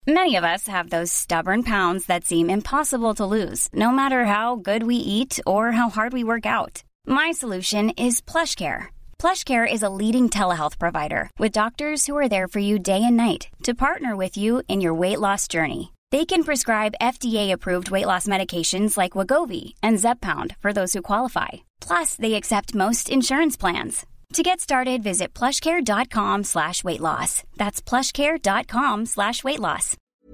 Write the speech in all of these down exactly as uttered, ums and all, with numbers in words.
Many of us have those stubborn pounds that seem impossible to lose, no matter how good we eat or how hard we work out. My solution is PlushCare. PlushCare is a leading telehealth provider with doctors who are there for you day and night to partner with you in your weight loss journey. They can prescribe F D A-approved weight loss medications like Wegovy and Zepbound for those who qualify. Plus, they accept most insurance plans. To get started, visit plushcare.com slash weight loss. That's plushcare.com slash weight loss.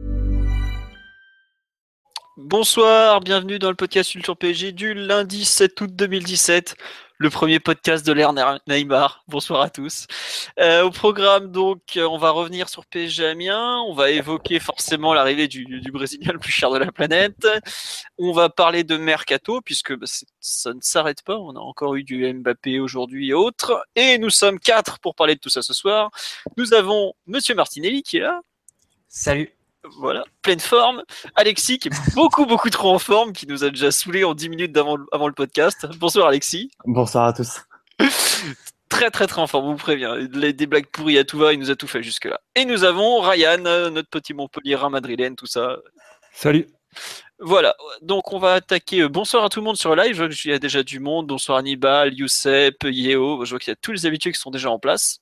Bonsoir, bienvenue dans le podcast Culture P S G du lundi sept août deux mille dix-sept, le premier podcast de l'ère Neymar. Bonsoir à tous. Euh, au programme, donc, on va revenir sur P S G Amiens, on va évoquer forcément l'arrivée du, du Brésilien le plus cher de la planète, on va parler de Mercato, puisque bah, ça ne s'arrête pas, on a encore eu du Mbappé aujourd'hui et autres, et nous sommes quatre pour parler de tout ça ce soir. Nous avons Monsieur Martinelli qui est là. Salut. Voilà, pleine forme. Alexis qui est beaucoup beaucoup trop en forme, qui nous a déjà saoulé en dix minutes d'avant avant le podcast. Bonsoir Alexis. Bonsoir à tous. Très très très en forme, on vous prévient. Des blagues pourries à tout va, il nous a tout fait jusque là. Et nous avons Ryan, notre petit Montpellierin madrilène, tout ça. Salut. Voilà, donc on va attaquer. Bonsoir à tout le monde sur le live, je vois qu'il y a déjà du monde. Bonsoir Hannibal, Youssef, Yeo, je vois qu'il y a tous les habitués qui sont déjà en place.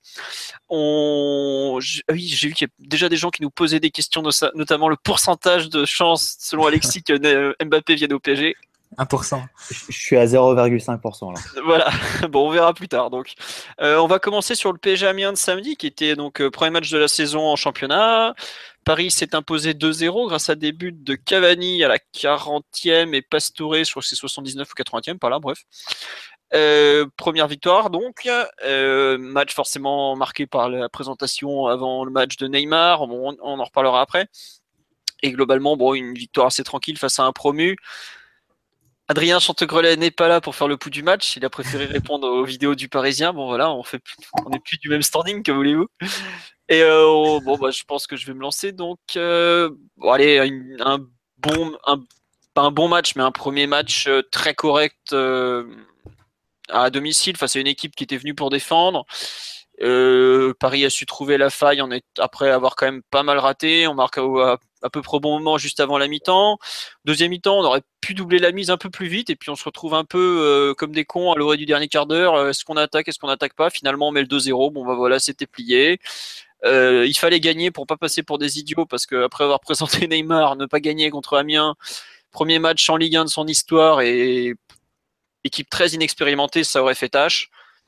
On... Oui, j'ai vu qu'il y a déjà des gens qui nous posaient des questions, notamment le pourcentage de chance, selon Alexis, que Mbappé vienne au P S G. un pour cent. Je suis à zéro virgule cinq pour cent là. Voilà, bon on verra plus tard donc. Euh, on va commencer sur le P S G Amiens de samedi qui était donc euh, premier match de la saison en championnat. Paris s'est imposé deux zéro grâce à des buts de Cavani à la quarantième et Pastore, je crois que c'est soixante-dix-neuf ou quatre-vingtième par là, bref. Euh, première victoire donc, euh, match forcément marqué par la présentation avant le match de Neymar, on, on en reparlera après. Et globalement, bon, une victoire assez tranquille face à un promu. Adrien Chantegrelet n'est pas là pour faire le pouls du match. Il a préféré répondre aux vidéos du Parisien. Bon voilà, on fait, plus, on n'est plus du même standing, que voulez-vous. Et euh, bon bah je pense que je vais me lancer. Donc euh, bon allez, une, un bon, un, pas un bon match, mais un premier match euh, très correct euh, à domicile face à une équipe qui était venue pour défendre. Euh, Paris a su trouver la faille en est, après avoir quand même pas mal raté. On marque à, à peu près au bon moment juste avant la mi-temps. Deuxième mi-temps, on aurait pu doubler la mise un peu plus vite et puis on se retrouve un peu euh, comme des cons à l'orée du dernier quart d'heure. Est-ce qu'on attaque, est-ce qu'on n'attaque pas? Finalement, on met le deux zéro. Bon bah voilà, c'était plié. Euh, il fallait gagner pour pas passer pour des idiots parce qu'après avoir présenté Neymar, ne pas gagner contre Amiens, premier match en Ligue un de son histoire et équipe très inexpérimentée, ça aurait fait tâche.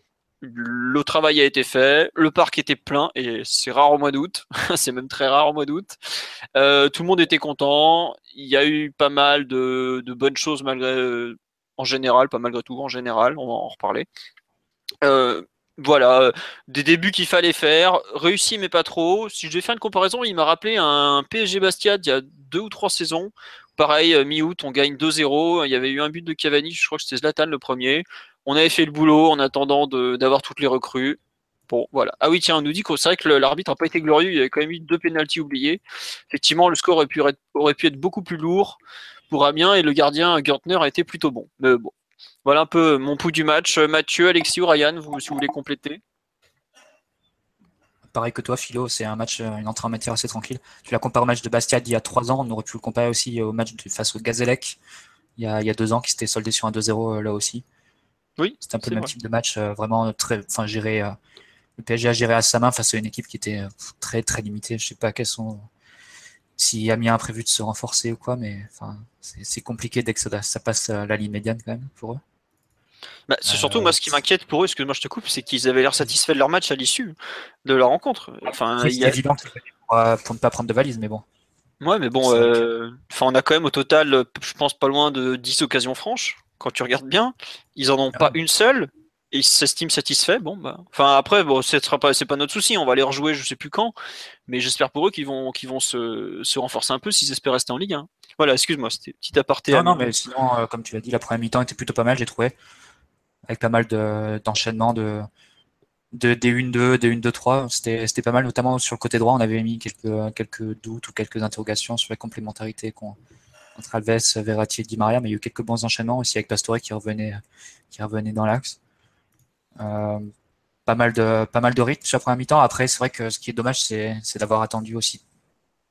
Le travail a été fait, le parc était plein et c'est rare au mois d'août, c'est même très rare au mois d'août. Euh, tout le monde était content, il y a eu pas mal de, de bonnes choses malgré, en général, pas malgré tout, en général, on va en reparler. Euh, voilà, des débuts qu'il fallait faire, réussi mais pas trop. Si je devais faire une comparaison, il m'a rappelé un P S G Bastia il y a deux ou trois saisons. Pareil, mi-août, on gagne deux zéro, il y avait eu un but de Cavani, je crois que c'était Zlatan le premier. On avait fait le boulot en attendant de, d'avoir toutes les recrues. Bon, voilà. Ah oui, tiens, on nous dit que c'est vrai que l'arbitre n'a pas été glorieux. Il y avait quand même eu deux pénaltys oubliés. Effectivement, le score aurait pu, être, aurait pu être beaucoup plus lourd pour Amiens et le gardien Gertner a été plutôt bon. Mais bon, voilà un peu mon pouls du match. Mathieu, Alexis ou Ryan, vous, si vous voulez compléter. Pareil que toi, Philo, c'est un match, une entrée en matière assez tranquille. Tu la compares au match de Bastia d'il y a trois ans. On aurait pu le comparer aussi au match de, face au Gazélec il y a, il y a deux ans qui s'était soldé sur un deux zéro là aussi. Oui, c'était un peu le même vrai. type de match, euh, vraiment très, enfin géré. Euh, le P S G a géré à sa main face à une équipe qui était euh, très très limitée. Je sais pas quels sont, si Amiens a prévu de se renforcer ou quoi, mais enfin c'est, c'est compliqué dès que ça, ça passe à la ligne médiane quand même pour eux. Bah, c'est surtout euh, moi ce qui m'inquiète pour eux, excuse-moi je te coupe, c'est qu'ils avaient l'air satisfaits de leur match à l'issue de leur rencontre. Enfin, oui, c'est a... évident pour, euh, pour ne pas prendre de valise, mais bon. Ouais, mais bon, euh... enfin, on a quand même au total, je pense, pas loin de dix occasions franches. Quand tu regardes bien, ils en ont ah. pas une seule et ils s'estiment satisfaits. Bon, bah, enfin après, bon, ce sera pas, c'est pas notre souci. On va les rejouer, je sais plus quand, mais j'espère pour eux qu'ils vont, qu'ils vont se, se renforcer un peu s'ils espèrent rester en Ligue un. Voilà, excuse-moi, c'était petit aparté. Non, à non, mais sinon, euh, comme tu l'as dit, la première mi-temps était plutôt pas mal, j'ai trouvé, avec pas mal de, d'enchaînements de, de D un deux, D un deux trois. C'était, c'était pas mal, notamment sur le côté droit. On avait mis quelques, quelques doutes ou quelques interrogations sur la complémentarité qu'on entre Alves, Verratti et Di Maria, mais il y a eu quelques bons enchaînements aussi avec Pastore qui revenait, qui revenait dans l'axe. Euh, pas mal de, pas mal de rythme sur la première mi-temps. Après, c'est vrai que ce qui est dommage, c'est, c'est d'avoir attendu aussi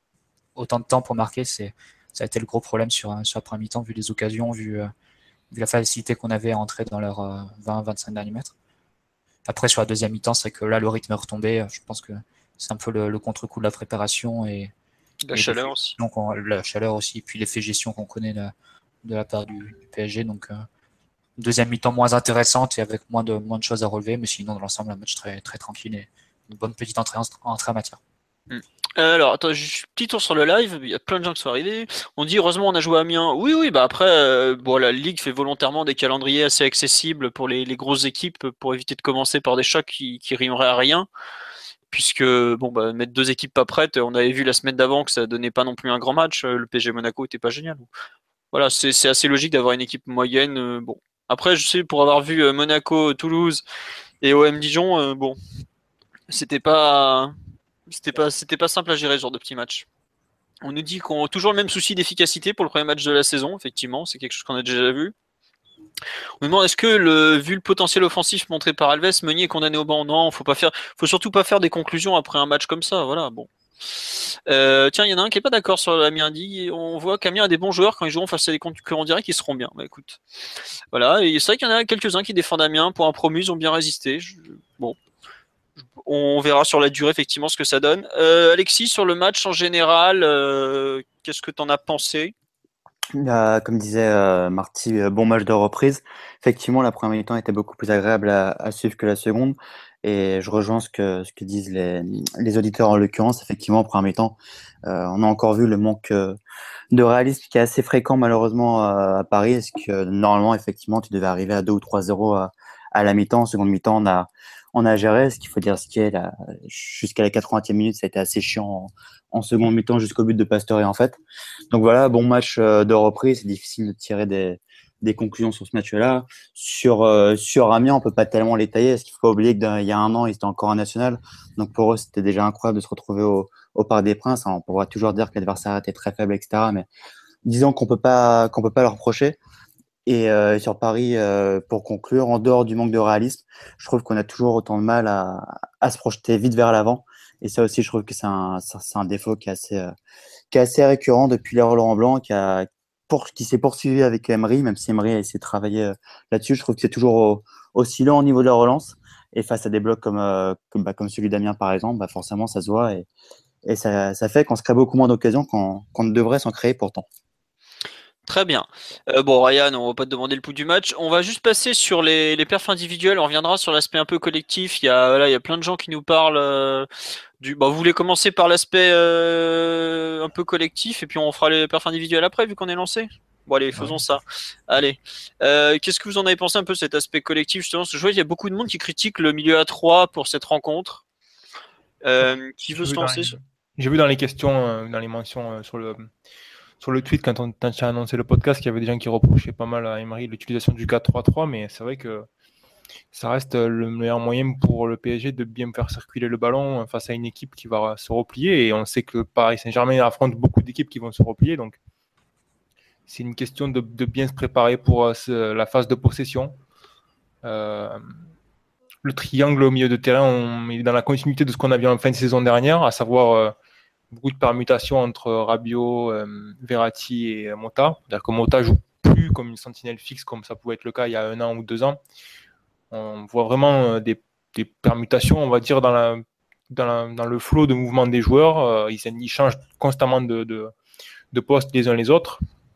autant de temps pour marquer, c'est, ça a été le gros problème sur, sur la première mi-temps, vu les occasions, vu, euh, vu la facilité qu'on avait à entrer dans leurs euh, vingt à vingt-cinq derniers mètres. Après, sur la deuxième mi-temps, c'est que là, le rythme est retombé. Je pense que c'est un peu le, le contre-coup de la préparation et La et chaleur aussi. donc la chaleur aussi, et puis l'effet gestion qu'on connaît de, de la part du, du P S G. Donc, euh, deuxième mi-temps moins intéressante et avec moins de, moins de choses à relever, mais sinon, dans l'ensemble, un match très, très tranquille et une bonne petite entrée en, entrée en matière. Mm. Alors, attends, juste petit tour sur le live. Il y a plein de gens qui sont arrivés. On dit heureusement on a joué à Amiens. Oui, oui, bah après, euh, bon, la Ligue fait volontairement des calendriers assez accessibles pour les, les grosses équipes pour éviter de commencer par des chocs qui, qui rimeraient à rien. Puisque, bon, bah, mettre deux équipes pas prêtes, on avait vu la semaine d'avant que ça donnait pas non plus un grand match. Le P S G Monaco était pas génial. Voilà, c'est, c'est assez logique d'avoir une équipe moyenne. Euh, bon, après, je sais, pour avoir vu euh, Monaco, Toulouse et O M Dijon, euh, bon, c'était pas. C'était pas, c'était pas simple à gérer ce genre de petit match. On nous dit qu'on a toujours le même souci d'efficacité pour le premier match de la saison, effectivement, c'est quelque chose qu'on a déjà vu. On nous demande est-ce que le, vu le potentiel offensif montré par Alves, Meunier est condamné au banc? Non, faut pas faire, faut surtout pas faire des conclusions après un match comme ça, voilà, bon. Euh, tiens, il y en a un qui est pas d'accord sur Amiens dit, on voit qu'Amiens a des bons joueurs quand ils joueront face à des concurrents directs, ils seront bien. Bah écoute, voilà, et c'est vrai qu'il y en a quelques-uns qui défendent Amiens pour un promu, ils ont bien résisté. Je, bon. On verra sur la durée effectivement ce que ça donne. Euh, Alexis, sur le match en général, euh, qu'est-ce que tu en as pensé? Euh, comme disait euh, Marty, euh, bon match de reprise. Effectivement, la première mi-temps était beaucoup plus agréable à, à suivre que la seconde. Et je rejoins ce que, ce que disent les, les auditeurs en l'occurrence. Effectivement, en première mi-temps, euh, on a encore vu le manque euh, de réalisme qui est assez fréquent malheureusement euh, à Paris. Est-ce que normalement, effectivement, tu devais arriver à deux ou trois zéro à, à la mi-temps. En seconde mi-temps, on a, on a géré. Ce qu'il faut dire, ce qui est là, jusqu'à la quatre-vingtième minute, ça a été assez chiant en, en seconde mi-temps jusqu'au but de Pastore en fait. Donc voilà, bon match euh, de reprise. C'est difficile de tirer des, des conclusions sur ce match-là. Sur euh, sur Amiens, on peut pas tellement les tailler. Parce qu'il faut pas oublier qu'il y a un an, ils étaient encore en national. Donc pour eux, c'était déjà incroyable de se retrouver au, au Parc des Princes. On pourra toujours dire que l'adversaire était très faible, et cetera. Mais disons qu'on peut pas qu'on peut pas leur reprocher. Et euh, sur Paris, euh, pour conclure, en dehors du manque de réalisme, je trouve qu'on a toujours autant de mal à, à se projeter vite vers l'avant. Et ça aussi, je trouve que c'est un, c'est un défaut qui est assez, euh, qui est assez récurrent depuis l'ère Laurent Blanc, qui, a, pour, qui s'est poursuivi avec Emery, même si Emery a essayé de travailler euh, là-dessus. Je trouve que c'est toujours au, aussi lent au niveau de la relance. Et face à des blocs comme, euh, comme, bah, comme celui d'Amiens, par exemple, bah, forcément, ça se voit. Et, et ça, ça fait qu'on se crée beaucoup moins d'occasions qu'on, qu'on ne devrait s'en créer pourtant. Très bien. Euh, bon, Ryan, on va pas te demander le pouls du match. On va juste passer sur les, les perfs individuels. On reviendra sur l'aspect un peu collectif. Il y a, là, il y a plein de gens qui nous parlent euh, du. Bah, vous voulez commencer par l'aspect euh, un peu collectif et puis on fera les perfs individuels après, vu qu'on est lancé. Bon, allez, faisons ouais. ça. Allez. Euh, qu'est-ce que vous en avez pensé un peu cet aspect collectif justement? Parce que je vois qu'il y a beaucoup de monde qui critique le milieu à trois pour cette rencontre. Euh, qui veut se lancer? Les... J'ai vu dans les questions, dans les mentions sur le. Sur le tweet, quand on a annoncé le podcast, qu'il y avait des gens qui reprochaient pas mal à Emery l'utilisation du quatre trois trois, mais c'est vrai que ça reste le meilleur moyen pour le P S G de bien faire circuler le ballon face à une équipe qui va se replier. Et on sait que Paris Saint-Germain affronte beaucoup d'équipes qui vont se replier. Donc, c'est une question de, de bien se préparer pour euh, ce, la phase de possession. Euh, le triangle au milieu de terrain, on est dans la continuité de ce qu'on a vu en fin de saison dernière, à savoir... Euh, beaucoup de permutations entre Rabiot, euh, Verratti et euh, Mota. C'est-à-dire que Mota joue plus comme une sentinelle fixe comme ça pouvait être le cas il y a un an ou deux ans. On voit vraiment euh, des, des permutations, on va dire, dans, la, dans, la, dans le flot de mouvement des joueurs. Euh, ils, ils changent constamment de, de, de poste les uns les autres.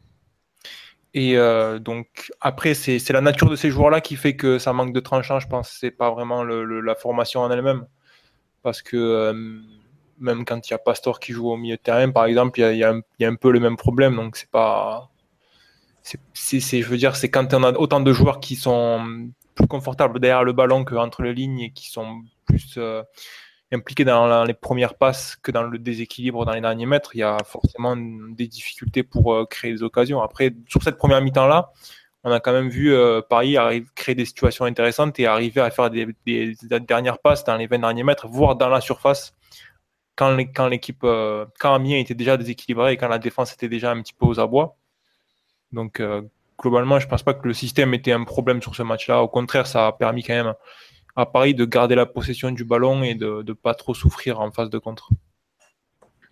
Et euh, donc, après, c'est, c'est la nature de ces joueurs-là qui fait que ça manque de tranchant. Je pense que ce n'est pas vraiment le, le, la formation en elle-même. Parce que... Euh, même quand il y a Pastore qui joue au milieu de terrain, par exemple, il y a, il y a, un, il y a un peu le même problème. Donc, c'est pas. C'est, c'est, c'est, je veux dire, c'est quand on a autant de joueurs qui sont plus confortables derrière le ballon qu'entre les lignes et qui sont plus euh, impliqués dans la, les premières passes que dans le déséquilibre dans les derniers mètres, il y a forcément des difficultés pour euh, créer des occasions. Après, sur cette première mi-temps-là, on a quand même vu euh, Paris arrive, créer des situations intéressantes et arriver à faire des, des, des dernières passes dans les vingt derniers mètres, voire dans la surface. Quand, les, quand l'équipe, euh, quand Amiens était déjà déséquilibré et quand la défense était déjà un petit peu aux abois. Donc, euh, globalement, je ne pense pas que le système était un problème sur ce match-là. Au contraire, ça a permis quand même à Paris de garder la possession du ballon et de ne pas trop souffrir en phase de contre.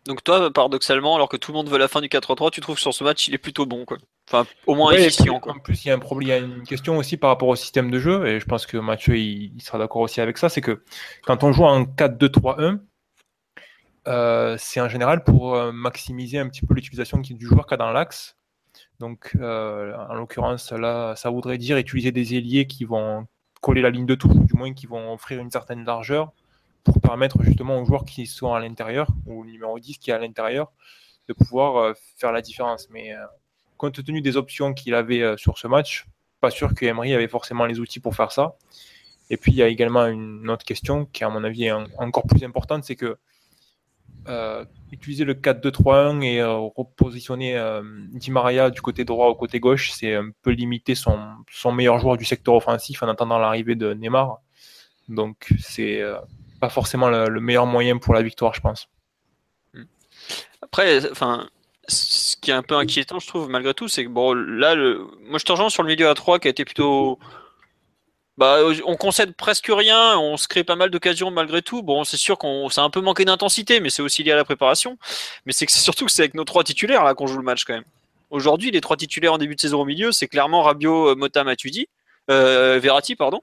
Donc toi, paradoxalement, alors que tout le monde veut la fin du quatre trois trois, tu trouves que sur ce match, il est plutôt bon, quoi. Enfin, au moins Ouais, et efficient, puis, quoi. en plus, il y a un problème, il y a une question aussi par rapport au système de jeu, et je pense que Mathieu il, il sera d'accord aussi avec ça, c'est que quand on joue en quatre deux trois un, euh, c'est en général pour euh, maximiser un petit peu l'utilisation qui- du joueur qu'il y a dans l'axe. Donc, euh, en l'occurrence, là, ça voudrait dire utiliser des ailiers qui vont coller la ligne de touche, ou du moins qui vont offrir une certaine largeur pour permettre justement aux joueurs qui sont à l'intérieur, ou au numéro dix qui est à l'intérieur, de pouvoir euh, faire la différence. Mais euh, compte tenu des options qu'il avait euh, sur ce match, pas sûr que Emery avait forcément les outils pour faire ça. Et puis, il y a également une autre question qui, à mon avis, est en- encore plus importante, c'est que euh, utiliser le quatre deux trois un et euh, repositionner euh, Di Maria du côté droit au côté gauche, c'est un peu limiter son, son meilleur joueur du secteur offensif en attendant l'arrivée de Neymar. Donc, c'est euh, pas forcément le, le meilleur moyen pour la victoire, je pense. Après, enfin, ce qui est un peu inquiétant, je trouve, malgré tout, c'est que bon, là, le... moi je te rejoins sur le milieu à trois qui a été plutôt. Bah, on concède presque rien, on se crée pas mal d'occasions malgré tout. Bon, c'est sûr qu'on ça a un peu manqué d'intensité, mais c'est aussi lié à la préparation. Mais c'est que c'est surtout que c'est avec nos trois titulaires là qu'on joue le match quand même. Aujourd'hui, les trois titulaires en début de saison au milieu, c'est clairement Rabiot, Mota, Matuidi, euh, Verratti, pardon.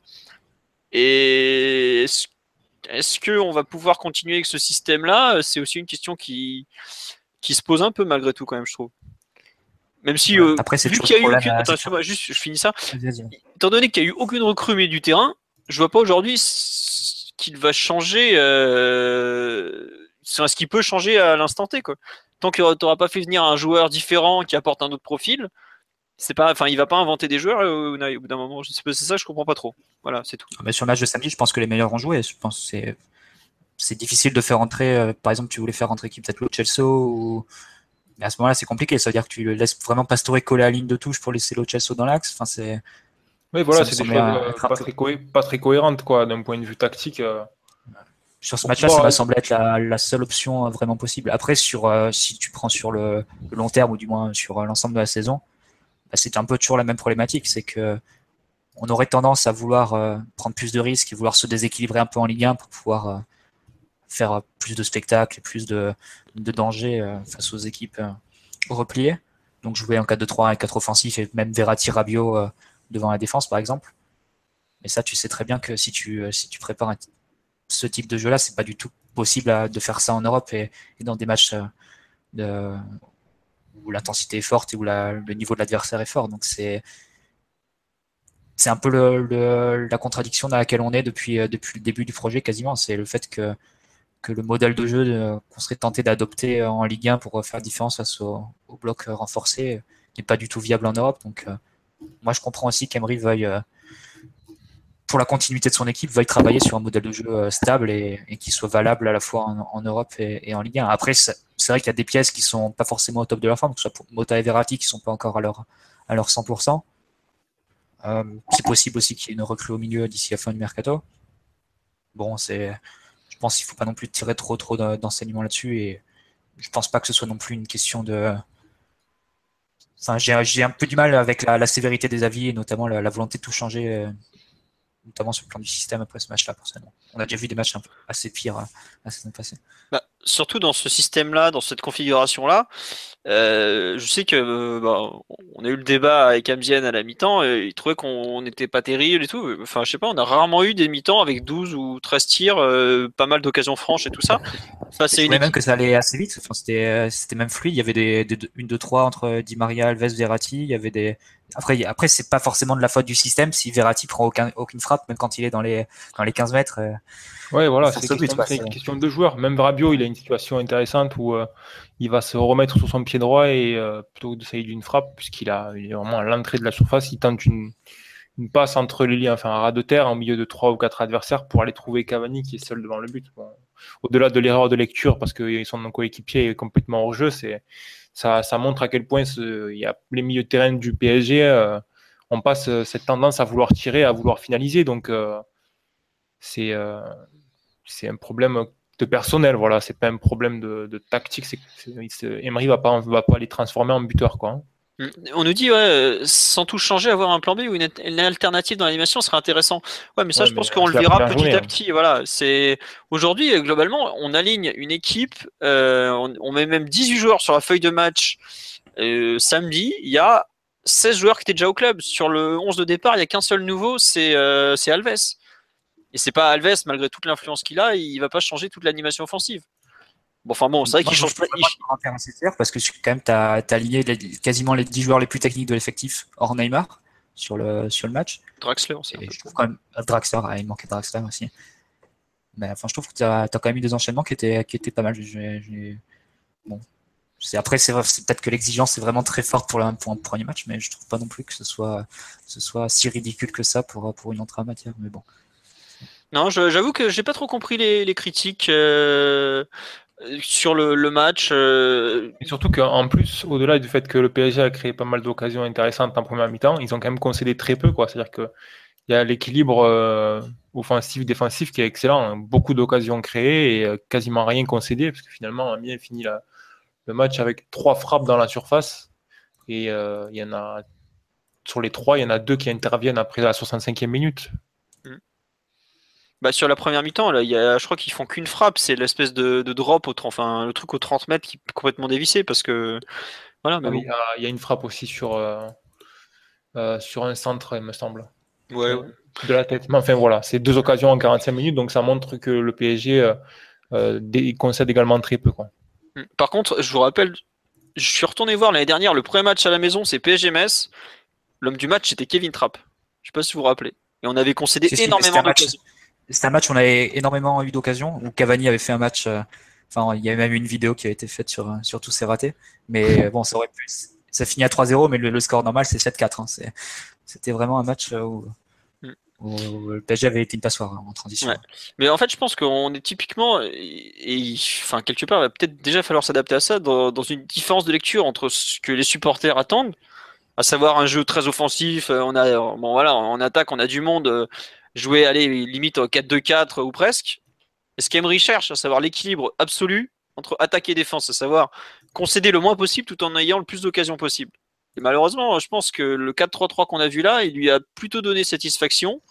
Et est-ce, est-ce que on va pouvoir continuer avec ce système-là? C'est aussi une question qui qui se pose un peu malgré tout quand même, je trouve. Même si, Ouais. euh, Après, c'est vu toujours qu'il le y a eu problème. aucune. euh, Attends, c'est toujours- excuse-moi, juste, je finis ça. Vas-y, vas-y. Étant donné qu'il n'y a eu aucune recrue au milieu du terrain, je vois pas aujourd'hui ce qu'il va changer. Euh... Ce qu'il peut changer à l'instant T, quoi. Tant que tu n'auras pas fait venir un joueur différent qui apporte un autre profil, c'est pas. Enfin, il va pas inventer des joueurs euh, au bout d'un moment. C'est ça, je comprends pas trop. Voilà, c'est tout. Mais sur le match de samedi, je pense que les meilleurs ont joué. Je pense que c'est c'est difficile de faire rentrer. euh, par exemple, tu voulais faire rentrer qui, peut-être Lo Celso ou. Mais à ce moment-là, c'est compliqué. Ça veut dire que tu le laisses vraiment Pastore coller à la ligne de touche pour laisser Lo Celso dans l'axe. Enfin, c'est Oui, ça voilà, me c'est des semblait choses un- euh, être un pas, peu. très cohé- pas très cohérentes, quoi, d'un point de vue tactique. euh, Sur ce pour match-là, ça pouvoir... m'a semblé être la, la seule option euh, vraiment possible. Après, sur euh, si tu prends sur le, le long terme ou du moins sur euh, l'ensemble de la saison, bah, c'est un peu toujours la même problématique. C'est que on aurait tendance à vouloir euh, prendre plus de risques et vouloir se déséquilibrer un peu en Ligue un pour pouvoir euh, faire euh, plus de spectacles et plus de, de danger euh, face aux équipes euh, repliées. Donc jouer en quatre deux trois, un quatre offensif et même Verratti, Rabiot euh, devant la défense par exemple. Mais ça, tu sais très bien que si tu, euh, si tu prépares un, ce type de jeu-là, c'est pas du tout possible à, de faire ça en Europe et, et dans des matchs euh, de, où l'intensité est forte et où la, le niveau de l'adversaire est fort. Donc c'est c'est un peu le, le, la contradiction dans laquelle on est depuis, euh, depuis le début du projet quasiment. C'est le fait que, que le modèle de jeu de, qu'on serait tenté d'adopter en Ligue un pour faire différence face au, au bloc renforcé n'est pas du tout viable en Europe. Donc euh, moi je comprends aussi qu'Emery veuille, euh, pour la continuité de son équipe, veuille travailler sur un modèle de jeu euh, stable et, et qui soit valable à la fois en, en Europe et, et en Ligue un. Après, c'est, c'est vrai qu'il y a des pièces qui sont pas forcément au top de leur forme, que ce soit pour Mota et Verratti qui sont pas encore à leur, à leur cent pour cent. Euh, c'est possible aussi qu'il y ait une recrue au milieu d'ici la fin du mercato. Bon, c'est, je pense qu'il faut pas non plus tirer trop trop d'enseignements là-dessus et je pense pas que ce soit non plus une question de. Enfin, j'ai, j'ai un peu du mal avec la, la sévérité des avis et notamment la, la volonté de tout changer, euh, notamment sur le plan du système après ce match-là. Personnellement, on a déjà vu des matchs un peu assez pires euh, la saison passée. Bah, surtout dans ce système-là, dans cette configuration-là, euh, je sais que euh, bah, on a eu le débat avec Amzien à la mi-temps, et il trouvait qu'on n'était pas terrible et tout. Enfin, je sais pas, on a rarement eu des mi-temps avec douze ou treize tirs, euh, pas mal d'occasions franches et tout ça. Enfin, Je c'est une trouvais même équipe. que ça allait assez vite. Enfin, c'était, euh, c'était même fluide. Il y avait des, des une, deux, trois entre Di Maria, Alves, Verratti. Il y avait des. Après, il y a- après, c'est pas forcément de la faute du système si Verratti prend aucun, aucune frappe, même quand il est dans les, dans les quinze mètres. euh, Ouais, voilà, c'est face au but, question, quoi. c'est C'est- une question de joueur. Même Rabiot, il a une situation intéressante où euh, il va se remettre sur son pied droit et euh, plutôt que d'essayer d'une frappe, puisqu'il a, il est vraiment à l'entrée de la surface, il tente une, une passe entre les liens, enfin un ras de terre en milieu de trois ou quatre adversaires pour aller trouver Cavani qui est seul devant le but. Bon, au-delà de l'erreur de lecture, parce que son coéquipier est complètement hors jeu, c'est, ça, ça montre à quel point ce, il y a les milieux de terrain du P S G, euh, on passe euh, cette tendance à vouloir tirer, à vouloir finaliser. Donc euh, c'est euh, c'est un problème de personnel, voilà, c'est pas un problème de, de tactique. C'est, c'est, Emery va pas va pas les transformer en buteur, quoi. On nous dit, ouais, euh, sans tout changer, avoir un plan B ou une, une alternative dans l'animation serait intéressant. Ouais, mais ça, Ouais, je mais pense qu'on le c'est la verra première petit journée, à hein. petit. Voilà, c'est aujourd'hui, euh, globalement, on aligne une équipe, euh, on, on met même dix-huit joueurs sur la feuille de match. Euh, samedi, il y a seize joueurs qui étaient déjà au club. Sur le onze de départ, il n'y a qu'un seul nouveau, c'est euh, c'est Alves. Et c'est pas Alves, malgré toute l'influence qu'il a, il va pas changer toute l'animation offensive. Bon, enfin bon, c'est vrai Moi, qu'il je change pas. trouve vraiment qu'il faire assez fair parce que quand même, tu as aligné les- quasiment les dix joueurs les plus techniques de l'effectif hors Neymar sur le, sur le match. Draxler, c'est un Et peu. je trouve quand même Draxler, ah, il manquait Draxler aussi. Mais enfin, je trouve que tu as, quand même eu des enchaînements qui étaient, qui étaient pas mal. J'ai- j'ai- Bon. C'est, après, c'est, vrai- c'est peut-être que l'exigence est vraiment très forte pour, la, pour un premier match, mais je trouve pas non plus que ce soit, ce soit si ridicule que ça pour, pour une entrée en matière. Mais bon. Non, je- j'avoue que j'ai pas trop compris les, les critiques euh, sur le, le match. euh, Et surtout qu'en plus, au-delà du fait que le P S G a créé pas mal d'occasions intéressantes en première mi-temps, ils ont quand même concédé très peu, quoi. C'est-à-dire que il y a l'équilibre euh, offensif-défensif qui est excellent, hein. Beaucoup d'occasions créées et euh, quasiment rien concédé, parce que finalement, Amiens finit la- le match avec trois frappes dans la surface. Et euh, il y en a, sur les trois, il y en a deux qui interviennent après la soixante-cinquième minute. Bah, sur la première mi-temps, là, il y a, je crois qu'ils font qu'une frappe, c'est l'espèce de, de drop au, enfin, le truc aux trente mètres qui est complètement dévissé parce que voilà, mais Ah oui, bon. il y a, il y a une frappe aussi sur, euh, euh, sur un centre, il me semble. Ouais, Euh, ouais. de la tête. Mais enfin voilà, c'est deux occasions en quarante-cinq minutes, donc ça montre que le P S G euh, euh, dé- concède également très peu, quoi. Mm. Par contre, je vous rappelle, je suis retourné voir l'année dernière le premier match à la maison, c'est P S G Metz. L'homme du match, c'était Kevin Trapp. Je sais pas si vous vous rappelez. Et on avait concédé C'est si, mais c'était énormément un match, d'occasions. c'était un match où on avait énormément eu d'occasions, où Cavani avait fait un match, euh, enfin, il y a même une vidéo qui a été faite sur, euh, sur tous ses ratés. Mais euh, bon, ça aurait pu, ça finit à trois zéro, mais le, le score normal, c'est sept quatre, hein. C'est, c'était vraiment un match euh, où, Mm. où le P S G avait été une passoire, hein, en transition. Ouais. Mais en fait, je pense qu'on est typiquement, et, et, enfin, quelque part, il va peut-être déjà falloir s'adapter à ça dans, dans une différence de lecture entre ce que les supporters attendent, à savoir un jeu très offensif. euh, On a, bon voilà, en attaque, on a du monde, euh, jouer, allez, limite au quatre deux quatre ou presque. Et ce qu'Emery cherche, à savoir l'équilibre absolu entre attaque et défense, à savoir concéder le moins possible tout en ayant le plus d'occasions possible. Et malheureusement, je pense que le quatre trois trois qu'on a vu là, il lui a plutôt donné satisfaction.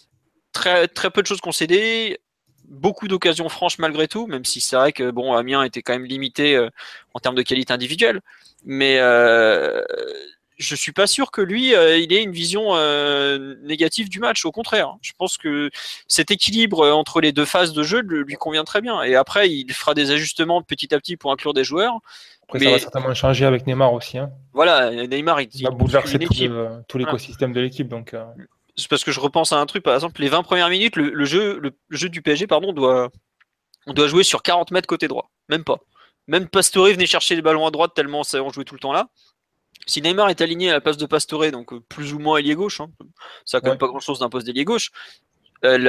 Très, très peu de choses concédées, beaucoup d'occasions franches malgré tout, même si c'est vrai que bon, Amiens était quand même limité euh, en termes de qualité individuelle. Mais euh, je suis pas sûr que lui, euh, il ait une vision euh, négative du match. Au contraire, je pense que cet équilibre entre les deux phases de jeu lui convient très bien. Et après, il fera des ajustements petit à petit pour inclure des joueurs. Après, ça va Mais certainement changer avec Neymar aussi, hein. voilà, Neymar, il, Il va il bouscule bouleverser une tout équipe. le- tout Voilà. l'écosystème de l'équipe. Donc, euh, C'est parce que je repense à un truc, par exemple, les vingt premières minutes, le, le jeu, le jeu du P S G, pardon, doit, on doit jouer sur quarante mètres côté droit. Même pas. Même Pastore venait chercher les ballons à droite tellement ça on jouait tout le temps là. Si Neymar est aligné à la place de Pastore, donc euh, plus ou moins ailier gauche, hein, ça a quand ouais. même pas grand chose d'un poste d'ailier gauche. euh,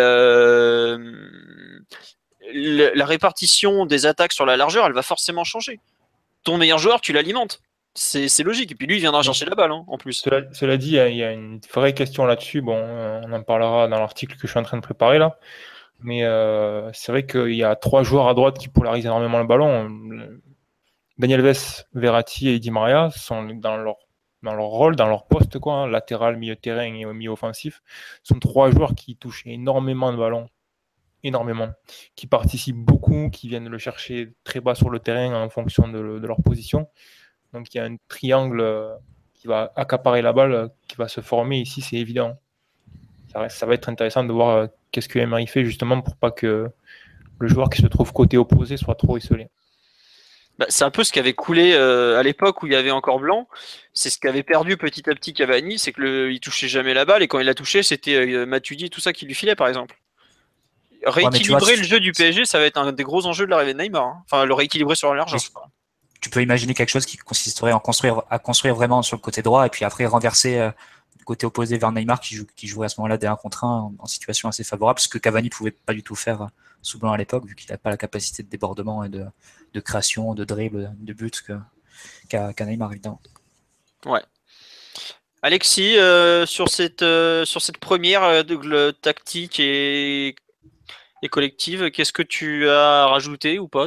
le- le- la répartition des attaques sur la largeur, elle va forcément changer. Ton meilleur joueur, tu l'alimentes. C'est c'est logique. Et puis lui, il viendra Mais chercher la balle hein, en plus. cela, cela dit, il y, a, il y a une vraie question là-dessus. Bon, euh, on en parlera dans l'article que je suis en train de préparer là. Mais euh, c'est vrai qu'il y a trois joueurs à droite qui polarisent énormément le ballon. Daniel Alves, Verratti et Di Maria sont dans leur, dans leur rôle, dans leur poste, quoi, hein, latéral, milieu de terrain et milieu offensif. Ce sont trois joueurs qui touchent énormément de ballons, énormément, qui participent beaucoup, qui viennent le chercher très bas sur le terrain en fonction de, de leur position. Donc il y a un triangle euh, qui va accaparer la balle, euh, qui va se former ici, c'est évident. Ça, reste, ça va être intéressant de voir euh, qu'est-ce que Emery fait justement pour pas que le joueur qui se trouve côté opposé soit trop isolé. Bah, c'est un peu ce qui avait coulé euh, à l'époque où il y avait encore Blanc. C'est ce qu'avait perdu petit à petit Cavani, c'est que le, il touchait jamais la balle et quand il l'a touché, c'était euh, Matuidi et tout ça qui lui filait par exemple. Ouais, mais tu vois, Rééquilibrer le jeu du P S G, ça va être un des gros enjeux de l'arrivée de Neymar. hein. Enfin, le rééquilibrer sur mais l'argent. tu peux imaginer quelque chose qui consisterait en construire, à construire vraiment sur le côté droit et puis après renverser euh, du côté opposé vers Neymar qui, joue, qui jouerait à ce moment-là des un contre un en, en situation assez favorable, ce que Cavani pouvait pas du tout faire euh, sous Blanc à l'époque, vu qu'il n'a pas la capacité de débordement et de, de création, de dribble, de but que, qu'a, qu'a Neymar, évidemment. Ouais. Alexis, euh, sur, cette, euh, sur cette première euh, de, le, tactique et, et collective, qu'est-ce que tu as rajouté ou pas d'ailleurs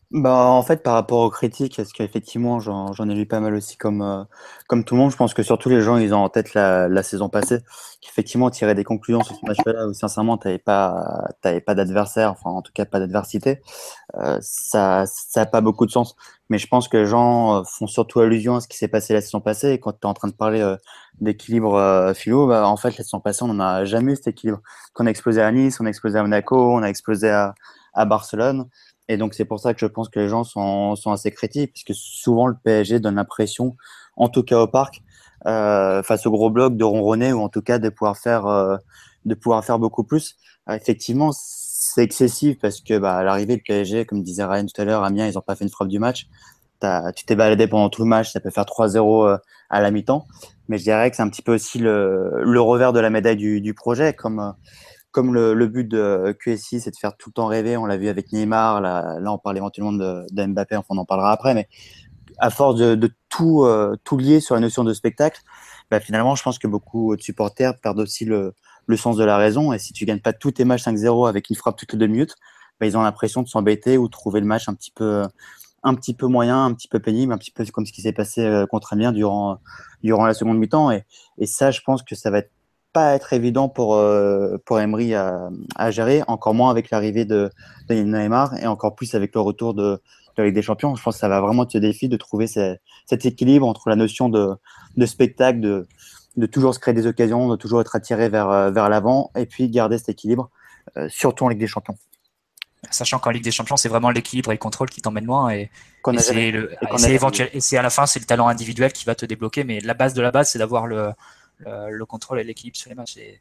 Bah, en fait, par rapport aux critiques, est-ce qu'effectivement, j'en, j'en ai lu pas mal aussi comme, euh, comme tout le monde. Je pense que surtout les gens, ils ont en tête la, la saison passée, qu'effectivement, tirer des conclusions sur ce match-là où sincèrement, t'avais pas, t'avais pas d'adversaire, enfin, en tout cas, pas d'adversité, euh, ça, ça a pas beaucoup de sens. Mais je pense que les gens euh, font surtout allusion à ce qui s'est passé la saison passée. Et quand tu es en train de parler euh, d'équilibre euh, philo, bah, en fait, la saison passée, on n'en a jamais eu cet équilibre. Quand on a explosé à Nice, on a explosé à Monaco, on a explosé à, à Barcelone. Et donc, c'est pour ça que je pense que les gens sont, sont assez critiques, puisque souvent, le P S G donne l'impression, en tout cas au parc, euh, face au gros bloc, de ronronner ou en tout cas de pouvoir faire, euh, de pouvoir faire beaucoup plus. Euh, effectivement, c'est excessif parce que bah, à l'arrivée, le P S G, comme disait Ryan tout à l'heure, Amiens, ils n'ont pas fait une frappe du match. T'as, tu t'es baladé pendant tout le match, ça peut faire trois zéro euh, à la mi-temps. Mais je dirais que c'est un petit peu aussi le, le revers de la médaille du, du projet, comme, euh, comme le, le but de Q S I, c'est de faire tout le temps rêver. On l'a vu avec Neymar. Là, là on parle éventuellement de, de Mbappé, enfin, on en parlera après. Mais à force de, de tout, euh, tout lier sur la notion de spectacle, bah, finalement, je pense que beaucoup de supporters perdent aussi le, le sens de la raison. Et si tu gagnes pas tous tes matchs cinq zéro avec une frappe toutes les deux minutes, bah, ils ont l'impression de s'embêter ou de trouver le match un petit peu, un petit peu moyen, un petit peu pénible, un petit peu comme ce qui s'est passé euh, contre Amiens durant, durant la seconde mi-temps. Et, et ça, je pense que ça va être pas être évident pour, euh, pour Emery à, à gérer, encore moins avec l'arrivée de, de Neymar et encore plus avec le retour de, de la Ligue des Champions. Je pense que ça va vraiment être ce défi de trouver ce, cet équilibre entre la notion de, de spectacle, de, de toujours se créer des occasions, de toujours être attiré vers, vers l'avant et puis garder cet équilibre, euh, surtout en Ligue des Champions. Sachant qu'en Ligue des Champions, c'est vraiment l'équilibre et le contrôle qui t'emmènent loin. Et, et c'est, le, et et c'est éventuel, et c'est à la fin, c'est le talent individuel qui va te débloquer. Mais la base de la base, c'est d'avoir le, le, le contrôle et l'équilibre sur les matchs. Et,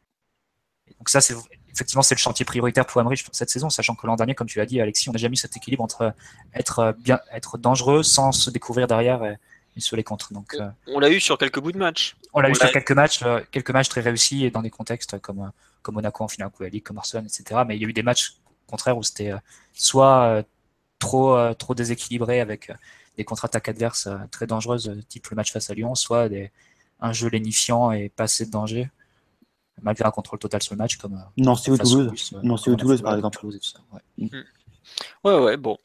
et donc ça, c'est effectivement, c'est le chantier prioritaire pour Emery cette saison, sachant que l'an dernier, comme tu l'as dit, Alexis, on n'a jamais eu cet équilibre entre être bien, être dangereux sans se découvrir derrière et, et sur les contres. Donc, on, on l'a eu sur quelques bouts de match. On l'a on eu l'a... sur quelques matchs, euh, quelques matchs très réussis et dans des contextes comme comme Monaco en finale Coupe de la Ligue, comme Arsenal, et cetera. Mais il y a eu des matchs contraire où c'était euh, soit euh, trop euh, trop déséquilibré avec euh, des contre-attaques adverses euh, très dangereuses, type le match face à Lyon, soit des, un jeu lénifiant et pas assez de danger, malgré un contrôle total sur le match, comme Nancy ou Toulouse, Nancy ou Toulouse par exemple. Toulouse et tout ça, ouais. Mmh. Ouais, ouais, bon.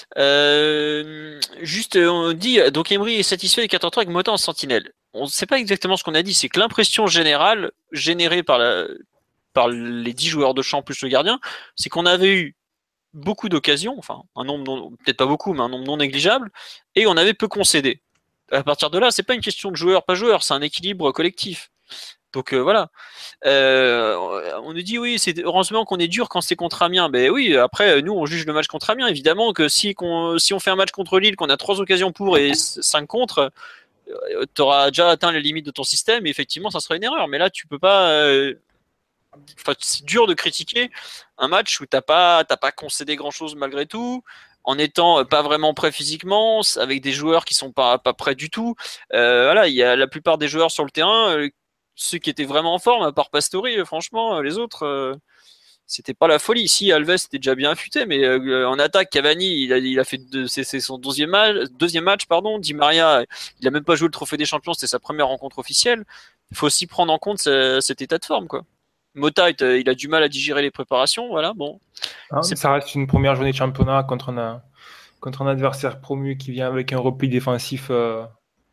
Euh, juste, on dit, donc Emery est satisfait des quatre trois avec Mota en sentinelle. On ne sait pas exactement ce qu'on a dit, c'est que l'impression générale, générée par la, par les dix joueurs de champ plus le gardien, c'est qu'on avait eu beaucoup d'occasions, enfin un nombre non, peut-être pas beaucoup, mais un nombre non négligeable, et on avait peu concédé. À partir de là, c'est pas une question de joueur pas joueur, c'est un équilibre collectif. Donc euh, voilà. Euh, on nous dit oui, c'est heureusement qu'on est dur quand c'est contre Amiens. Ben oui, après nous on juge le match contre Amiens. Évidemment que si, qu'on, si on fait un match contre Lille, qu'on a trois occasions pour et cinq contre, euh, tu auras déjà atteint les limites de ton système et effectivement ça sera une erreur. Mais là tu peux pas. Euh, Enfin, c'est dur de critiquer un match où t'as pas t'as pas concédé grand chose malgré tout, en étant pas vraiment prêt physiquement, avec des joueurs qui sont pas pas prêts du tout. Euh, voilà, il y a la plupart des joueurs sur le terrain, euh, ceux qui étaient vraiment en forme, à part Pastore, franchement, les autres, euh, c'était pas la folie. Ici, Alves était déjà bien affûté, mais euh, en attaque, Cavani, il a, il a fait de, c'est, c'est son deuxième match, deuxième match, pardon. Di Maria, il a même pas joué le Trophée des Champions, c'était sa première rencontre officielle. Il faut aussi prendre en compte ce, cet état de forme, quoi. Mota, il a du mal à digérer les préparations, voilà, bon. Ah, ça reste une première journée de championnat contre un, contre un adversaire promu qui vient avec un repli défensif euh,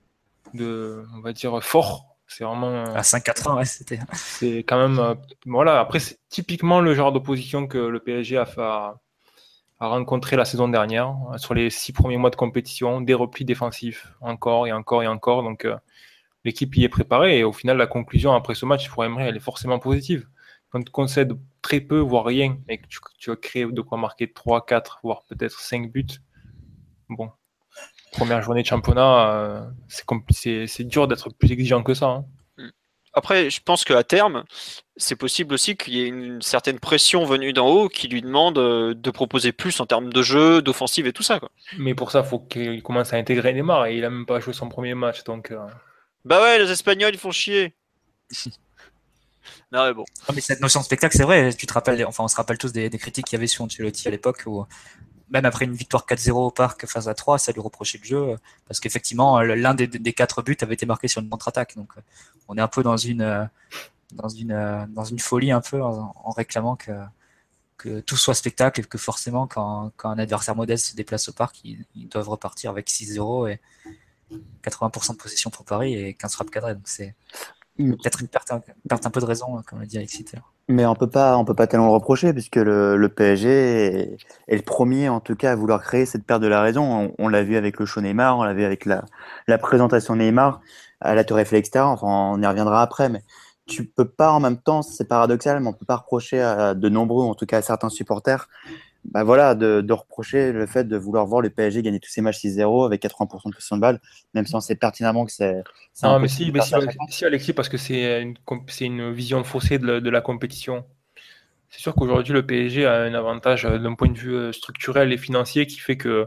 de, on va dire, fort. C'est vraiment... À cinq quatre un, ouais, c'était... C'est quand même... Euh, voilà, après, c'est typiquement le genre d'opposition que le P S G a, fait, a, a rencontré la saison dernière, sur les six premiers mois de compétition, des replis défensifs, encore et encore et encore, donc... Euh, l'équipe y est préparée et au final, la conclusion après ce match pour Emery, elle est forcément positive. Quand tu concèdes très peu, voire rien, et que tu, tu as créé de quoi marquer trois, quatre, voire peut-être cinq buts, bon, première journée de championnat, euh, c'est, c'est, c'est dur d'être plus exigeant que ça. Hein. Après, je pense qu'à terme, c'est possible aussi qu'il y ait une certaine pression venue d'en haut qui lui demande de proposer plus en termes de jeu, d'offensive et tout ça, quoi. Mais pour ça, il faut qu'il commence à intégrer Neymar et il n'a même pas joué son premier match, donc... Euh... Bah ouais, les Espagnols, ils font chier. Non, mais bon. Non, mais cette notion de spectacle, c'est vrai. Tu te rappelles, enfin, on se rappelle tous des, des critiques qu'il y avait sur Ancelotti à l'époque où, même après une victoire quatre zéro au parc face à trois, ça lui reprochait le jeu parce qu'effectivement, l'un des, des quatre buts avait été marqué sur une contre-attaque. Donc, on est un peu dans une, dans une, dans une folie un peu en, en réclamant que, que tout soit spectacle et que forcément, quand, quand un adversaire modeste se déplace au parc, ils, ils doivent repartir avec six zéro et quatre-vingts pour cent de possession pour Paris et quinze frappes cadrées. Donc c'est peut-être une perte, une perte un peu de raison, comme l'a dit Alexis. Mais on peut pas, on peut pas tellement le reprocher puisque le, le P S G est, est le premier, en tout cas, à vouloir créer cette perte de la raison. On, on l'a vu avec le show Neymar, on l'a vu avec la, la présentation Neymar à la Tour Eiffel, et cetera. Enfin, on y reviendra après, mais tu peux pas en même temps, c'est paradoxal, mais on peut pas reprocher à de nombreux, en tout cas à certains supporters, bah voilà, de, de reprocher le fait de vouloir voir le P S G gagner tous ses matchs six zéro avec quatre-vingts pour cent de possession de balle, même si on sait pertinemment que c'est, c'est Non, mais impossible si, de mais faire si, ça à chaque fois. si, Alexis, parce que c'est une, comp- c'est une vision faussée de la, de la compétition. C'est sûr qu'aujourd'hui, le P S G a un avantage euh, d'un point de vue euh, structurel et financier qui fait que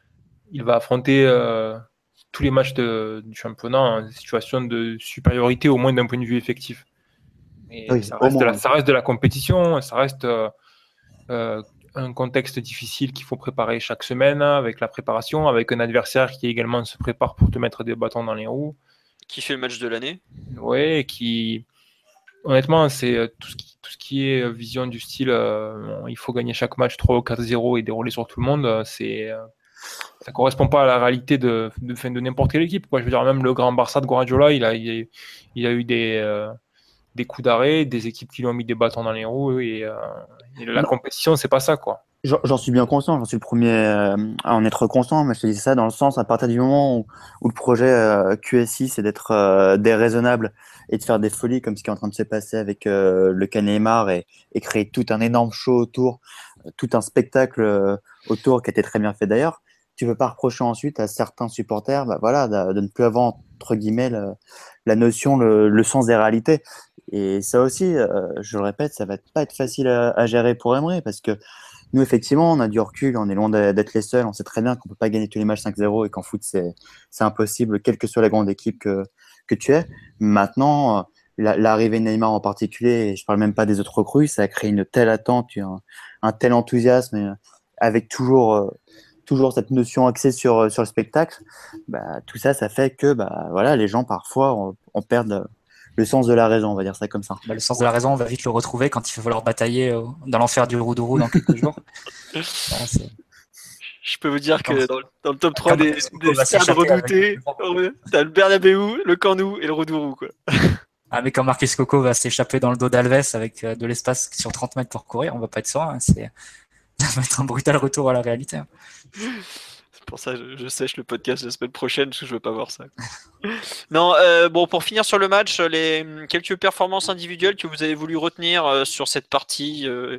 il va affronter euh, tous les matchs de, du championnat en situation de supériorité, au moins d'un point de vue effectif. Mais Oui, ça au reste, de moins. la, ça reste de la compétition, ça reste euh, euh, un contexte difficile qu'il faut préparer chaque semaine, avec la préparation, avec un adversaire qui également se prépare pour te mettre des bâtons dans les roues. Qui fait le match de l'année. Ouais, et qui, honnêtement, c'est euh, tout ce qui, tout ce qui est vision du style euh, bon, il faut gagner chaque match trois ou quatre zéro et dérouler sur tout le monde, euh, c'est, euh, ça correspond pas à la réalité de, de, de, de n'importe quelle équipe. Quoi. Je veux dire, même le grand Barça de Guardiola, il a, il a, il a eu des, euh, des coups d'arrêt, des équipes qui lui ont mis des bâtons dans les roues, et, euh, et la Non. compétition, c'est pas ça, quoi. J'en j'en suis bien conscient, j'en suis le premier euh, à en être conscient, mais je te dis ça dans le sens, à partir du moment où, où le projet euh, Q S I, c'est d'être euh, déraisonnable et de faire des folies comme ce qui est en train de se passer avec euh, le cas Neymar et, et créer tout un énorme show autour, euh, tout un spectacle euh, autour qui a été très bien fait d'ailleurs, tu peux pas reprocher ensuite à certains supporters bah, voilà, de, de ne plus avoir, entre guillemets, le, la notion, le, le sens des réalités. Et ça aussi, euh, je le répète, ça va pas être facile à, à gérer pour Emery parce que nous, effectivement, on a du recul, on est loin d'être les seuls. On sait très bien qu'on peut pas gagner tous les matchs cinq zéro et qu'en foot, c'est, c'est impossible, quelle que soit la grande équipe que, que tu es. Maintenant, la, l'arrivée de Neymar en particulier, et je parle même pas des autres recrues, ça a créé une telle attente, un, un tel enthousiasme, avec toujours, euh, toujours cette notion axée sur, sur le spectacle. Bah, tout ça, ça fait que, bah, voilà, les gens, parfois, on, on perd le sens de la raison, on va dire ça comme ça. Bah, le sens de la raison, on va vite le retrouver quand il va falloir batailler euh, dans l'enfer du Roudourou dans quelques jours. Voilà, c'est... Je peux vous dire Comme- que dans, le- dans le top trois comme des, Marcus Coco des va stades s'échapper redoutés, avec- ouais, t'as le Bernabéu, le Camp Nou et le Roudourou, quoi. Ah, mais quand Marcus Coco va s'échapper dans le dos d'Alves avec euh, de l'espace sur trente mètres pour courir, on va pas être serein. Hein, c'est... ça va être un brutal retour à la réalité. Hein. C'est pour ça que je, je sèche le podcast la semaine prochaine parce que je veux pas voir ça. Non, euh, bon, pour finir sur le match, les quelques performances individuelles que vous avez voulu retenir euh, sur cette partie. Euh,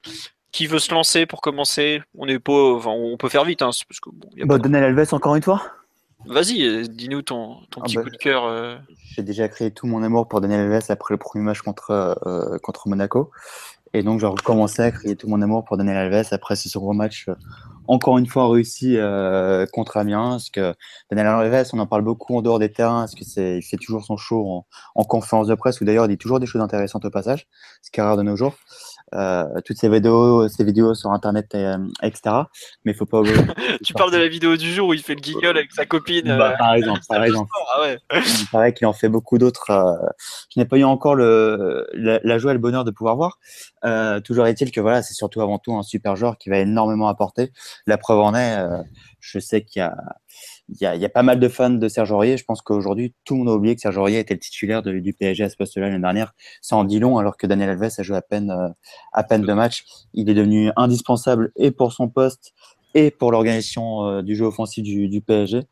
qui veut se lancer pour commencer? On est pas, enfin, on peut faire vite, hein, parce que bon, y a Bah, pas de... Daniel Alves, encore une fois. Vas-y, euh, dis-nous ton, ton Ah petit bah, coup de cœur. Euh... J'ai déjà créé tout mon amour pour Daniel Alves après le premier match contre, euh, contre Monaco. Et donc, j'ai recommencé à créer tout mon amour pour Daniel Alves après ce second match, euh, encore une fois réussi euh, contre Amiens. Parce que Daniel Alves, on en parle beaucoup en dehors des terrains, parce que c'est, il fait toujours son show en, en conférence de presse, où d'ailleurs, il dit toujours des choses intéressantes au passage, ce qui est rare de nos jours. Euh, toutes ces vidéos, ces vidéos sur Internet, et, et cetera. Mais il faut pas oublier. tu parles de la vidéo du jour où il fait le guignol avec sa copine. Bah, euh, par exemple, par exemple. Ah ouais. Il paraît qu'il en fait beaucoup d'autres. Euh, je n'ai pas eu encore le, la, la joie et le bonheur de pouvoir voir. Euh, toujours est-il que voilà, c'est surtout avant tout un super joueur qui va énormément apporter. La preuve en est, euh, je sais qu'il y a, il y a, il y a pas mal de fans de Serge Aurier. Je pense qu'aujourd'hui, tout le monde a oublié que Serge Aurier était le titulaire de, du P S G à ce poste-là l'année dernière. Ça en dit long, alors que Daniel Alves a joué à peine, euh, à peine deux matchs. Il est devenu indispensable et pour son poste et pour l'organisation euh, du jeu offensif du, du P S G.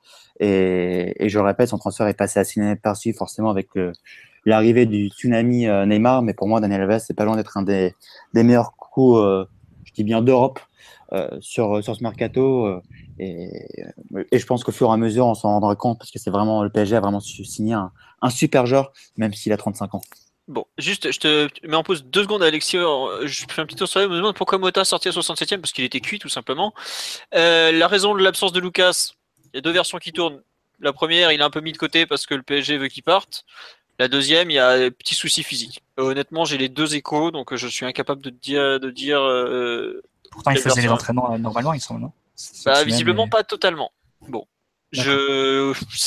Et, et je le répète, son transfert est passé assez inaperçu, forcément, avec le, l'arrivée du tsunami euh, Neymar. Mais pour moi, Daniel Alves, c'est pas loin d'être un des, des meilleurs coups, euh, je dis bien d'Europe, euh, sur, sur ce mercato. Euh, et, et je pense qu'au fur et à mesure, on s'en rendra compte, parce que c'est vraiment, le P S G a vraiment signé un, un super joueur, même s'il a trente-cinq ans. Bon, juste, je te mets en pause deux secondes, Alexis. Je fais un petit tour sur la je me demande pourquoi Mota sorti à soixante-septième, parce qu'il était cuit, tout simplement. Euh, la raison de l'absence de Lucas, il y a deux versions qui tournent. La première, il est un peu mis de côté parce que le P S G veut qu'il parte. La deuxième, il y a des petits soucis physiques. Euh, honnêtement, j'ai les deux échos, donc je suis incapable de dire. De dire euh, Pourtant, il faisait les entraînements euh, normalement, il semble, non? bah, visiblement, et... pas totalement. Bon. Je...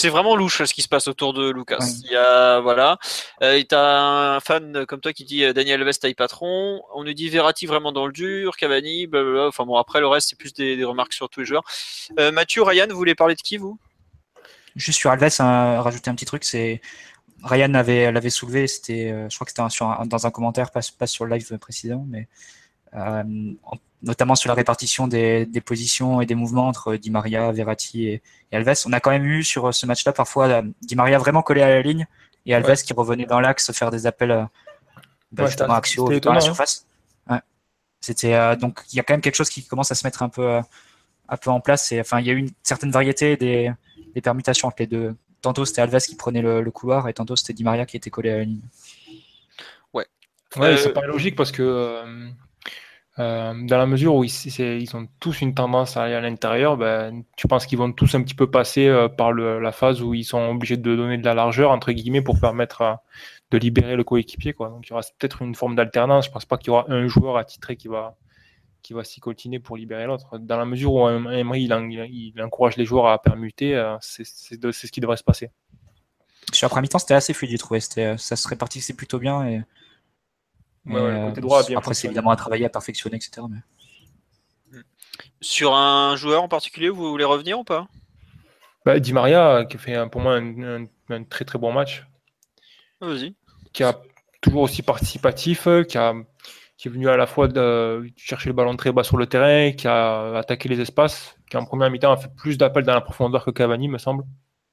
c'est vraiment louche ce qui se passe autour de Lucas. Ouais. Il y a voilà, euh, et t'as un fan comme toi qui dit euh, Daniel Alves taille patron. On nous dit Verratti vraiment dans le dur, Cavani, blablabla. Enfin bon, après le reste c'est plus des, des remarques sur tous les joueurs. Euh, Mathieu, Ryan, vous voulez parler de qui vous? Juste sur Alves, hein, rajouter un petit truc, c'est Ryan avait l'avait soulevé, c'était, euh, je crois que c'était un, sur un, dans un commentaire, pas, pas sur le live précédent, mais euh, notamment sur la répartition des, des positions et des mouvements entre Di Maria, Verratti et, et Alves. On a quand même eu sur ce match-là parfois euh, Di Maria vraiment collé à la ligne et Alves ouais. qui revenait dans l'axe faire des appels euh, bah, ouais, justement axiaux dans étonnant, la surface. Hein. Ouais. C'était euh, donc il y a quand même quelque chose qui commence à se mettre un peu euh, un peu en place. Et enfin il y a eu une certaine variété des, des permutations entre les deux. Tantôt c'était Alves qui prenait le, le couloir et tantôt c'était Di Maria qui était collé à la ligne. Ouais. Ouais, euh... ça paraît logique parce que euh, euh, dans la mesure où ils, ils ont tous une tendance à aller à l'intérieur, ben, tu penses qu'ils vont tous un petit peu passer euh, par le, la phase où ils sont obligés de donner de la largeur entre guillemets pour permettre euh, de libérer le coéquipier, quoi. Donc il y aura peut-être une forme d'alternance. Je pense pas qu'il y aura un joueur attitré qui va qui va s'y coltiner pour libérer l'autre. Dans la mesure où Emery il, il, il encourage les joueurs à permuter, c'est, c'est, c'est ce qui devrait se passer. Sur la première mi-temps, c'était assez fluide, j'ai trouvé. C'était, ça se répartissait plutôt bien. Et, ouais, ouais, le côté droit a bien après, c'est évidemment à travailler, à perfectionner, et cetera. Mais... Sur un joueur en particulier, vous voulez revenir ou pas? bah, Di Maria, qui a fait pour moi un, un, un très très bon match. Vas-y. Qui a toujours aussi participatif, qui a qui est venu à la fois de chercher le ballon très bas sur le terrain, qui a attaqué les espaces, qui en première mi-temps a fait plus d'appels dans la profondeur que Cavani, me semble.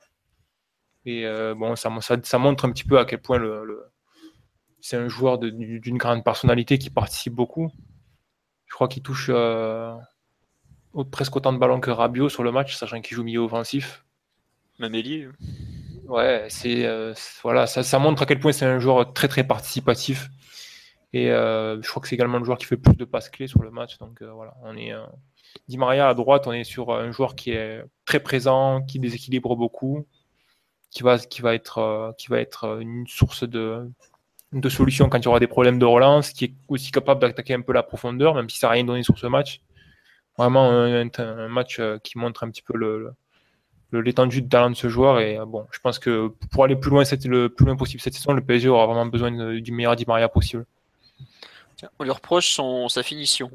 Et euh, bon, ça, ça, ça montre un petit peu à quel point le, le, c'est un joueur de, d'une grande personnalité qui participe beaucoup. Je crois qu'il touche euh, presque autant de ballons que Rabiot sur le match, sachant qu'il joue milieu offensif. Même ailier. Ouais, c'est, euh, c'est voilà, ça, ça montre à quel point c'est un joueur très très participatif. Et euh, je crois que c'est également le joueur qui fait plus de passes clés sur le match. Donc euh, voilà, on est euh, Di Maria à droite, on est sur un joueur qui est très présent, qui déséquilibre beaucoup, qui va qui va être euh, qui va être une source de de solutions quand il y aura des problèmes de relance, qui est aussi capable d'attaquer un peu la profondeur, même si ça n'a rien donné sur ce match. Vraiment un, un match qui montre un petit peu le, le l'étendue de talent de ce joueur. Et bon, je pense que pour aller plus loin, cette, le plus loin possible cette saison, le P S G aura vraiment besoin de, du meilleur Di Maria possible. On lui reproche son, sa finition.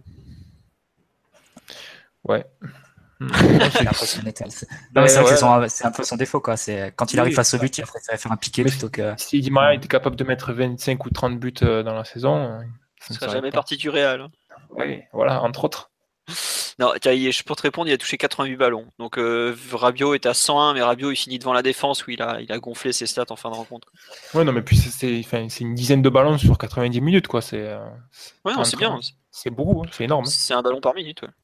Ouais. c'est, un peu son état. Non, mais c'est, vrai ouais, que c'est, son, c'est un peu son défaut, quoi. C'est, quand il oui, arrive face au but, il a préféré faire un piqué plutôt que. Si Di Maria était capable de mettre vingt-cinq ou trente buts dans la saison, ce ne serait jamais pas. Parti du Real. Hein. Oui, voilà, entre autres. Non, pour te répondre, il a touché quatre-vingt-huit ballons. Donc euh, Rabiot est à cent un, mais Rabiot il finit devant la défense où il a, il a gonflé ses stats en fin de rencontre. Ouais, non, mais puis c'est, c'est, enfin, c'est une dizaine de ballons sur quatre-vingt-dix minutes, quoi. C'est, c'est ouais, non, c'est bien. C'est beaucoup, hein. C'est énorme. C'est un ballon par minute, ouais.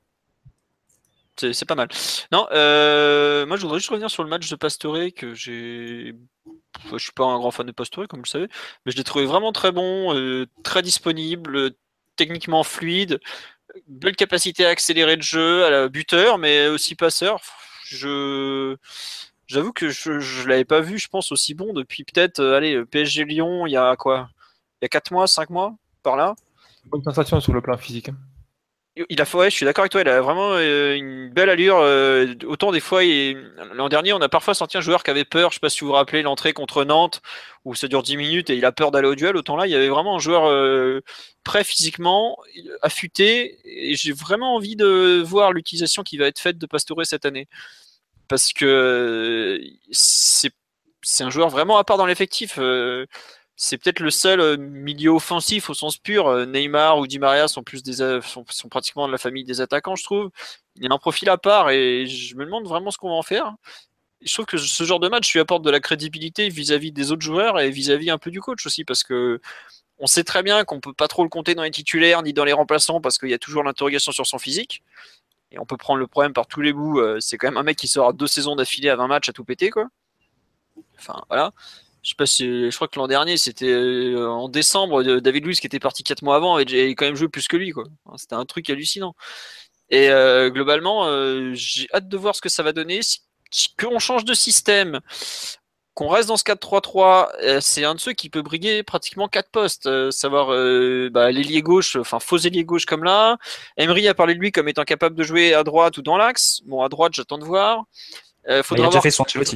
C'est, c'est pas mal. Non, euh, moi je voudrais juste revenir sur le match de Pastore que j'ai. Enfin, je suis pas un grand fan de Pastore, comme vous le savez, mais je l'ai trouvé vraiment très bon, euh, très disponible, techniquement fluide. Belle capacité à accélérer le jeu, à la buteur, mais aussi passeur. Je, j'avoue que je, je l'avais pas vu, je pense, aussi bon depuis peut-être, euh, allez, P S G Lyon, il y a quoi, il y a quatre mois, cinq mois, par là. Bonne sensation sur le plan physique. Il a fait, ouais, je suis d'accord avec toi, il a vraiment euh, une belle allure. Euh, autant des fois, il, l'an dernier, on a parfois senti un joueur qui avait peur. Je sais pas si vous vous rappelez l'entrée contre Nantes où ça dure dix minutes et il a peur d'aller au duel. Autant là, il y avait vraiment un joueur euh, prêt physiquement, affûté, et j'ai vraiment envie de voir l'utilisation qui va être faite de Pastore cette année parce que c'est c'est un joueur vraiment à part dans l'effectif. Euh, C'est peut-être le seul milieu offensif au sens pur. Neymar ou Di Maria sont plus des sont, sont pratiquement de la famille des attaquants, je trouve. Il a un profil à part et je me demande vraiment ce qu'on va en faire. Je trouve que ce genre de match lui apporte de la crédibilité vis-à-vis des autres joueurs et vis-à-vis un peu du coach aussi, parce que on sait très bien qu'on peut pas trop le compter dans les titulaires ni dans les remplaçants parce qu'il y a toujours l'interrogation sur son physique. Et on peut prendre le problème par tous les bouts. C'est quand même un mec qui sort deux saisons d'affilée à vingt matchs à tout péter, quoi. Enfin, voilà. Je sais pas si, je crois que l'an dernier, c'était en décembre, David Luiz qui était parti quatre mois avant avait quand même joué plus que lui, quoi. C'était un truc hallucinant. Et euh, globalement, euh, j'ai hâte de voir ce que ça va donner. Si, qu'on change de système, qu'on reste dans ce quatre trois trois, euh, c'est un de ceux qui peut briguer pratiquement quatre postes. Euh, savoir euh, bah, l'ailier gauche, enfin faux ailier gauche comme là. Emery a parlé de lui comme étant capable de jouer à droite ou dans l'axe. Bon, à droite, j'attends de voir. Euh, faudra il a déjà voir... fait son Ancelotti.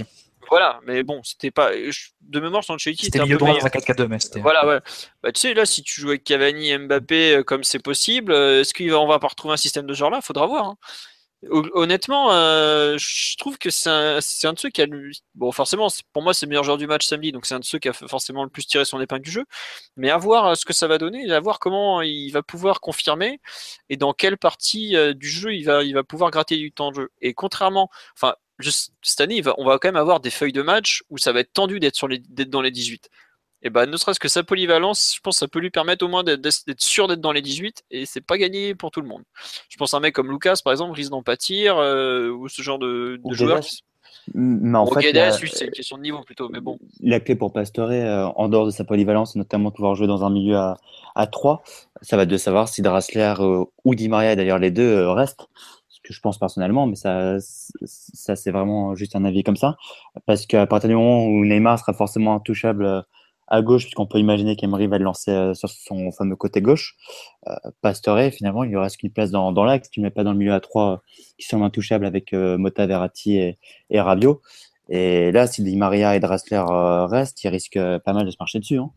Voilà, mais bon, c'était pas. De mémoire, Sanchetti C'était était un milieu peu droit dans meilleur. un quatre quatre deux, mais c'était. Voilà, ouais. Bah, tu sais, là, si tu joues avec Cavani et Mbappé euh, comme c'est possible, euh, est-ce qu'on va pas retrouver un système de ce genre-là? Faudra voir. Hein. Hon- Honnêtement, euh, je trouve que c'est un, c'est un de ceux qui a. le- Bon, forcément, c'est- pour moi, c'est le meilleur joueur du match samedi, donc c'est un de ceux qui a f- forcément le plus tiré son épingle du jeu. Mais à voir euh, ce que ça va donner, à voir comment il va pouvoir confirmer et dans quelle partie euh, du jeu il va, il va pouvoir gratter du temps de jeu. Et contrairement. Enfin, juste cette année, il va- on va quand même avoir des feuilles de match où ça va être tendu d'être sur les, d'être dans les dix-huit. Et ben, ne serait-ce que sa polyvalence, je pense que ça peut lui permettre au moins d'être, d'être sûr d'être dans les dix-huit, et c'est pas gagné pour tout le monde. Je pense à un mec comme Lucas, par exemple, risque d'en pâtir, euh, ou ce genre de, Ou de joueur. Guedes. Qui... Mais en Bon, fait, Guedes, la, lui, c'est une question de niveau plutôt, mais bon. la clé pour Pastore, euh, en dehors de sa polyvalence, c'est notamment de pouvoir jouer dans un milieu à, à trois. Ça va être de savoir si Draxler euh, ou Di Maria, et d'ailleurs les deux, euh, restent. Ce que je pense personnellement, mais ça, ça c'est vraiment juste un avis comme ça. Parce qu'à partir du moment où Neymar sera forcément intouchable euh, à gauche, puisqu'on peut imaginer qu'Emery va le lancer euh, sur son fameux côté gauche, euh, Pastore, finalement, il lui reste qu'une place dans, dans l'axe. Tu ne mets pas dans le milieu à trois euh, qui sont intouchables avec euh, Mota, Verratti et, et Rabiot. Et là, si Di Maria et Draxler euh, restent, ils risquent euh, pas mal de se marcher dessus. Hein.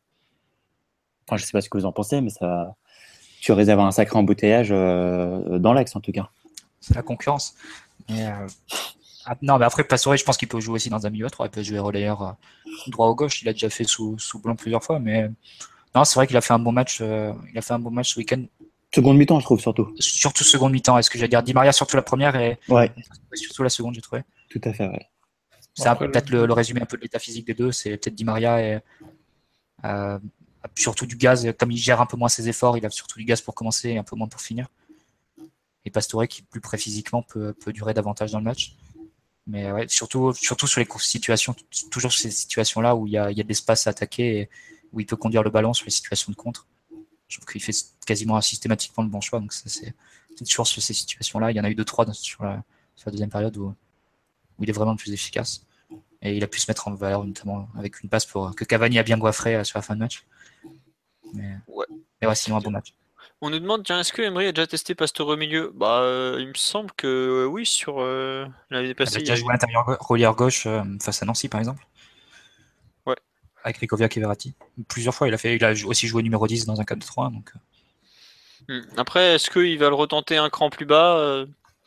Enfin, je sais pas ce que vous en pensez, mais ça, tu réserves un sacré embouteillage euh, dans l'axe en tout cas. C'est la concurrence. Mais, euh, ah, non, mais après, Pastore, je pense qu'il peut jouer aussi dans un milieu à trois. Il peut jouer relayeur euh, droit ou gauche. Il a déjà fait sous, sous Blanc plusieurs fois. Mais non, c'est vrai qu'il a fait un bon match. Euh, il a fait un bon match ce week-end. Seconde mi-temps, je trouve, surtout. Surtout seconde mi-temps. Est-ce que j'allais dire Di Maria, surtout la première et Ouais, surtout la seconde, j'ai trouvé. tout à fait, ouais. C'est Après, peut-être le- le, le résumé un peu de l'état physique des deux. C'est peut-être Di Maria et euh, surtout du gaz. Comme il gère un peu moins ses efforts, il a surtout du gaz pour commencer et un peu moins pour finir. Et Pastore, qui plus près physiquement, peut, peut durer davantage dans le match. Mais ouais, surtout, surtout sur les situations, toujours ces situations-là où il y a, il y a de l'espace à attaquer et où il peut conduire le ballon sur les situations de contre. Je trouve qu'il fait quasiment systématiquement le bon choix. Donc ça, c'est, c'est toujours sur ces situations-là. Il y en a eu deux, trois sur la, sur la deuxième période où, où il est vraiment le plus efficace. Et il a pu se mettre en valeur, notamment avec une passe pour, que Cavani a bien goiffré sur la fin de match. Mais Ouais. mais ouais, sinon un bon match. On nous demande, tiens, est-ce que Emery a déjà testé Pastore au milieu? Bah, euh, il me semble que euh, oui, sur euh, l'année Il a passée. déjà il y joué à l'intérieur relieur gauche euh, face à Nancy, par exemple. Ouais. Avec Rikoviak et Verratti. Plusieurs fois, il a, fait, il a aussi joué numéro dix dans un quatre deux trois. Donc... Hmm. Après, est-ce qu'il va le retenter un cran plus bas? euh,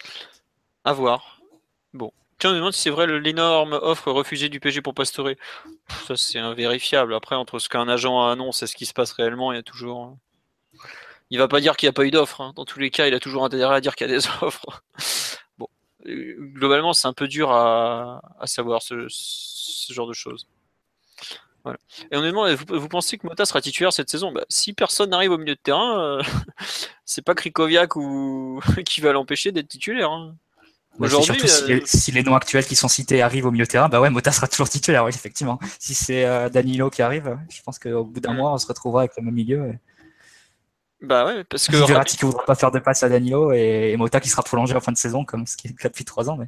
À voir. Bon. Tiens, on nous demande si c'est vrai l'énorme offre refusée du P S G pour Pastore. Pff, ça, c'est invérifiable. Après, entre ce qu'un agent annonce et ce qui se passe réellement, il y a toujours. hein. Il va pas dire qu'il n'y a pas eu d'offre. hein. Dans tous les cas, il a toujours intérêt à dire qu'il y a des offres. Bon. Euh, Globalement, c'est un peu dur à, à savoir ce, ce genre de choses. Voilà. Et on nous demande, vous, vous pensez que Mota sera titulaire cette saison? Bah, si personne n'arrive au milieu de terrain, euh, c'est pas Krikoviak ou... qui va l'empêcher d'être titulaire. hein. Ouais, c'est Aujourd'hui, surtout si, euh, les, si les noms actuels qui sont cités arrivent au milieu de terrain, bah ouais, Mota sera toujours titulaire, oui, effectivement. Si c'est euh, Danilo qui arrive, je pense qu'au bout d'un Mm. mois, on se retrouvera avec le même milieu. Et... bah ouais, parce que Verratti qui ne voudra pas faire de passe à Danilo et, et Mota qui sera prolongé en fin de saison, comme ce qui est le cas depuis trois ans. Mais...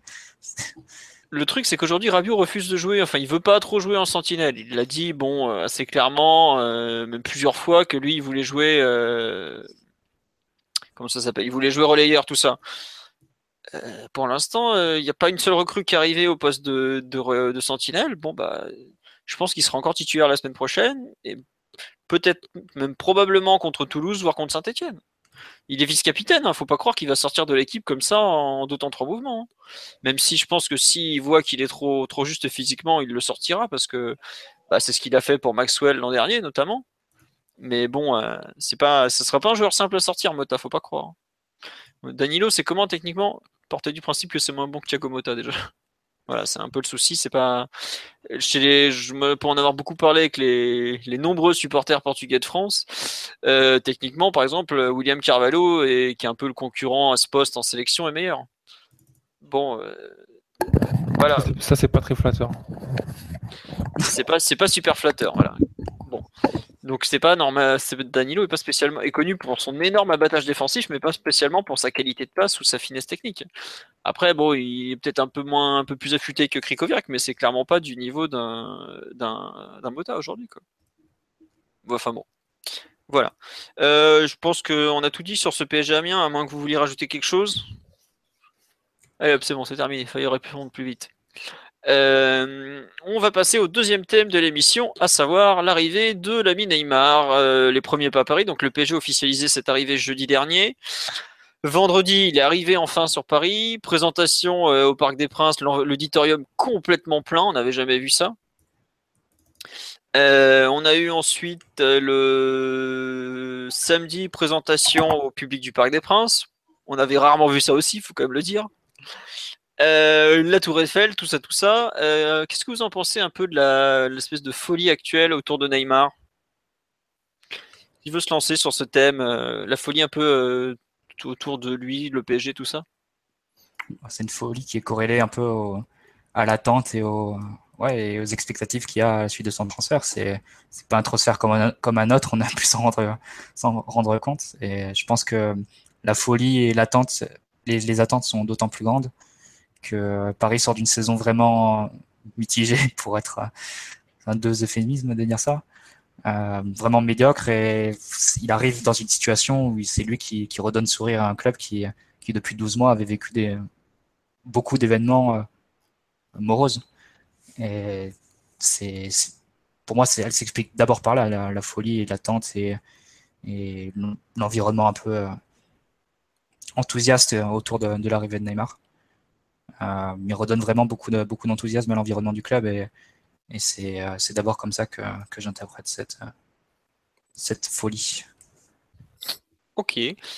le truc, c'est qu'aujourd'hui, Rabiot refuse de jouer. Enfin, il veut pas trop jouer en sentinelle. Il l'a dit, bon, euh, assez clairement, euh, même plusieurs fois, que lui, il voulait jouer. Euh... Comment ça s'appelle? Il voulait jouer relayeur, tout ça. Euh, pour l'instant, il euh, n'y a pas une seule recrue qui est arrivée au poste de, de, de sentinelle. Bon, bah, je pense qu'il sera encore titulaire la semaine prochaine. Et peut-être, même probablement contre Toulouse, voire contre Saint-Etienne. Il est vice-capitaine, hein, faut pas croire qu'il va sortir de l'équipe comme ça en deux temps trois mouvements. hein. Même si je pense que s'il voit qu'il est trop, trop juste physiquement, il le sortira parce que bah, c'est ce qu'il a fait pour Maxwell l'an dernier notamment. Mais bon, euh, c'est pas, ce sera pas un joueur simple à sortir, Mota, faut pas croire. Danilo, c'est comment techniquement? Porter du principe que c'est moins bon que Thiago Motta déjà. Voilà, c'est un peu le souci. C'est pas chez les, je me, pour en avoir beaucoup parlé avec les, les nombreux supporters portugais de France. Euh, techniquement, par exemple, William Carvalho, est, qui est un peu le concurrent à ce poste en sélection, est meilleur. Bon, euh, voilà. Ça, c'est- ça, c'est pas très flatteur. C'est pas, c'est pas super flatteur. Voilà. Bon. Donc c'est pas normal. c'est- Danilo est pas spécialement est connu pour son énorme abattage défensif, mais pas spécialement pour sa qualité de passe ou sa finesse technique. Après, bon, il est peut-être un peu moins, un peu plus affûté que Krikoviak, mais c'est clairement pas du niveau d'un d'un d'un Mota aujourd'hui, quoi. Bon, Enfin bon, voilà. Euh, je pense qu'on a tout dit sur ce P S G Amiens, à moins que vous vouliez rajouter quelque chose. Allez hop, c'est bon, c'est terminé. Il fallait répondre plus vite. Euh, on va passer au deuxième thème de l'émission, à savoir l'arrivée de l'ami Neymar. Euh, les premiers pas à Paris, donc le P S G a officialisé cette arrivée jeudi dernier. Vendredi, il est arrivé enfin sur Paris. Présentation euh, au Parc des Princes, l'auditorium complètement plein, on n'avait jamais vu ça. Euh, on a eu ensuite euh, le samedi présentation au public du Parc des Princes. On avait rarement vu ça aussi, il faut quand même le dire. Euh, la Tour Eiffel, tout ça, tout ça. Euh, qu'est-ce que vous en pensez un peu de la, l'espèce de folie actuelle autour de Neymar? Qui veut se lancer sur ce thème, euh, la folie un peu euh, autour de lui, le P S G, tout ça? C'est une folie qui est corrélée un peu au, à l'attente et, au, ouais, et aux expectatives qu'il y a à la suite de son transfert. C'est, c'est pas un transfert comme un, comme un autre, on a pu s'en rendre, s'en rendre compte. Et je pense que la folie et l'attente, les, les attentes sont d'autant plus grandes que Paris sort d'une saison vraiment mitigée, pour être un deux euphémismes de dire ça. Euh, vraiment médiocre, et il arrive dans une situation où c'est lui qui, qui redonne sourire à un club qui, qui depuis douze mois avait vécu des, beaucoup d'événements euh, moroses. Et c'est, c'est, pour moi, c'est, elle s'explique d'abord par là, la, la folie et l'attente et, et l'environnement un peu euh, enthousiaste autour de, de l'arrivée de Neymar. Euh, il redonne vraiment beaucoup, de, beaucoup d'enthousiasme à l'environnement du club, et, et c'est, euh, c'est d'abord comme ça que, que j'interprète cette, euh, cette folie. Ok.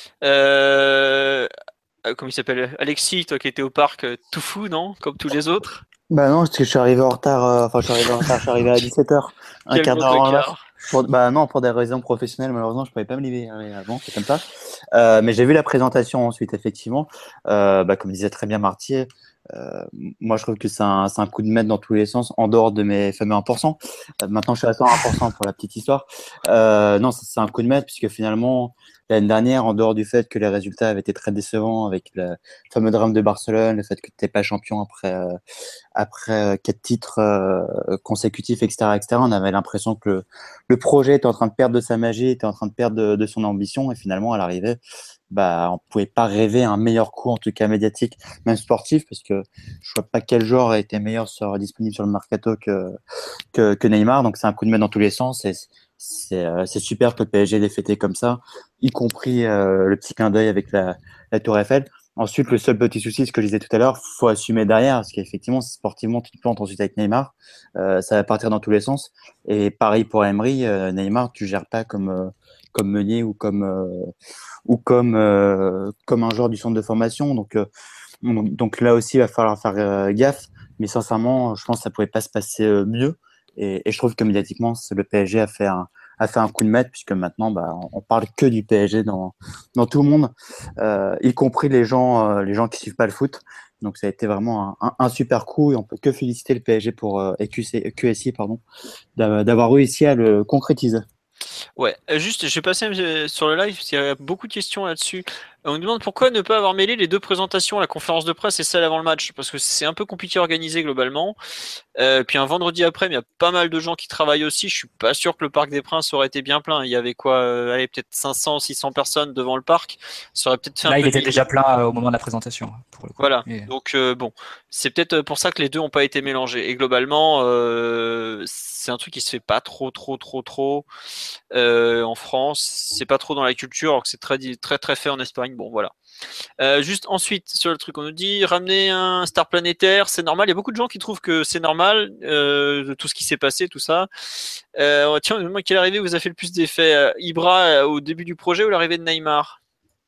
Euh... Comment il s'appelle? Alexis, toi qui étais au parc, euh, tout fou, non? Comme tous les autres? Bah non, parce que je suis arrivé en retard. euh, Enfin, je suis arrivé en retard. Je suis arrivé à dix-sept heures, un Quel quart beau d'heure avant le match. tocard. Pour, bah non, pour des raisons professionnelles, malheureusement, je pouvais pas me libérer avant, c'est comme ça. Euh, mais j'ai vu la présentation ensuite, effectivement. Euh, bah, comme disait très bien Martier, euh, moi je trouve que c'est un, c'est un coup de maître dans tous les sens, en dehors de mes fameux un pour cent. Euh, maintenant, je suis à cent un pour cent pour la petite histoire. Euh, non, c'est c'est un coup de maître, puisque finalement, l'année dernière, en dehors du fait que les résultats avaient été très décevants avec le fameux drame de Barcelone, le fait que tu n'étais pas champion après, euh, après euh, quatre titres euh, consécutifs, et cetera, et cetera, on avait l'impression que le, le projet était en train de perdre de sa magie, était en train de perdre de, de son ambition, et finalement, à l'arrivée, bah, on pouvait pas rêver un meilleur coup, en tout cas médiatique, même sportif, parce que je vois pas quel joueur a été meilleur sur, disponible sur le mercato que, que, que Neymar. Donc c'est un coup de main dans tous les sens. Et c'est, euh, c'est super que le P S G l'ait fêté comme ça, y compris euh, le petit clin d'œil avec la, la Tour Eiffel. Ensuite, le seul petit souci, ce que je disais tout à l'heure, faut assumer derrière, parce qu'effectivement, sportivement, tu te plantes ensuite avec Neymar, euh, ça va partir dans tous les sens. Et pareil pour Emery, euh, Neymar, tu gères pas comme euh, comme Meunier ou comme euh, ou comme euh, comme un joueur du centre de formation. Donc euh, donc là aussi, il va falloir faire euh, gaffe. Mais sincèrement, je pense que ça pouvait pas se passer euh, mieux. Et, et je trouve que médiatiquement, le P S G a fait un a fait un coup de maître, puisque maintenant, bah, on, on parle que du P S G dans dans tout le monde, euh, y compris les gens euh, les gens qui suivent pas le foot. Donc ça a été vraiment un, un, un super coup, et on peut que féliciter le P S G pour euh, et Q C, Q S I pardon, d'avoir réussi à le concrétiser. Ouais, euh, juste, je vais passer euh, sur le live parce qu'il y a beaucoup de questions là-dessus. Euh, On nous demande pourquoi ne pas avoir mêlé les deux présentations, la conférence de presse et celle avant le match, parce que c'est un peu compliqué à organiser globalement. Euh, puis un vendredi après, il y a pas mal de gens qui travaillent aussi. Je suis pas sûr que le Parc des Princes aurait été bien plein. Il y avait quoi, euh, allez, peut-être cinq cents, six cents personnes devant le parc. Ça aurait peut-être fait un Là, peu il de était vide. déjà plein euh, au moment de la présentation, pour le coup. Voilà. Et, Donc euh, bon, c'est peut-être pour ça que les deux ont pas été mélangés. Et globalement, euh, c'est un truc qui se fait pas trop, trop, trop, trop euh, en France. C'est pas trop dans la culture, alors que c'est très, très, très fait en Espagne. Bon, voilà. Euh, juste ensuite sur le truc, on nous dit ramener un star planétaire, c'est normal. Il y a beaucoup de gens qui trouvent que c'est normal euh, de tout ce qui s'est passé, tout ça. Euh, tiens, moi, quelle arrivée vous a fait le plus d'effet, euh, Ibra euh, au début du projet ou l'arrivée de Neymar?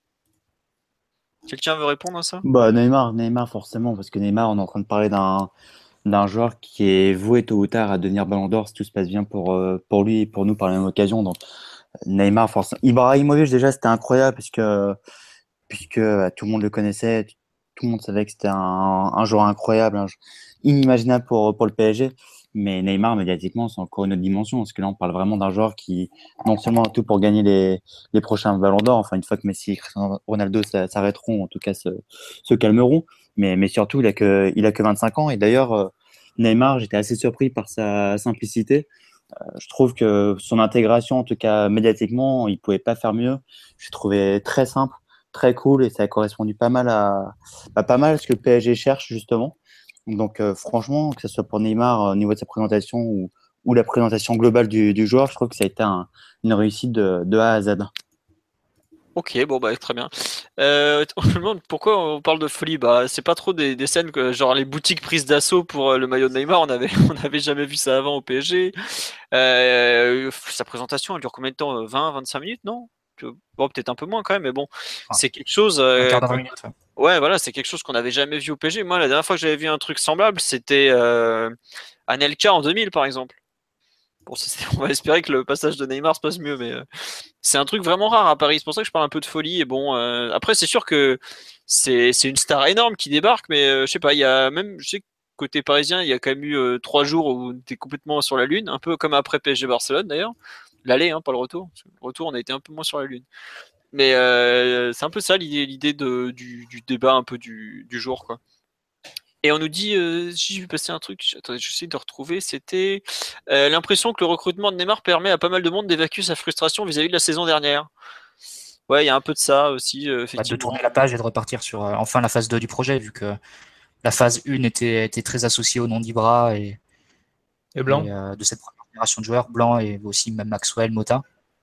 Quelqu'un veut répondre à ça? Bah Neymar, Neymar forcément, parce que Neymar, on est en train de parler d'un d'un joueur qui est voué tôt ou tard à devenir Ballon d'Or si tout se passe bien pour euh, pour lui et pour nous par la même occasion. Donc Neymar, forcément. Ibrahimovic déjà c'était incroyable puisque puisque euh, tout le monde le connaissait, tout le monde savait que c'était un, un joueur incroyable, un jou- inimaginable pour pour le P S G. Mais Neymar, médiatiquement, c'est encore une autre dimension, parce que là, on parle vraiment d'un joueur qui, non seulement a tout pour gagner les, les prochains Ballons d'Or, enfin, une fois que Messi et Cristiano Ronaldo s'a- s'arrêteront, en tout cas, se, se calmeront, mais, mais surtout, il a que, il a que vingt-cinq ans. Et d'ailleurs, euh, Neymar, j'étais assez surpris par sa simplicité. Euh, je trouve que son intégration, en tout cas médiatiquement, il pouvait pas faire mieux. Je trouvais très simple, très cool, et ça a correspondu pas mal à, bah, pas mal à ce que le P S G cherche, justement. Donc euh, franchement, que ce soit pour Neymar euh, au niveau de sa présentation ou, ou la présentation globale du, du joueur, je trouve que ça a été un- une réussite de, de A à Z. Ok, bon bah très bien. Euh, je me demande pourquoi on parle de folie. Bah c'est pas trop des, des scènes que genre les boutiques prises d'assaut pour euh, le maillot de Neymar. On avait on avait jamais vu ça avant au P S G. Euh, sa présentation elle dure combien de temps? vingt, vingt-cinq minutes, non? Bon peut-être un peu moins quand même, mais bon Enfin, c'est quelque chose. un euh, quart d'heure, vingt minutes. Ouais. Ouais, voilà, c'est quelque chose qu'on n'avait jamais vu au P S G. Moi, la dernière fois que j'avais vu un truc semblable, c'était euh, Anelka en deux mille, par exemple. Bon, c'est- on va espérer que le passage de Neymar se passe mieux, mais euh, c'est un truc vraiment rare à Paris. C'est pour ça que je parle un peu de folie. Et bon, euh, après, c'est sûr que c'est c'est une star énorme qui débarque, mais euh, je sais pas, il y a même, je sais que côté parisien, il y a quand même eu euh, trois jours où on était complètement sur la lune, un peu comme après P S G Barcelone d'ailleurs. L'aller, hein, pas le retour. Le retour, on a été un peu moins sur la lune. Mais euh, c'est un peu ça l'idée, l'idée de, du, du débat un peu du, du jour, quoi. Et on nous dit, euh, j'ai vu passer un truc, attendez, j'essaie de retrouver, c'était euh, l'impression que le recrutement de Neymar permet à pas mal de monde d'évacuer sa frustration vis-à-vis de la saison dernière. Ouais, il y a un peu de ça aussi, euh, Bah, de effectivement. tourner la page et de repartir sur euh, enfin la phase deux du projet, vu que la phase un était, était très associée au nom d'Ibra et, Et Blanc. et euh, de cette première génération de joueurs, Blanc et aussi même Maxwell, Mota,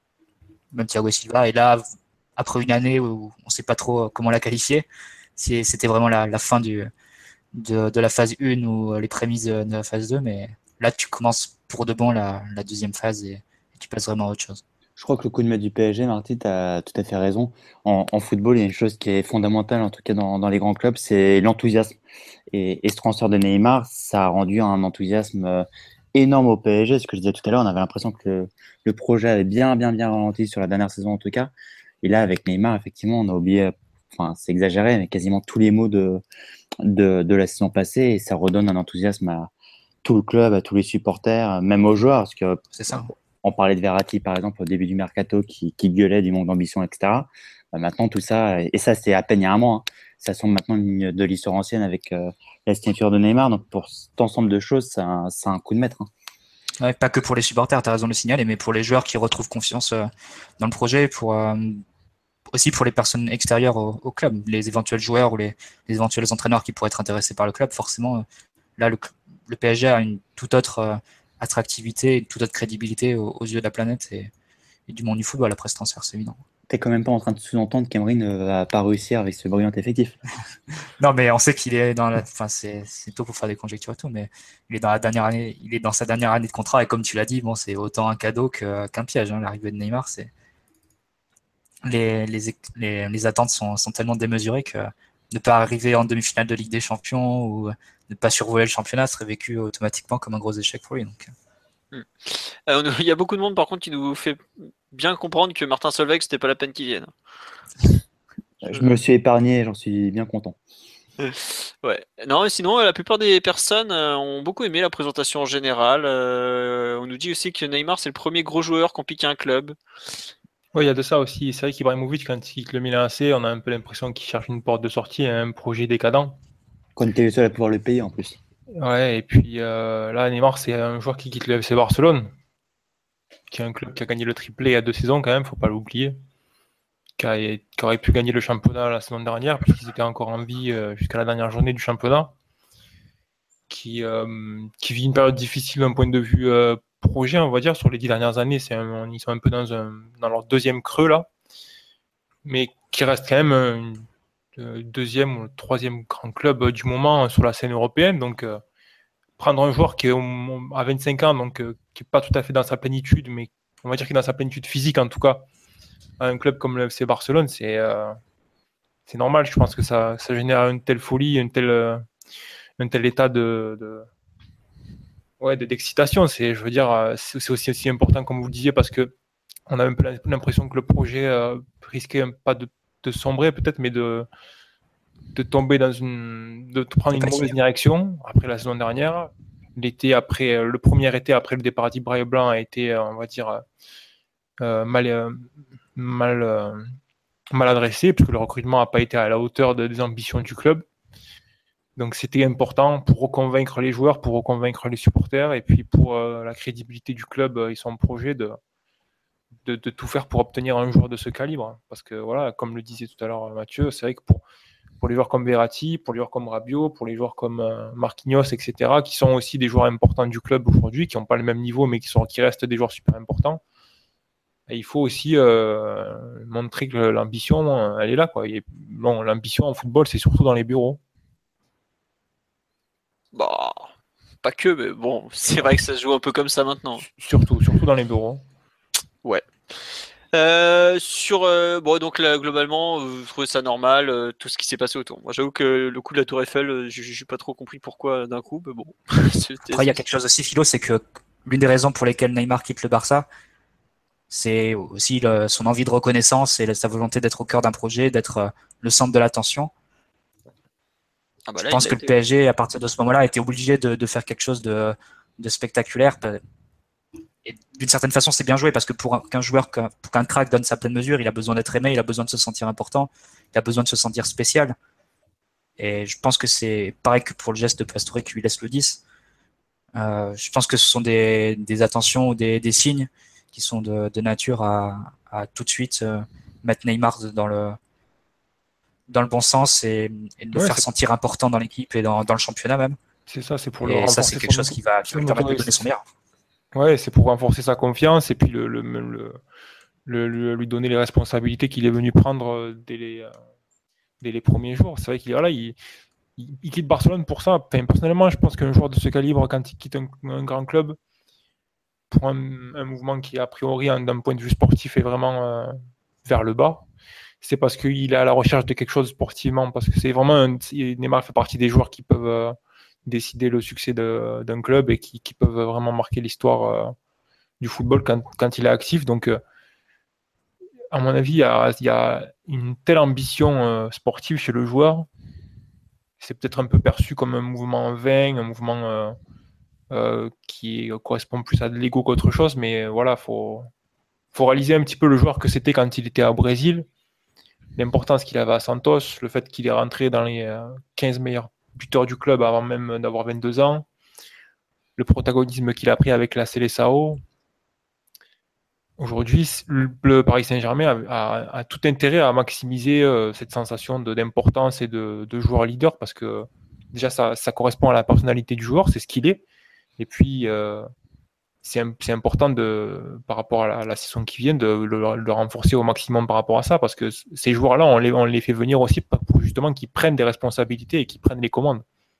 même Thiago Silva. Et là, après une année où on ne sait pas trop comment la qualifier, c'était vraiment la, la fin du, de, de la phase un ou les prémices de, de la phase deux. Mais là, tu commences pour de bon la, la deuxième phase et, et tu passes vraiment à autre chose. Je crois que le coup de maître du P S G, Marty, tu as tout à fait raison. En, en football, il y a une chose qui est fondamentale, en tout cas dans, dans les grands clubs, c'est l'enthousiasme. Et, et ce transfert de Neymar, ça a rendu un enthousiasme euh, énorme au P S G. Ce que je disais tout à l'heure, on avait l'impression que le, le projet avait bien, bien, bien ralenti sur la dernière saison en tout cas. Et là, avec Neymar, effectivement, on a oublié, enfin, c'est exagéré, mais quasiment tous les mots de, de, de la saison passée. Et ça redonne un enthousiasme à tout le club, à tous les supporters, même aux joueurs. Parce que C'est ça. on parlait de Verratti, par exemple, au début du mercato, qui, qui gueulait du manque d'ambition, et cetera. Bah, maintenant, tout ça, et ça, c'est à peine il y a un mois, hein, ça semble maintenant une ligne de l'histoire ancienne avec euh, la signature de Neymar. Donc, pour cet ensemble de choses, c'est un, c'est un coup de maître. Hein. Ouais, pas que pour les supporters, tu as raison de le signaler, mais pour les joueurs qui retrouvent confiance euh, dans le projet, pour, euh, aussi pour les personnes extérieures au, au club, les éventuels joueurs ou les, les éventuels entraîneurs qui pourraient être intéressés par le club. Forcément, euh, là, le, le P S G a une toute autre euh, attractivité, une toute autre crédibilité aux, aux yeux de la planète et, et du monde du football après ce transfert, c'est évident. T'es quand même pas en train de sous-entendre qu'Emery ne va pas réussir avec ce brillant effectif. Non, mais on sait qu'il est dans la, enfin, c'est, c'est tôt pour faire des conjectures et tout, mais il est dans la dernière année, il est dans sa dernière année de contrat et comme tu l'as dit, bon, c'est autant un cadeau que, qu'un piège, hein, l'arrivée de Neymar, c'est, les, les, les, les attentes sont, sont tellement démesurées que ne pas arriver en demi-finale de Ligue des Champions ou ne pas survoler le championnat serait vécu automatiquement comme un gros échec pour lui. Donc. Euh, Il y a beaucoup de monde, par contre, qui nous fait bien comprendre que Martin Solveig, c'était pas la peine qu'il vienne. Je me suis épargné, j'en suis bien content. Ouais. Non, mais sinon, la plupart des personnes euh, ont beaucoup aimé la présentation en général. Euh, on nous dit aussi que Neymar, c'est le premier gros joueur qu'on pique à un club. Oui, il y a de ça aussi. C'est vrai qu'Ibrahimovic, quand il quitte le Milan A C, on a un peu l'impression qu'il cherche une porte de sortie, un projet décadent. Qu'on était le seul à pouvoir le payer en plus. Ouais, et puis euh, là, Neymar, c'est un joueur qui quitte le F C Barcelone, qui est un club qui a gagné le triplé il y a deux saisons quand même, faut pas l'oublier. Qui, a, qui aurait pu gagner le championnat la saison dernière, puisqu'ils étaient encore en vie euh, jusqu'à la dernière journée du championnat. Qui, euh, qui vit une période difficile d'un point de vue euh, projet, on va dire, sur les dix dernières années. C'est un, ils sont un peu dans, un, dans leur deuxième creux là, mais qui reste quand même un euh, deuxième ou troisième grand club du moment sur la scène européenne. Donc, euh, prendre un joueur qui est à vingt-cinq ans, donc euh, qui n'est pas tout à fait dans sa plénitude, mais on va dire qu'il est dans sa plénitude physique en tout cas, à un club comme le F C Barcelone, c'est euh, c'est normal. Je pense que ça, ça génère une telle folie, une telle, euh, un tel état de, de ouais, d'excitation. C'est, je veux dire, c'est aussi, aussi important, comme vous le disiez, parce que on a un peu l'impression que le projet euh, risquait pas de, de sombrer peut-être, mais de, de tomber dans une, de prendre une mauvaise direction après la saison dernière. L'été après, le premier été après le départ d'Ibra Blanc a été, on va dire, euh, mal, euh, mal, euh, mal adressé, puisque le recrutement n'a pas été à la hauteur de, des ambitions du club. Donc c'était important pour reconvaincre les joueurs, pour reconvaincre les supporters, et puis pour euh, la crédibilité du club et son projet de, de, de tout faire pour obtenir un joueur de ce calibre. Parce que voilà, comme le disait tout à l'heure Mathieu, c'est vrai que pour pour les joueurs comme Verratti, pour les joueurs comme Rabiot, pour les joueurs comme euh, Marquinhos, et cetera, qui sont aussi des joueurs importants du club aujourd'hui, qui n'ont pas le même niveau, mais qui, sont, qui restent des joueurs super importants. Et il faut aussi euh, montrer que l'ambition, elle est là, quoi. Et, bon, l'ambition en football, c'est surtout dans les bureaux. Bah, pas que, mais bon, c'est vrai que ça se joue un peu comme ça maintenant. Surtout, surtout dans les bureaux. Ouais. Euh, sur euh, bon donc là globalement euh, je trouvais ça normal euh, tout ce qui s'est passé autour. Moi j'avoue que le coup de la Tour Eiffel euh, j'ai, j'ai pas trop compris pourquoi d'un coup, mais bon. Après il y a quelque chose aussi, Philo, c'est que l'une des raisons pour lesquelles Neymar quitte le Barça, c'est aussi le, son envie de reconnaissance et sa volonté d'être au cœur d'un projet, d'être euh, le centre de l'attention. Ah bah je là, pense que été... le P S G à partir de ce moment-là a été obligé de, de faire quelque chose de, de spectaculaire. Et d'une certaine façon, c'est bien joué parce que pour qu'un joueur, pour qu'un crack donne sa pleine mesure, il a besoin d'être aimé, il a besoin de se sentir important, il a besoin de se sentir spécial. Et je pense que c'est pareil que pour le geste de Pastore qui lui laisse le dix. Euh, je pense que ce sont des, des attentions ou des, des signes qui sont de, de nature à, à tout de suite euh, mettre Neymar dans le, dans le bon sens et, et de le ouais, faire c'est... sentir important dans l'équipe et dans, dans le championnat même. C'est ça, c'est pour et le renforcer. Ça, c'est quelque chose qui va, qui va lui permettre de donner son meilleur. Ouais, c'est pour renforcer sa confiance et puis le, le, le, le, le lui donner les responsabilités qu'il est venu prendre dès les, euh, dès les premiers jours. C'est vrai qu'il voilà, il, il, il quitte Barcelone pour ça. Enfin, personnellement, je pense qu'un joueur de ce calibre, quand il quitte un, un grand club, pour un, un mouvement qui, a priori, d'un point de vue sportif, est vraiment euh, vers le bas, c'est parce qu'il est à la recherche de quelque chose sportivement. Parce que c'est vraiment un, Neymar fait partie des joueurs qui peuvent euh, décider le succès de, d'un club et qui, qui peuvent vraiment marquer l'histoire euh, du football quand, quand il est actif. Donc, euh, à mon avis, il y a, il y a une telle ambition euh, sportive chez le joueur. C'est peut-être un peu perçu comme un mouvement vain, un mouvement euh, euh, qui correspond plus à de l'ego qu'autre chose. Mais euh, voilà, il faut, faut réaliser un petit peu le joueur que c'était quand il était au Brésil, l'importance qu'il avait à Santos, le fait qu'il est rentré dans les euh, quinze meilleurs buteurs du club avant même d'avoir vingt-deux ans, le protagonisme qu'il a pris avec la Seleção. Aujourd'hui, le Paris Saint-Germain a, a, a tout intérêt à maximiser euh, cette sensation de, d'importance et de, de joueur leader parce que déjà, ça, ça correspond à la personnalité du joueur, c'est ce qu'il est. Et puis, euh, c'est, c'est important de, par rapport à la, à la saison qui vient de le, le renforcer au maximum par rapport à ça parce que ces joueurs-là, on les, on les fait venir aussi pour justement qu'ils prennent des responsabilités et qu'ils prennent les commandes.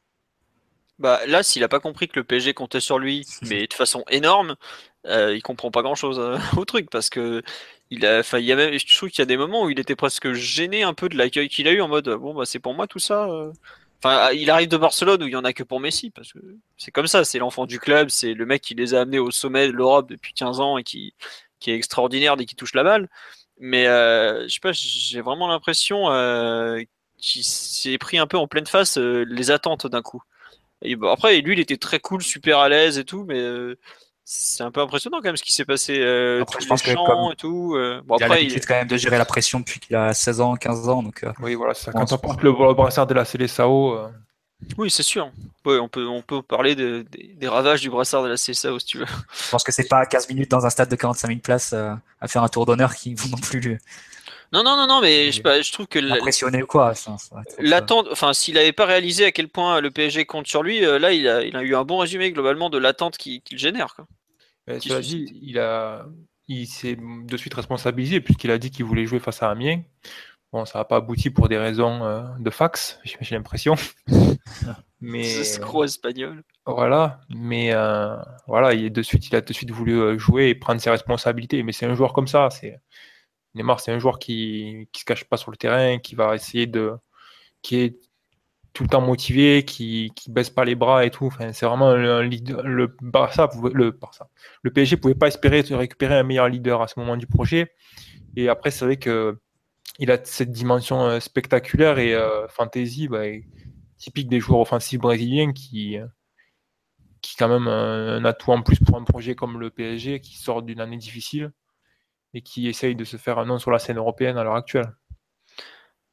Bah là, s'il a pas compris que le P S G comptait sur lui, mais de façon énorme, euh, il comprend pas grand-chose euh, au truc parce que il a, enfin, il y a même, je trouve qu'il y a des moments où il était presque gêné un peu de l'accueil qu'il a eu en mode bon bah c'est pour moi tout ça. euh. Enfin, il arrive de Barcelone où il y en a que pour Messi parce que c'est comme ça, c'est l'enfant du club, c'est le mec qui les a amenés au sommet de l'Europe depuis quinze ans et qui qui est extraordinaire dès qu'il touche la balle. Mais euh, je sais pas, j'ai vraiment l'impression euh, qu'il s'est pris un peu en pleine face euh, les attentes d'un coup. Et bon, après, lui, il était très cool, super à l'aise et tout, mais euh, c'est un peu impressionnant quand même ce qui s'est passé. Euh, Après, tous je les pense que chants comme et tout. Euh, bon, il a après, l'habitude il... quand même de gérer la pression depuis qu'il a seize ans, quinze ans. Donc, euh, oui, voilà, ça. bon, Quand on porte le, le brassard de la Seleção, euh... oui, c'est sûr. Ouais, on peut, on peut parler de, de, des ravages du brassard de la Seleção si tu veux. Je pense que c'est pas quinze minutes dans un stade de quarante-cinq mille places euh, à faire un tour d'honneur qui vont non plus lui. Non, non, non, non, mais je, sais pas, je trouve que l'impressionner ou quoi. Ça, ça l'attente, enfin, s'il n'avait pas réalisé à quel point le P S G compte sur lui, euh, là, il a, il a eu un bon résumé globalement de l'attente qu'il, qu'il génère. Quoi. Mais cela dit, il a, il s'est de suite responsabilisé puisqu'il a dit qu'il voulait jouer face à Amiens. Bon, ça n'a pas abouti pour des raisons euh, de fax, j'ai, j'ai l'impression. Mais c'est escroc espagnol. Voilà, mais euh, voilà, il est de suite, il a de suite voulu jouer et prendre ses responsabilités. Mais c'est un joueur comme ça. C'est Neymar, c'est un joueur qui qui se cache pas sur le terrain, qui va essayer de, qui est tout le temps motivé, qui qui baisse pas les bras et tout. Enfin, c'est vraiment un, un leader. Le Barça, le Barça, le P S G pouvait pas espérer de récupérer un meilleur leader à ce moment du projet. Et après, c'est vrai que il a cette dimension euh, spectaculaire et euh, fantasy, bah, typique des joueurs offensifs brésiliens qui qui est quand même un, un atout en plus pour un projet comme le P S G qui sort d'une année difficile et qui essaye de se faire un nom sur la scène européenne à l'heure actuelle.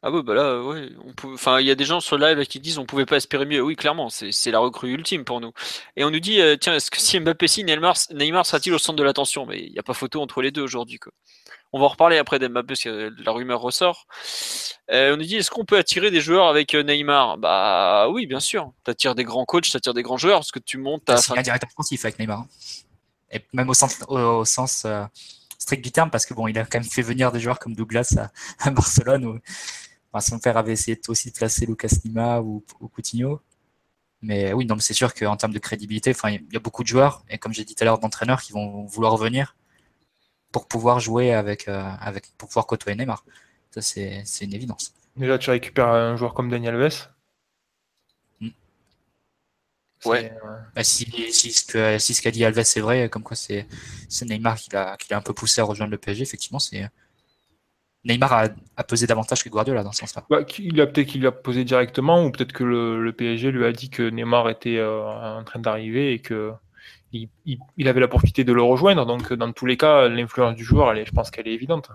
Ah ouais, bah là, ouais, on peut... enfin, il y a des gens sur le live qui disent on pouvait pas espérer mieux. Oui, clairement, c'est c'est la recrue ultime pour nous. Et on nous dit, euh, tiens, est-ce que si Mbappé signe, Neymar, Neymar sera-t-il au centre de l'attention? Mais il n'y a pas photo entre les deux aujourd'hui, quoi. On va en reparler après d'Mbappé parce que la rumeur ressort. Euh, on nous dit, est-ce qu'on peut attirer des joueurs avec euh, Neymar? Bah oui, bien sûr. T'attires des grands coachs, t'attires des grands joueurs parce que tu montes T'as à... signé un directeur sportif avec Neymar. Et même au sens, au, au sens euh, strict du terme, parce que bon, il a quand même fait venir des joueurs comme Douglas à, à Barcelone, où enfin, son père avait essayé aussi de placer Lucas Lima ou, ou Coutinho. Mais oui, non, mais c'est sûr qu'en termes de crédibilité, enfin, il y a beaucoup de joueurs, et comme j'ai dit tout à l'heure, d'entraîneurs qui vont vouloir venir pour pouvoir jouer avec, euh, avec pour pouvoir côtoyer Neymar. Ça, c'est, c'est une évidence. Déjà, tu récupères un joueur comme Daniel Alves. Mm. Ouais. Euh... Bah, si, si, ce que, si ce qu'a dit Alves est vrai, comme quoi c'est, c'est Neymar qui l'a, qui l'a un peu poussé à rejoindre le P S G, effectivement, c'est Neymar a, a pesé davantage que Guardiola dans ce sens-là. Bah, il a peut-être qu'il l'a posé directement, ou peut-être que le, le P S G lui a dit que Neymar était euh, en train d'arriver et que il, il, il avait l'opportunité de le rejoindre. Donc, dans tous les cas, l'influence du joueur, elle est, je pense qu'elle est évidente.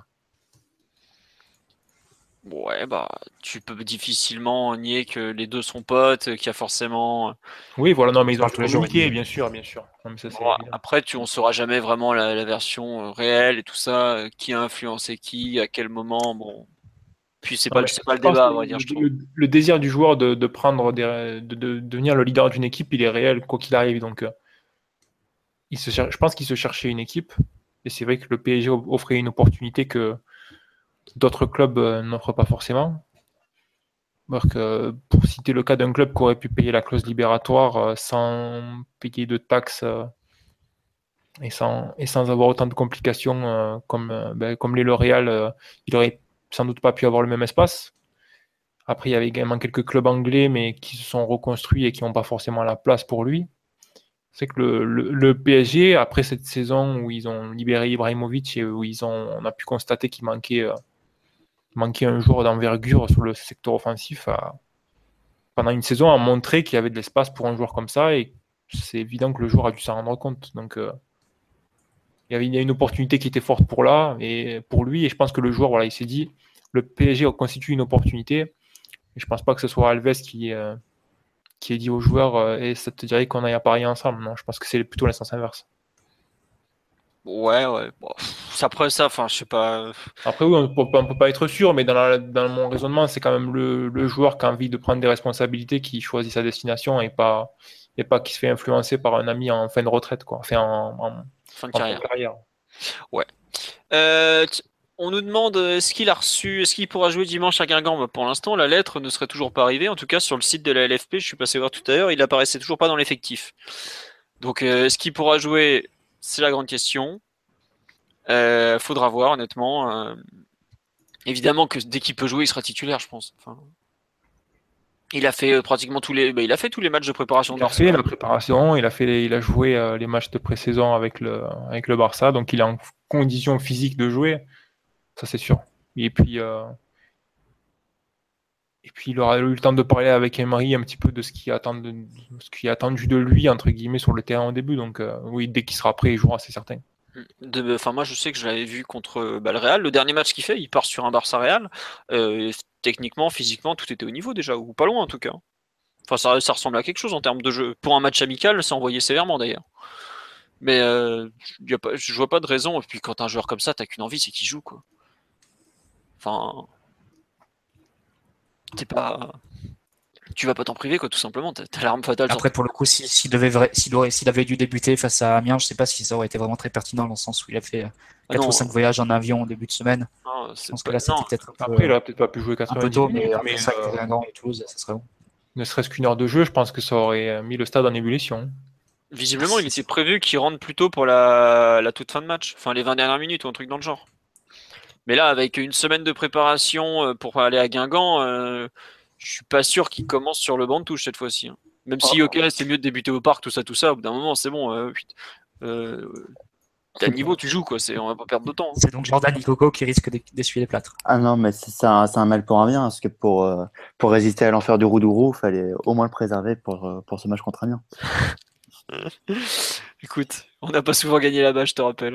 Ouais, bah, tu peux difficilement nier que les deux sont potes, qu'il y a forcément. Oui, voilà, non, mais ils ont parle tous les jours, communiqué, il- bien sûr, bien sûr. Non, mais ça, c'est Bon, évident. après, tu, on saura jamais vraiment la, la version euh, réelle et tout ça, euh, qui a influencé qui, à quel moment. Bon, puis c'est Non, pas, le- mais c'est pas je le pense débat, que à vrai dire, le, je trouve. le- le désir du joueur de, de prendre des, de, de devenir le leader d'une équipe, il est réel, quoi qu'il arrive. Donc, euh, il se cher- je pense qu'il se cherchait une équipe. Et c'est vrai que le P S G offrait une opportunité que d'autres clubs euh, n'offrent pas forcément. Alors que, pour citer le cas d'un club qui aurait pu payer la clause libératoire euh, sans payer de taxes euh, et, sans, et sans avoir autant de complications euh, comme, euh, ben, comme les L'Oréal, euh, il aurait sans doute pas pu avoir le même espace. Après, il y avait également quelques clubs anglais, mais qui se sont reconstruits et qui n'ont pas forcément la place pour lui. C'est que le, le, le P S G, après cette saison où ils ont libéré Ibrahimovic et où ils ont, on a pu constater qu'il manquait, euh, manquait un joueur d'envergure sur le secteur offensif, a, pendant une saison, a montré qu'il y avait de l'espace pour un joueur comme ça et c'est évident que le joueur a dû s'en rendre compte. Donc, euh, il y avait il y a une opportunité qui était forte pour là et pour lui. Et je pense que le joueur, voilà, il s'est dit, le P S G constitue une opportunité. Et je pense pas que ce soit Alves qui, euh, qui ait dit aux joueurs euh, et ça te dirait qu'on aille à Paris ensemble. Non, je pense que c'est plutôt l'instance inverse. Ouais, ouais. Bon, pff, après ça, enfin, je sais pas. Après, oui, on ne peut, on peut pas être sûr, mais dans, la, dans mon raisonnement, c'est quand même le, le joueur qui a envie de prendre des responsabilités qui choisit sa destination et pas, et pas qui se fait influencer par un ami en fin de retraite, quoi. Enfin, en, en, Fin de en carrière. carrière. Ouais. Euh, t- on nous demande euh, est-ce qu'il a reçu, est-ce qu'il pourra jouer dimanche à Guingamp? Bah, pour l'instant, la lettre ne serait toujours pas arrivée. En tout cas, sur le site de la L F P, je suis passé voir tout à l'heure, il apparaissait toujours pas dans l'effectif. Donc, euh, est-ce qu'il pourra jouer? C'est la grande question. Euh, faudra voir, honnêtement. Euh, évidemment que dès qu'il peut jouer, il sera titulaire, je pense. Enfin, il a fait euh, pratiquement tous les, bah, il a fait tous les matchs de préparation. Il a fait la préparation, il a, fait, il a joué euh, les matchs de pré-saison avec le, avec le Barça, donc il est en condition physique de jouer, ça c'est sûr. Et puis, euh, et puis il aura eu le temps de parler avec Emery un petit peu de ce qui est attendu de, ce qui est attendu de lui, entre guillemets, sur le terrain au début. Donc euh, oui, dès qu'il sera prêt, il jouera, c'est certain. De, enfin, moi, je sais que je l'avais vu contre bah, le Real. Le dernier match qu'il fait, il part sur un Barça Real. Euh, techniquement, physiquement, tout était au niveau déjà, ou pas loin en tout cas. Enfin, ça, ça ressemble à quelque chose en termes de jeu. Pour un match amical, c'est envoyé sévèrement d'ailleurs. Mais euh, y a pas, je vois pas de raison. Et puis quand t'as un joueur comme ça, t'as qu'une envie, c'est qu'il joue quoi. Enfin, t'es pas, tu vas pas t'en priver quoi, tout simplement. T'as, t'as l'arme fatale. Après, pour le coup, s'il si, si devait vra- s'il aurait, s'il avait dû débuter face à Amiens, je sais pas si ça aurait été vraiment très pertinent dans le sens où il a fait quatre ah ou cinq voyages en avion au début de semaine. non, Je c'est pense pas, que là, c'était non, peut-être un peu, Après, il aurait peut-être pas pu jouer un peu quatre-vingt-dix tôt, minutes, mais après mais ça, euh, avec Guingamp et Toulouse, ça serait bon. ne serait-ce qu'une heure de jeu, je pense que ça aurait mis le stade en ébullition. visiblement, il était prévu qu'il rentre plus tôt pour la, la toute fin de match, enfin les vingt dernières minutes ou un truc dans le genre. Mais là, avec une semaine de préparation pour aller à Guingamp, euh, je suis pas sûr qu'il commence sur le banc de touche cette fois-ci. Hein. Même si, ok, c'est mieux de débuter au parc, tout ça, tout ça. Au bout d'un moment, c'est bon. Euh, euh, t'as le niveau, tu joues, quoi. C'est, on va pas perdre de temps. Hein. C'est donc Jordan Ikoko qui risque d'essuyer les plâtres. Ah non, mais c'est c'est un, c'est un mal pour un bien, parce que pour, euh, pour résister à l'enfer du Roudourou, il fallait au moins le préserver pour, euh, pour ce match contre Amiens. Écoute, on n'a pas souvent gagné là-bas, je te rappelle.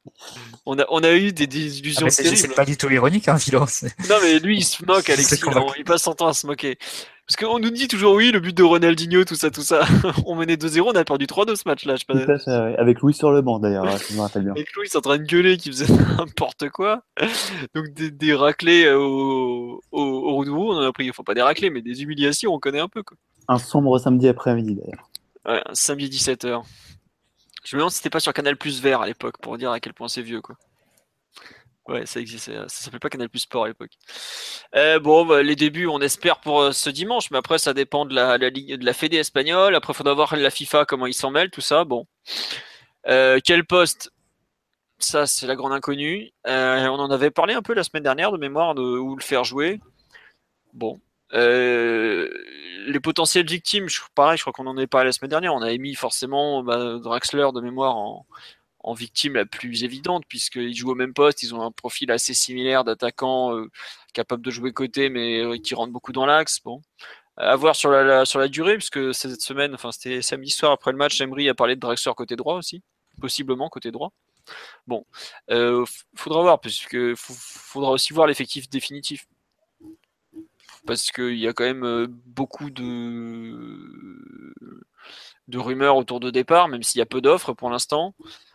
On a, on a eu des Ah, désillusions mais c'est terribles. c'est pas du tout ironique, hein, Philo. c'est- Non, mais lui, il se moque, Alexis. C'est là, il passe son temps à se moquer. Parce qu'on nous dit toujours, oui, le but de Ronaldinho, tout ça, tout ça. On menait deux zéro, on a perdu trois deux ce match-là. Je sais Tout pas. à fait, ouais. Avec Louis sur le banc d'ailleurs, si je me rappelle bien. Avec Louis, il est en train de gueuler, qui faisait n'importe quoi. Donc des, des raclés euh, au, au, au renouveau, on en a pris, enfin pas des raclés, mais des humiliations, on connaît un peu, quoi. Un sombre samedi après-midi d'ailleurs. Ouais, un samedi dix-sept heures. Je me demande si c'était pas sur Canal Plus Vert à l'époque, pour dire à quel point c'est vieux, quoi. Ouais, ça existait. Ça s'appelait pas Canal Plus Sport à l'époque. Euh, bon, bah, les débuts, on espère pour euh, ce dimanche, mais après, ça dépend de la, la ligue, de la Fédé espagnole. Après, il faudra voir la FIFA, comment ils s'en mêlent, tout ça. Bon. Euh, quel poste? Ça, c'est la grande inconnue. Euh, on en avait parlé un peu la semaine dernière de mémoire de où le faire jouer. Bon. Euh, les potentielles victimes, je, pareil, je crois qu'on en avait parlé la semaine dernière. On avait mis forcément bah, Draxler de mémoire en, en victime la plus évidente, puisqu'ils jouent au même poste, ils ont un profil assez similaire d'attaquant euh, capable de jouer côté, mais euh, qui rentre beaucoup dans l'axe. Bon. À voir sur la, la- sur la durée, puisque cette semaine, enfin c'était samedi soir après le match, Emery a parlé de Draxler côté droit aussi, possiblement côté droit. Bon, euh, f- faudra voir, puisque f- faudra aussi voir l'effectif définitif, parce qu'il y a quand même euh, beaucoup de de rumeurs autour de départ, même s'il y a peu d'offres pour l'instant.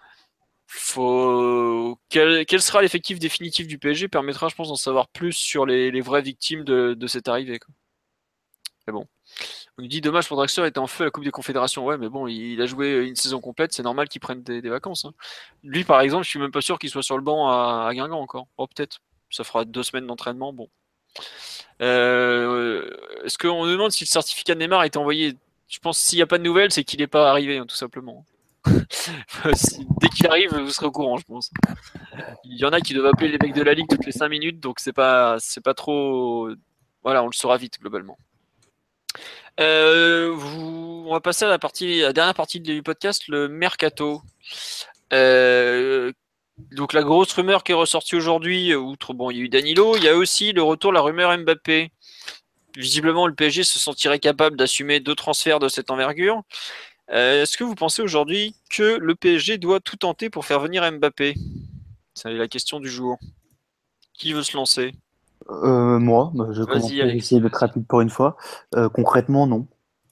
Faut... Quel, quel sera l'effectif définitif du P S G permettra, je pense, d'en savoir plus sur les, les vraies victimes de, de cette arrivée, quoi. Mais bon. On nous dit dommage pour Draxler, il était en feu à la Coupe des Confédérations. Ouais, mais bon, il a joué une saison complète, c'est normal qu'il prenne des, des vacances, hein. Lui, par exemple, je suis même pas sûr qu'il soit sur le banc à, à Guingamp encore. Oh, peut-être. Ça fera deux semaines d'entraînement. Bon. Euh, Est-ce qu'on nous demande si le certificat de Neymar a été envoyé? Je pense que s'il n'y a pas de nouvelles, c'est qu'il n'est pas arrivé, hein, tout simplement. Si- dès qu'il arrive, vous serez au courant, je pense. Il y en a qui doivent appeler les mecs de la Ligue toutes les cinq minutes, donc c'est pas, c'est pas trop. Voilà, on le saura vite, globalement. Euh, vous- on va passer à la partie, à la dernière partie du podcast, le mercato. Euh, donc la grosse rumeur qui est ressortie aujourd'hui, outre bon, il y a eu Danilo, il y a aussi le retour de la rumeur Mbappé. Visiblement, le P S G se sentirait capable d'assumer deux transferts de cette envergure. Euh, est-ce que vous pensez aujourd'hui que le P S G doit tout tenter pour faire venir Mbappé? C'est la question du jour. Qui veut se lancer? Euh, moi, bah, je commence Vas-y, à Alexis, essayer d'être vas-y. rapide pour une fois. Euh, concrètement, non.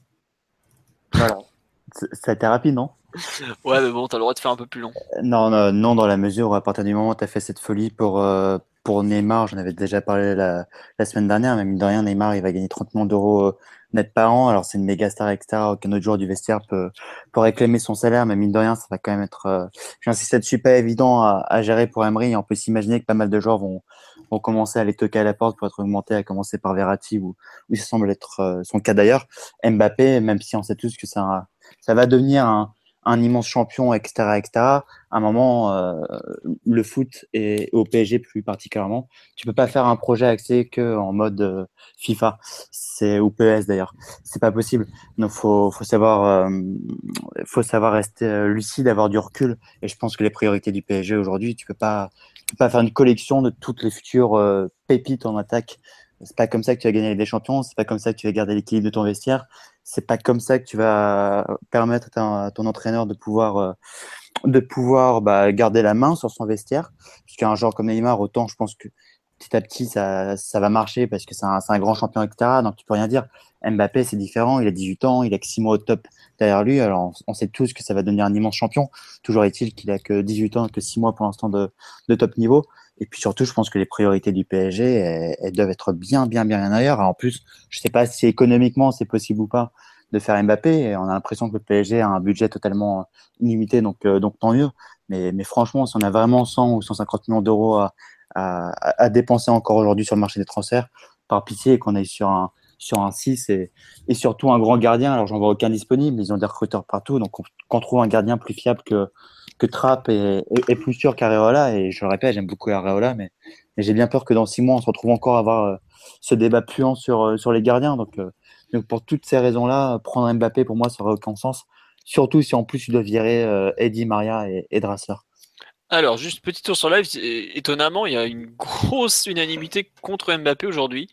Voilà. C- Ça a été rapide, non? Ouais, mais bon, t'as le droit de faire un peu plus long. Non, non, non, dans la mesure où à partir du moment où tu as fait cette folie pour, euh, pour Neymar, j'en avais déjà parlé la, la semaine dernière, mais mine de rien, Neymar, il va gagner trente millions d'euros euh, net par an. Alors, c'est une méga star, et cetera. Aucun autre joueur du vestiaire peut, peut réclamer son salaire, mais mine de rien, ça va quand même être, euh, j'insiste là-dessus, pas évident à, à gérer pour Emery. Et on peut s'imaginer que pas mal de joueurs vont, vont commencer à aller toquer à la porte pour être augmentés, à commencer par Verratti, ou, ou ça semble être euh, son cas d'ailleurs. Mbappé, même si on sait tous que ça, ça va devenir un, un immense champion, et cetera, et cetera. À un moment, euh, le foot et au P S G plus particulièrement, tu peux pas faire un projet axé que en mode euh, FIFA, c'est ou P E S d'ailleurs, c'est pas possible. Donc faut faut savoir euh, faut savoir rester euh, lucide, avoir du recul. Et je pense que les priorités du P S G aujourd'hui, tu peux pas tu peux pas faire une collection de toutes les futures euh, pépites en attaque. C'est pas comme ça que tu vas gagner des champions, c'est pas comme ça que tu vas garder l'équilibre de ton vestiaire, c'est pas comme ça que tu vas permettre à ton, à ton entraîneur de pouvoir euh, de pouvoir bah, garder la main sur son vestiaire. Puisqu'un joueur comme Neymar, autant je pense que petit à petit ça, ça va marcher parce que c'est un, c'est un grand champion, et cetera. Donc tu peux rien dire. Mbappé, c'est différent, il a dix-huit ans, il a que six mois au top derrière lui. Alors on, on sait tous que ça va devenir un immense champion. Toujours est-il qu'il a que dix-huit ans, que six mois pour l'instant de, de top niveau. Et puis surtout, je pense que les priorités du P S G, elles, elles doivent être bien, bien, bien ailleurs. Alors, en plus, je sais pas si économiquement c'est possible ou pas de faire Mbappé. Et on a l'impression que le P S G a un budget totalement illimité, donc, euh, donc tant mieux. Mais, mais franchement, si on a vraiment cent ou cent cinquante millions d'euros à, à, à dépenser encore aujourd'hui sur le marché des transferts, par pitié, qu'on aille sur un, sur un six et, et surtout un grand gardien. Alors, j'en vois aucun disponible. Ils ont des recruteurs partout. Donc, on, qu'on trouve un gardien plus fiable que, que Trapp et, et, et plus sûr qu'Areola. Et je le répète, j'aime beaucoup Areola, mais, mais j'ai bien peur que dans six mois, on se retrouve encore à avoir euh, ce débat puant sur, euh, sur les gardiens. Donc, euh, donc, pour toutes ces raisons-là, prendre Mbappé, pour moi, ça n'aurait aucun sens. Surtout si en plus tu dois virer euh, Eddie, Maria et, et Draxler. Alors, juste petit tour sur live. Étonnamment, il y a une grosse unanimité contre Mbappé aujourd'hui.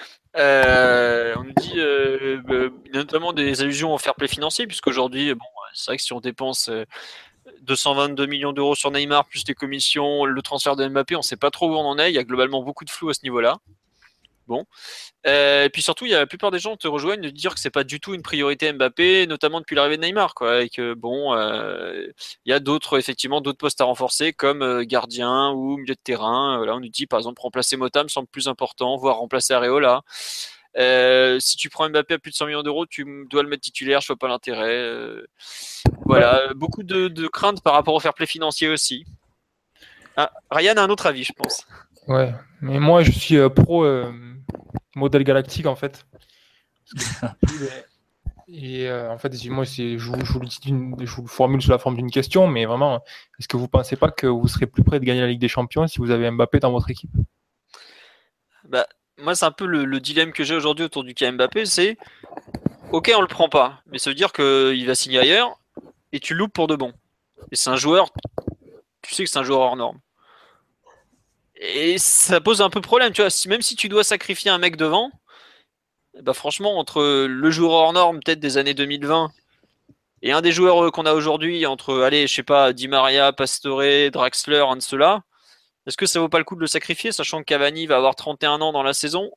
Euh, on nous dit euh, notamment des allusions au fair play financier, puisqu'aujourd'hui, bon, c'est vrai que si on dépense euh, deux cent vingt-deux millions d'euros sur Neymar, plus les commissions, le transfert de Mbappé, on ne sait pas trop où on en est. Il y a globalement beaucoup de flou à ce niveau-là. Bon. Euh, et puis surtout, il y a la plupart des gens te rejoignent de dire que c'est pas du tout une priorité Mbappé, notamment depuis l'arrivée de Neymar, quoi. Et que bon, euh, il y a d'autres, effectivement, d'autres postes à renforcer, comme euh, gardien ou milieu de terrain. Là, on nous dit, par exemple, remplacer Motam semble plus important, voire remplacer Areola. Euh, si tu prends Mbappé à plus de cent millions d'euros, tu dois le mettre titulaire, je vois pas l'intérêt. Euh, voilà, ouais. Beaucoup de, de craintes par rapport au fair play financier aussi. Ah, Ryan a un autre avis, je pense. Ouais, mais moi je suis euh, pro euh, modèle galactique en fait. Et euh, en fait, moi, c'est, je, vous, je, vous le dis d'une, je vous le formule sous la forme d'une question, mais vraiment, est-ce que vous pensez pas que vous serez plus près de gagner la Ligue des Champions si vous avez Mbappé dans votre équipe? Bah, moi, c'est un peu le, le dilemme que j'ai aujourd'hui autour du cas Mbappé, c'est ok, on le prend pas, mais ça veut dire qu'il va signer ailleurs et tu loupes pour de bon. Et c'est un joueur, tu sais que c'est un joueur hors norme. Et ça pose un peu problème, tu vois. Si, même si tu dois sacrifier un mec devant, bah franchement, entre le joueur hors norme peut-être des années deux mille vingt et un des joueurs qu'on a aujourd'hui, entre, allez, je sais pas, Di Maria, Pastore, Draxler, un de ceux-là, est-ce que ça vaut pas le coup de le sacrifier, sachant que Cavani va avoir trente et un ans dans la saison?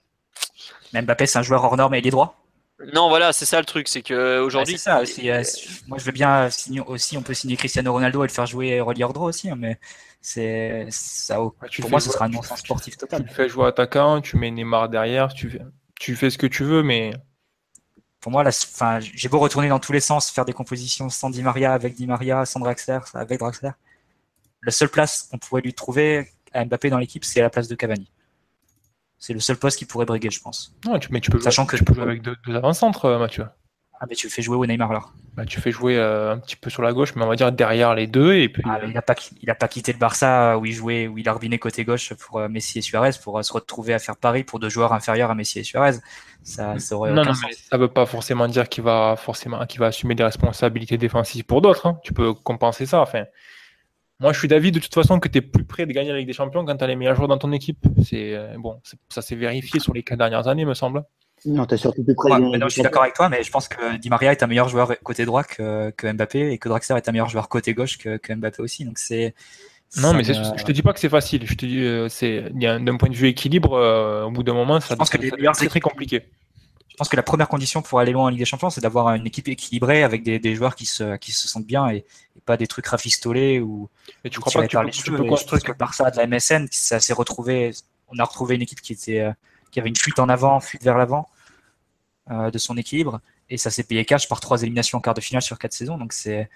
Mais Mbappé, c'est un joueur hors norme et il est droit. Non, voilà, c'est ça le truc, c'est que aujourd'hui. Ouais, c'est ça aussi. Euh, moi, je veux bien signer aussi. On peut signer Cristiano Ronaldo et le faire jouer Rolly Ordro aussi, hein, mais c'est ça. Ouais, pour moi, ce sera un non-sens sportif total. Tu le fais jouer attaquant, tu mets Neymar derrière, tu fais, tu fais ce que tu veux, mais pour moi, là, enfin, j'ai beau retourner dans tous les sens, faire des compositions sans Di Maria, avec Di Maria, sans Draxler, avec Draxler. La seule place qu'on pourrait lui trouver à Mbappé dans l'équipe, c'est à la place de Cavani. C'est le seul poste qui pourrait briguer, je pense. Non, tu, mais tu peux, Sachant jouer, que tu peux jouer avec deux, deux avant-centres, Mathieu. Ah, mais tu le fais jouer au Neymar alors. Bah, tu fais jouer euh, un petit peu sur la gauche, mais on va dire derrière les deux. Et puis, ah, mais il n'a pas, il a pas quitté le Barça où il jouait, où il arbinait côté gauche pour euh, Messi et Suarez pour euh, se retrouver à faire Paris pour deux joueurs inférieurs à Messi et Suarez. Ça, ça aurait non, aucun non, sens. mais ça ne veut pas forcément dire qu'il va, forcément, qu'il va assumer des responsabilités défensives pour d'autres. Hein. Tu peux compenser ça. Enfin, moi, je suis d'avis de toute façon que tu es plus près de gagner la Ligue des Champions quand tu as les meilleurs joueurs dans ton équipe. C'est, euh, bon, c'est, ça s'est vérifié sur les quatre dernières années, me semble. Non, t'es surtout plus près. Ouais, mais non, je suis d'accord avec toi, mais je pense que Di Maria est un meilleur joueur côté droit que, que Mbappé et que Draxler est un meilleur joueur côté gauche que, que Mbappé aussi. Donc c'est. Non, mais me... c'est, je te dis pas que c'est facile. Je te dis, euh, c'est, il y a un, d'un point de vue équilibre, euh, au bout d'un moment, ça, je pense ça, que les ça meilleurs c'est très compliqué. Je pense que la première condition pour aller loin en Ligue des Champions, c'est d'avoir une équipe équilibrée avec des, des joueurs qui se, qui se sentent bien et, et pas des trucs rafistolés ou. Mais tu crois pas que tu peux, tu peux construire que le Barça de la M S N, ça s'est retrouvé. On a retrouvé une équipe qui était, qui avait une fuite en avant, fuite vers l'avant euh, de son équilibre, et ça s'est payé cash par trois éliminations en quart de finale sur quatre saisons. Donc c'est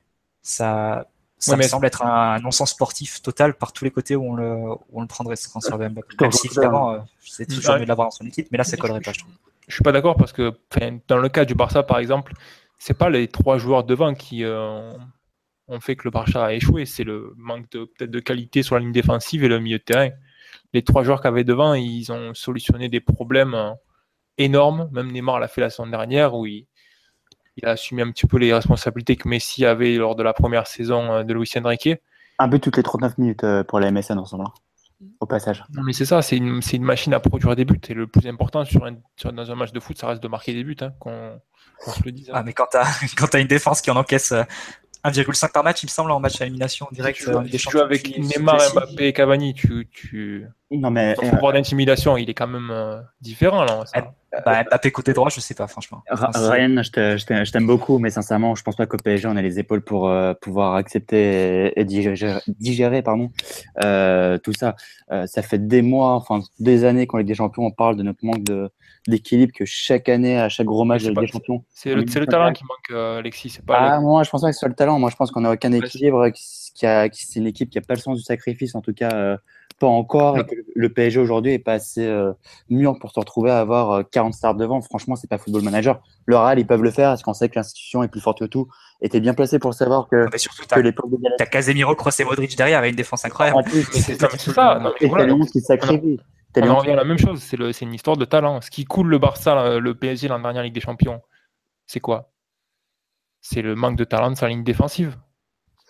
ça. Ça ouais, me semble être un, un non-sens sportif total par tous les côtés où on le, où on le prendrait ce transfert de Mbappé. Même si évidemment, euh, c'est toujours mieux de l'avoir dans son équipe, mais là ça collerait pas, je trouve. Je suis pas d'accord parce que dans le cas du Barça, par exemple, c'est pas les trois joueurs devant qui euh, ont fait que le Barça a échoué, c'est le manque de peut-être de qualité sur la ligne défensive et le milieu de terrain. Les trois joueurs qu'il y avait devant, ils ont solutionné des problèmes euh, énormes. Même Neymar l'a fait la semaine dernière où il, il a assumé un petit peu les responsabilités que Messi avait lors de la première saison de Luis Enrique. Un but toutes les trente-neuf minutes pour la M S N ensemble. Au passage. Non mais c'est ça, c'est une, c'est une machine à produire des buts et le plus important sur un, sur, dans un match de foot, ça reste de marquer des buts, hein, qu'on, qu'on se le dise. Hein. Ah mais quand t'as, quand t'as une défense qui en encaisse un virgule cinq par match, il me semble, en match à élimination directe. Si tu joues, si tu joues avec qui, Neymar, Mbappé et Cavani, tu, tu... Non mais ton pouvoir euh... d'intimidation, il est quand même euh, différent là. Ça. Bah, Mbappé côté droit, je sais pas franchement. Enfin, Ryan, je, te, je, t'aime, je t'aime beaucoup, mais sincèrement, je pense pas qu'au P S G on a les épaules pour euh, pouvoir accepter et, et digérer, digérer pardon, euh, tout ça. Euh, ça fait des mois, enfin des années qu'en Ligue des Champions, on parle de notre manque de d'équilibre que chaque année, à chaque gros match de Ligue des Champions. C'est le, c'est le talent qui manque, euh, Alexis. C'est pas. Ah, les... moi, je pense pas que ce soit le talent. Moi, je pense qu'on n'a aucun équilibre. Qui a, qui, c'est une équipe qui a pas le sens du sacrifice, en tout cas. Euh, pas encore, et que le P S G aujourd'hui est pas assez euh, mûr pour se retrouver à avoir euh, quarante stars devant. Franchement, c'est pas Football Manager. Le Real, ils peuvent le faire parce qu'on sait que l'institution est plus forte que tout. Et t'es bien placé pour savoir que, mais surtout, que les pauvres de T'as Casemiro, Kroos et Modric derrière avec une défense incroyable. En plus, mais c'est, c'est, c'est ça. Non, mais et voilà, donc, qui sacrifie. On en revient à la même chose. C'est, le, c'est une histoire de talent. Ce qui coule le Barça, le P S G l'an dernier en Ligue des Champions, c'est quoi? C'est le manque de talent de sa ligne défensive.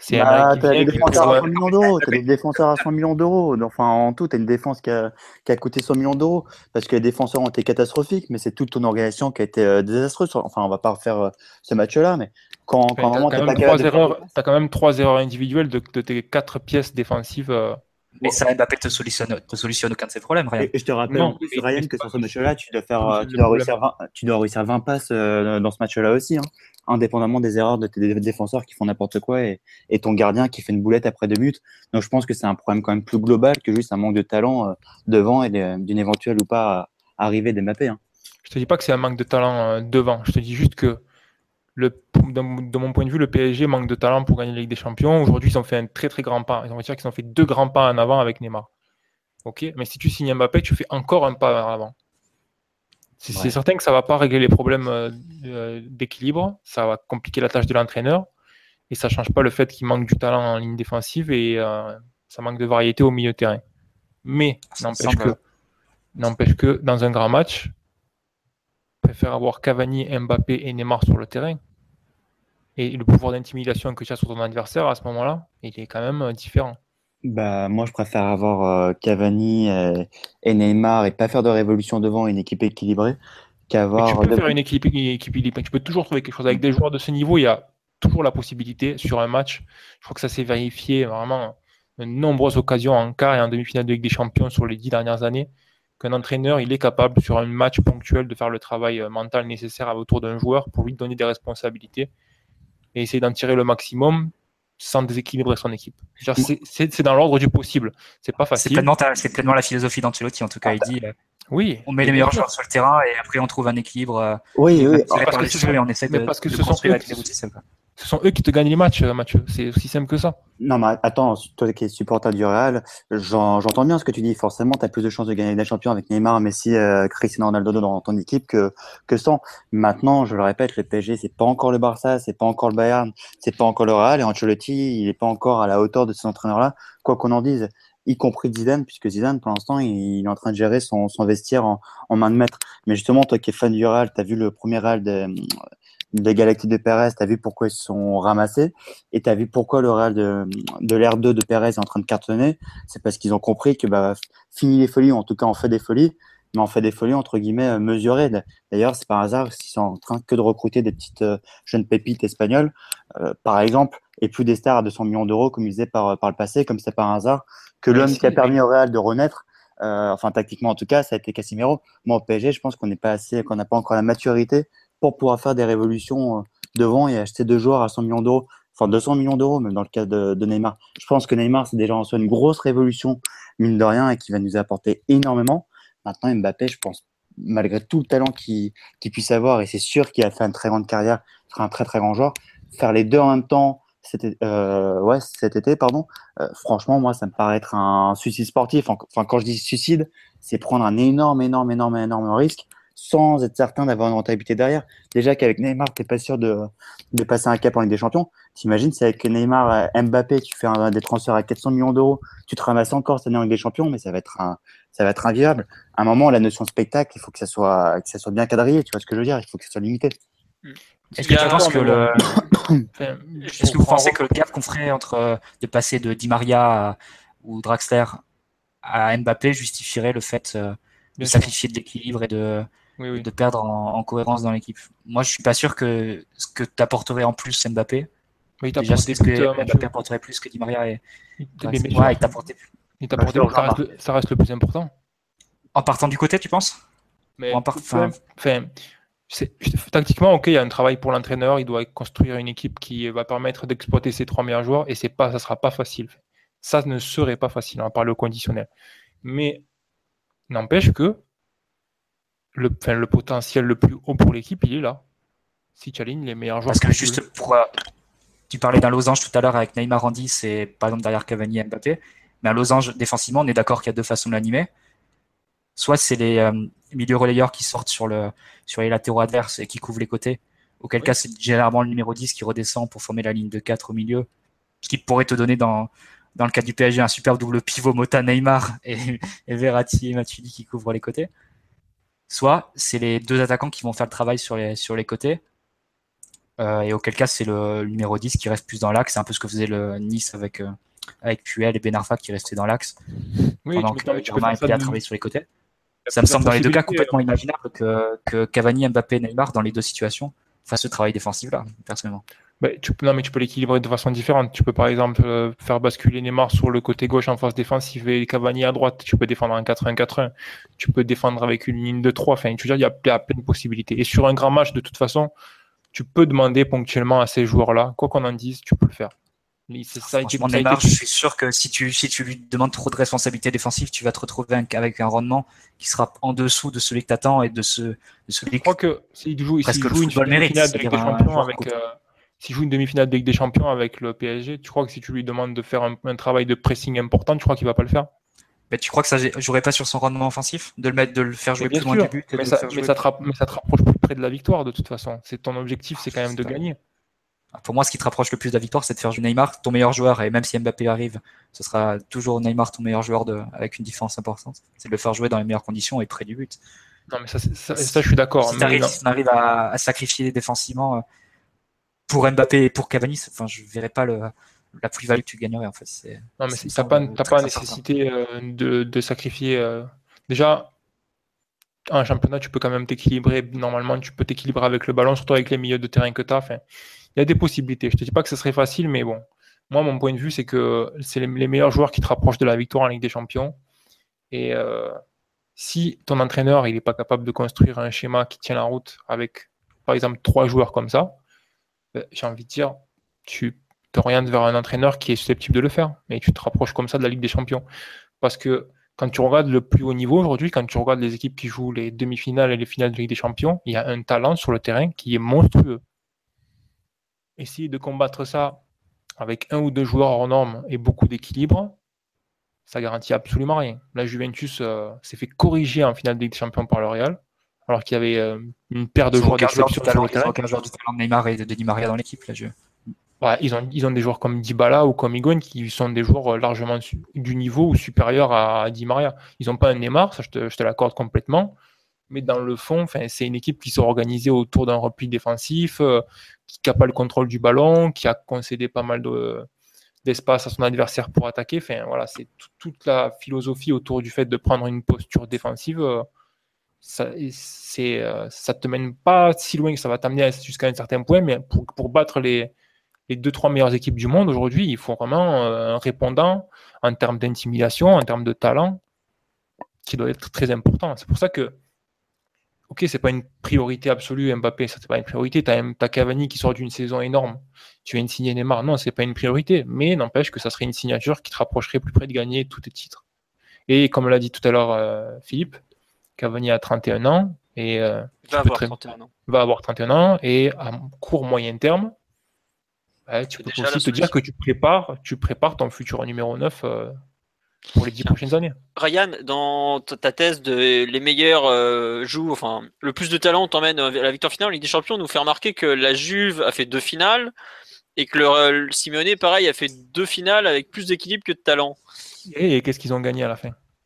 C'est Bah, Emery qui t'as vient, des qui défenseurs à trouve. cent millions d'euros, t'as des défenseurs à cent millions d'euros. Enfin, en tout, t'as une défense qui a, qui a coûté cent millions d'euros parce que les défenseurs ont été catastrophiques, mais c'est toute ton organisation qui a été euh, désastreuse. Enfin, on va pas refaire euh, ce match-là, mais quand, Enfin, quand t'as vraiment quand t'es même pas capable trois de faire tes erreurs, passes. t'as quand même trois erreurs individuelles de, de tes quatre pièces défensives. euh. Mais ça, Mbappé te solutionne, te solutionne aucun de ses problèmes, rien. Et, et je te rappelle en Non, plus, mais, mais Ryan, c'est que pas sur ce lui qui match-là, tu dois faire, euh, solutionne tu le dois problème. réussir vingt, tu dois réussir vingt passes euh, dans ce match-là aussi, hein, indépendamment des erreurs de tes dé- défenseurs qui font n'importe quoi et, et ton gardien qui fait une boulette après deux minutes. Donc je pense que c'est un problème quand même plus global que juste un manque de talent euh, devant et de- d'une éventuelle ou pas arrivée d'Mbappé. Hein. Je te dis pas que c'est un manque de talent euh, devant. Je te dis juste que le, de, de mon point de vue, le P S G manque de talent pour gagner la Ligue des Champions. Aujourd'hui, ils ont fait un très très grand pas. Ils ont dire qu'ils ont fait deux grands pas en avant avec Neymar. Ok, mais si tu signes Mbappé, tu fais encore un pas en avant. C'est c'est Ouais. certain que ça va pas régler les problèmes euh, euh, d'équilibre. Ça va compliquer la tâche de l'entraîneur et ça change pas le fait qu'il manque du talent en ligne défensive et euh, ça manque de variété au milieu de terrain. Mais Ça me n'empêche que, semble. n'empêche que dans un grand match, je préfère avoir Cavani, Mbappé et Neymar sur le terrain. Et le pouvoir d'intimidation que tu as sur ton adversaire à ce moment-là, il est quand même euh, différent. Bah, moi, je préfère avoir euh, Cavani et, et Neymar et pas faire de révolution devant une équipe équilibrée Mais tu qu'avoir peux de... faire une équipe, une équipe équilibrée. Tu peux toujours trouver quelque chose. Avec des joueurs de ce niveau, il y a toujours la possibilité sur un match. Je crois que ça s'est vérifié vraiment de nombreuses occasions en quart et en demi-finale de Ligue des Champions sur les dix dernières années qu'un entraîneur, il est capable sur un match ponctuel de faire le travail euh, mental nécessaire autour d'un joueur pour lui donner des responsabilités et essayer d'en tirer le maximum sans déséquilibrer son équipe. C'est, c'est, c'est dans l'ordre du possible. C'est pas C'est facile. pleinement, ta- c'est pleinement la philosophie d'Ancelotti, en tout cas. Il dit euh, Oui, on met mais les bien meilleurs sûr. joueurs sur le terrain et après on trouve un équilibre euh, Oui, oui. tiré parce par que les ce cheveux sont- et on essaie mais de, parce que de ce sont construire eux avec qui- les outils. C'est quoi. Ce sont eux qui te gagnent les matchs, Mathieu. C'est aussi simple que ça. Non, mais attends, toi qui es supporter du Real, j'en- j'entends bien ce que tu dis. Forcément, tu as plus de chances de gagner des champions avec Neymar, Messi, euh, Cristiano Ronaldo dans ton équipe que, que sans. Maintenant, je le répète, le P S G, c'est pas encore le Barça, c'est pas encore le Bayern, c'est pas encore le Real, et Ancelotti, il est pas encore à la hauteur de ces entraîneurs-là, quoi qu'on en dise, y compris Zidane, puisque Zidane, pour l'instant, il, il est en train de gérer son, son vestiaire en, en main de maître. Mais justement, toi qui es fan du Real, tu as vu le premier Real de, des Galactiques de Pérez, tu as vu pourquoi ils se sont ramassés, et tu as vu pourquoi le Real de, de l'ère deux de Pérez est en train de cartonner. C'est parce qu'ils ont compris que bah, fini les folies, ou en tout cas on fait des folies, mais on fait des folies entre guillemets euh, mesurées. D'ailleurs, c'est par hasard s'ils sont en train que de recruter des petites euh, jeunes pépites espagnoles, euh, par exemple, et plus des stars à deux cents millions d'euros comme ils faisaient par, par le passé, comme c'est par hasard que Mais l'homme si, qui a permis mais- au Real de renaître, euh, enfin tactiquement en tout cas, ça a été Casemiro. Moi au P S G, je pense qu'on n'est pas assez, qu'on n'a pas encore la maturité pour pouvoir faire des révolutions euh, devant et acheter deux joueurs à cent millions d'euros, enfin deux cents millions d'euros, même dans le cas de, de Neymar. Je pense que Neymar, c'est déjà en soi une grosse révolution, mine de rien, et qui va nous apporter énormément. Maintenant, Mbappé, je pense, malgré tout le talent qu'il qu'il puisse avoir, et c'est sûr qu'il a fait une très grande carrière, il sera un très très grand joueur, faire les deux en même temps, c'était, euh, ouais, cet été, pardon, euh, franchement, moi, ça me paraît être un suicide sportif. Enfin, quand je dis suicide, c'est prendre un énorme, énorme, énorme, énorme risque sans être certain d'avoir une rentabilité derrière. Déjà qu'avec Neymar, t'es pas sûr de, de passer un cap en Ligue des Champions. T'imagines, c'est avec Neymar, euh, Mbappé, tu fais un, des transferts à quatre cents millions d'euros, tu te ramasses encore cette année en Ligue des Champions, mais ça va être un, ça va être invivable. À un moment, la notion de spectacle, il faut que ça soit, que ça soit bien quadrillé. Tu vois ce que je veux dire? Il faut que ça soit limité. Est-ce Il que y tu a- penses que mais le, bon. Enfin, est-ce que pour- vous pour en pensez que re- le gap qu'on ferait entre euh, de passer de Di Maria à- ou Draxler à Mbappé justifierait le fait euh, de Bien sûr. sacrifier de l'équilibre et de, Oui, et oui. de perdre en, en cohérence dans l'équipe? Moi, je suis pas sûr que ce que t'apporterait en plus Mbappé, Oui, il déjà, t'apporte des est-ce buts, que euh, Mathieu. Mbappé apporterait plus que Di Maria et Il- Bien Draxler? bien sûr. Ouais, il t'apportait plus. Il Bah, t'apporte je des te buts, ça rejoins, reste, le, ça reste le plus important. En partant du côté, tu penses? Mais Ou en part- peu- enfin, enfin, c'est- tactiquement, ok, il y a un travail pour l'entraîneur. Il doit construire une équipe qui va permettre d'exploiter ses trois meilleurs joueurs et c'est pas, ça sera pas facile. Ça ne serait pas facile, hein, par le conditionnel. Mais n'empêche que le, enfin, le potentiel le plus haut pour l'équipe, il est là. Si tu alignes les meilleurs joueurs parce que que tu juste veux. pour, euh, tu parlais d'un losange tout à l'heure avec Neymar Andy, c'est par exemple derrière Cavani et Mbappé. Mais un losange, défensivement, on est d'accord qu'il y a deux façons de l'animer. Soit c'est les euh, milieux relayeurs qui sortent sur, le, sur les latéraux adverses et qui couvrent les côtés. Auquel Oui. cas, c'est généralement le numéro dix qui redescend pour former la ligne de quatre au milieu. Ce qui pourrait te donner, dans, dans le cas du P S G, un superbe double pivot Mota-Neymar et, et Verratti et Matuidi qui couvrent les côtés. Soit c'est les deux attaquants qui vont faire le travail sur les, sur les côtés. Euh, et auquel cas, c'est le, le numéro dix qui reste plus dans l'axe. C'est un peu ce que faisait le Nice avec, euh, avec Puel et Ben Arfa qui restaient dans l'axe. Oui, pendant tu, que peux, tu peux Germain faire ça était à de- travailler sur les côtés. il y a Ça me semble dans les deux cas possibilité, complètement imaginable que, que Cavani, Mbappé, Neymar, dans les deux situations, fassent ce travail défensif-là, personnellement. Bah, tu, peux- non, mais tu peux l'équilibrer de façon différente. Tu peux par exemple euh, faire basculer Neymar sur le côté gauche en phase défensive et Cavani à droite. Tu peux défendre en quatre un quatre un. Tu peux défendre avec une ligne de trois. Enfin, tu veux dire, il y a, il y a plein de possibilités. Et sur un grand match, de toute façon, tu peux demander ponctuellement à ces joueurs-là, quoi qu'on en dise, tu peux le faire. Mais c'est- ça a été, Franchement, ça a été- Neymar, je suis sûr que si tu, si tu lui demandes trop de responsabilités défensives, tu vas te retrouver un- avec un rendement qui sera en dessous de celui que tu attends et de, ce, de celui Je crois que s'il joue, s'il presque le joue une football mérite, demi-finale de Ligue c'est-à-dire des un Champions joueur avec, complet. euh, s'il joue une demi-finale de Ligue des Champions avec le P S G, tu crois que si tu lui demandes de faire un, un travail de pressing important, tu crois qu'il va pas le faire? Mais tu crois que ça jouerait pas sur son rendement offensif de le mettre, de le faire Mais jouer bien plus loin sûr, du but et mais de le ça, faire mais jouer ça te, rapp- mais ça te rapproche plus près de la victoire de toute façon. C'est ton objectif, c'est quand même de c'est- gagner. Pour moi, ce qui te rapproche le plus de la victoire, c'est de faire jouer Neymar, ton meilleur joueur, et même si Mbappé arrive, ce sera toujours Neymar, ton meilleur joueur de, avec une différence importante. C'est de le faire jouer dans les meilleures conditions et près du but. Non, mais ça, c'est- ça, ça, je suis d'accord. Si Mais t'arrives, non. si t'arrives à, à sacrifier défensivement euh, pour Mbappé et pour Cavani, c'est- enfin, je verrais pas le, la plus-value que tu gagnerais en fait. C'est, Non, mais ça me t'as pas, semble t'as très pas incertain. nécessité euh, de, de sacrifier. euh, Déjà, en championnat, tu peux quand même t'équilibrer. Normalement, tu peux t'équilibrer avec le ballon, surtout avec les milieux de terrain que tu as. Enfin, il y a des possibilités. Je te dis pas que ce serait facile, mais bon. Moi, mon point de vue, c'est que c'est les, les meilleurs joueurs qui te rapprochent de la victoire en Ligue des Champions. Et euh, si ton entraîneur il n'est pas capable de construire un schéma qui tient la route avec, par exemple, trois joueurs comme ça, ben, j'ai envie de dire, tu t'orientes vers un entraîneur qui est susceptible de le faire. Mais tu te rapproches comme ça de la Ligue des Champions. Parce que quand tu regardes le plus haut niveau aujourd'hui, quand tu regardes les équipes qui jouent les demi-finales et les finales de Ligue des Champions, il y a un talent sur le terrain qui est monstrueux. Essayer de combattre ça avec un ou deux joueurs hors normes et beaucoup d'équilibre, ça garantit absolument rien. La Juventus euh, s'est fait corriger en finale de Ligue des Champions par le Real, alors qu'il y avait euh, une paire de Ils ont joueurs aucun joueur du d'exception sur talent, le ils ont terrain. aucun joueur du talent de Neymar et de Di Maria dans l'équipe là. Je... Ouais, ils, ont, ils ont des joueurs comme Dybala ou comme Higuaín qui sont des joueurs largement su- du niveau ou supérieurs à Di Maria. Ils n'ont pas un Neymar, ça je te, je te l'accorde complètement. Mais dans le fond, c'est une équipe qui s'est organisée autour d'un repli défensif, euh, qui n'a pas le contrôle du ballon, qui a concédé pas mal de, d'espace à son adversaire pour attaquer. Enfin, voilà, c'est tout, toute la philosophie autour du fait de prendre une posture défensive. Euh, ça, c'est, euh, ça te mène pas si loin que ça va t'amener jusqu'à un certain point, mais pour, pour battre les les deux, trois meilleures équipes du monde aujourd'hui, il faut vraiment euh, un répondant en termes d'intimidation, en termes de talent, qui doit être très important. C'est pour ça que, ok, c'est pas une priorité absolue, Mbappé, ça c'est pas une priorité. T'as, t'as Cavani qui sort d'une saison énorme, tu viens de signer Neymar, non, c'est pas une priorité, mais n'empêche que ça serait une signature qui te rapprocherait plus près de gagner tous tes titres. Et comme l'a dit tout à l'heure euh, Philippe, Cavani a trente et un ans et euh, Il va avoir très... trente et un ans. va avoir trente et un ans et à court moyen terme, ouais, tu peux aussi te dire que tu prépares, tu prépares ton futur numéro neuf euh, pour les dix prochaines années. Ryan, dans ta thèse de les meilleurs euh, jouent, enfin, le plus de talent t'emmène à la victoire finale en Ligue des Champions, nous fait remarquer que la Juve a fait deux finales et que le, le Simeone, pareil, a fait deux finales avec plus d'équilibre que de talent. Et, et qu'est-ce qu'ils ont gagné à la fin?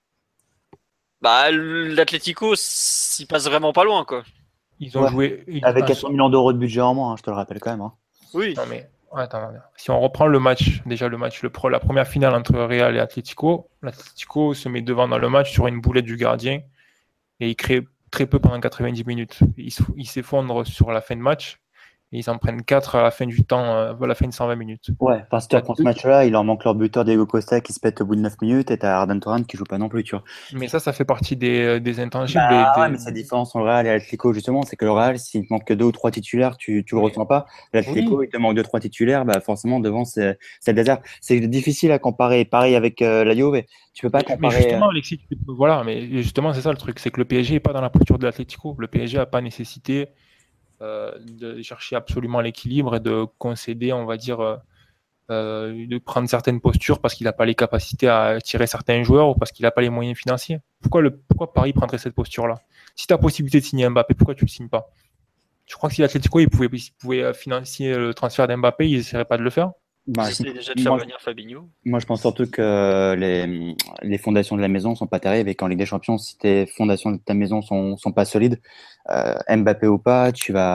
Bah, l'Atlético, s'y passe vraiment pas loin, quoi. Ils ont ouais. joué ils, avec quatre cents millions d'euros de budget en moins, hein, je te le rappelle quand même. Hein. Oui. Non mais attends, si on reprend le match, déjà le match, le pro, la première finale entre Real et Atlético, l'Atlético se met devant dans le match sur une boulette du gardien et il crée très peu pendant quatre-vingt-dix minutes. Ils, ils s'effondrent sur la fin de match et ils en prennent quatre à la fin du temps, à la fin de cent vingt minutes. Ouais, parce que pour ce match-là, il leur manque leur buteur Diego Costa qui se pète au bout de neuf minutes et t'as Arden Torrent qui joue pas non plus, tu vois. Mais ça, ça fait partie des, des intangibles. Bah, des, ouais, des... mais c'est différent entre le Real et l'Atlético, justement, c'est que le Real, s'il te manque que deux ou trois titulaires, tu, tu le oui. ressens pas. L'Atlético, oui. il te manque deux, trois titulaires, bah, forcément, devant, c'est, c'est le désert. C'est difficile à comparer. Pareil avec euh, la Juve. Tu peux pas mais, comparer. Mais justement, Alexis, tu peux... voilà, mais justement, c'est ça le truc, c'est que le P S G n'est pas dans la posture de l'Atlético. Le P S G n'a pas nécessité euh, de chercher absolument l'équilibre et de concéder, on va dire, euh, euh, de prendre certaines postures parce qu'il n'a pas les capacités à tirer certains joueurs ou parce qu'il n'a pas les moyens financiers. Pourquoi, le... Pourquoi Paris prendrait cette posture-là? Si tu as possibilité de signer Mbappé, pourquoi tu ne le signes pas? Je crois que si l'Atlético il pouvait, il pouvait financer le transfert d'Mbappé, il n'essaierait pas de le faire. Bah, si, déjà de faire moi, venir Fabinho. Moi, je pense surtout que les, les fondations de la maison sont pas terribles et qu'en Ligue des Champions, si tes fondations de ta maison sont, sont pas solides, euh, Mbappé ou pas, tu vas,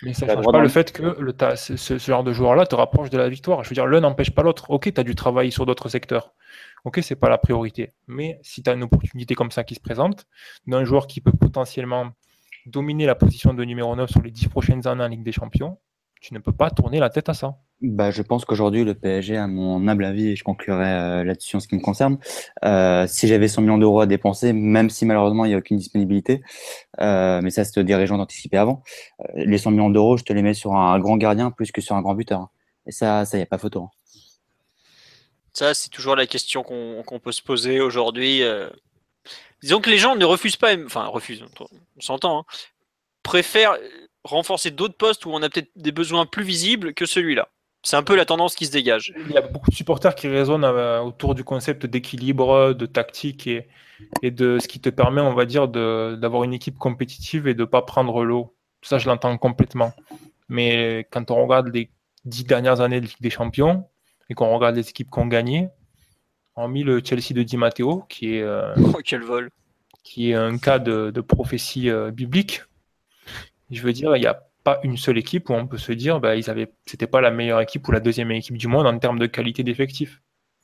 Mais ça Tu as ne le change droit pas d'en- le fait que le, ta- ce, ce- ce genre de joueur-là te rapproche de la victoire. Je veux dire, l'un n'empêche pas l'autre. Ok, tu as dû travailler sur d'autres secteurs. Ok, c'est pas la priorité. Mais si tu as une opportunité comme ça qui se présente, d'un joueur qui peut potentiellement dominer la position de numéro neuf sur les dix prochaines années en Ligue des Champions, tu ne peux pas tourner la tête à ça. Bah, je pense qu'aujourd'hui, le P S G, à mon humble avis, et je conclurai euh, là-dessus en ce qui me concerne, euh, si j'avais cent millions d'euros à dépenser, même si malheureusement il n'y a aucune disponibilité, euh, mais ça c'est aux dirigeants d'anticiper avant, euh, les cent millions d'euros, je te les mets sur un grand gardien plus que sur un grand buteur, hein. Et ça, ça y a pas photo, hein. Ça, c'est toujours la question qu'on qu'on peut se poser aujourd'hui. euh. Disons que les gens ne refusent pas, enfin refusent, on s'entend, hein, préfèrent renforcer d'autres postes où on a peut-être des besoins plus visibles que celui-là. C'est un peu la tendance qui se dégage. Il y a beaucoup de supporters qui raisonnent euh, autour du concept d'équilibre, de tactique et, et de ce qui te permet, on va dire, de, d'avoir une équipe compétitive et de ne pas prendre l'eau. Ça, je l'entends complètement. Mais quand on regarde les dix dernières années de Ligue des Champions et qu'on regarde les équipes qui ont gagné, hormis le Chelsea de Di Matteo, qui est, euh, Oh, quel vol. qui est un cas de, de prophétie euh, biblique, je veux dire, il n'y a pas une seule équipe où on peut se dire bah, ils avaient, c'était pas la meilleure équipe ou la deuxième équipe du monde en termes de qualité d'effectif.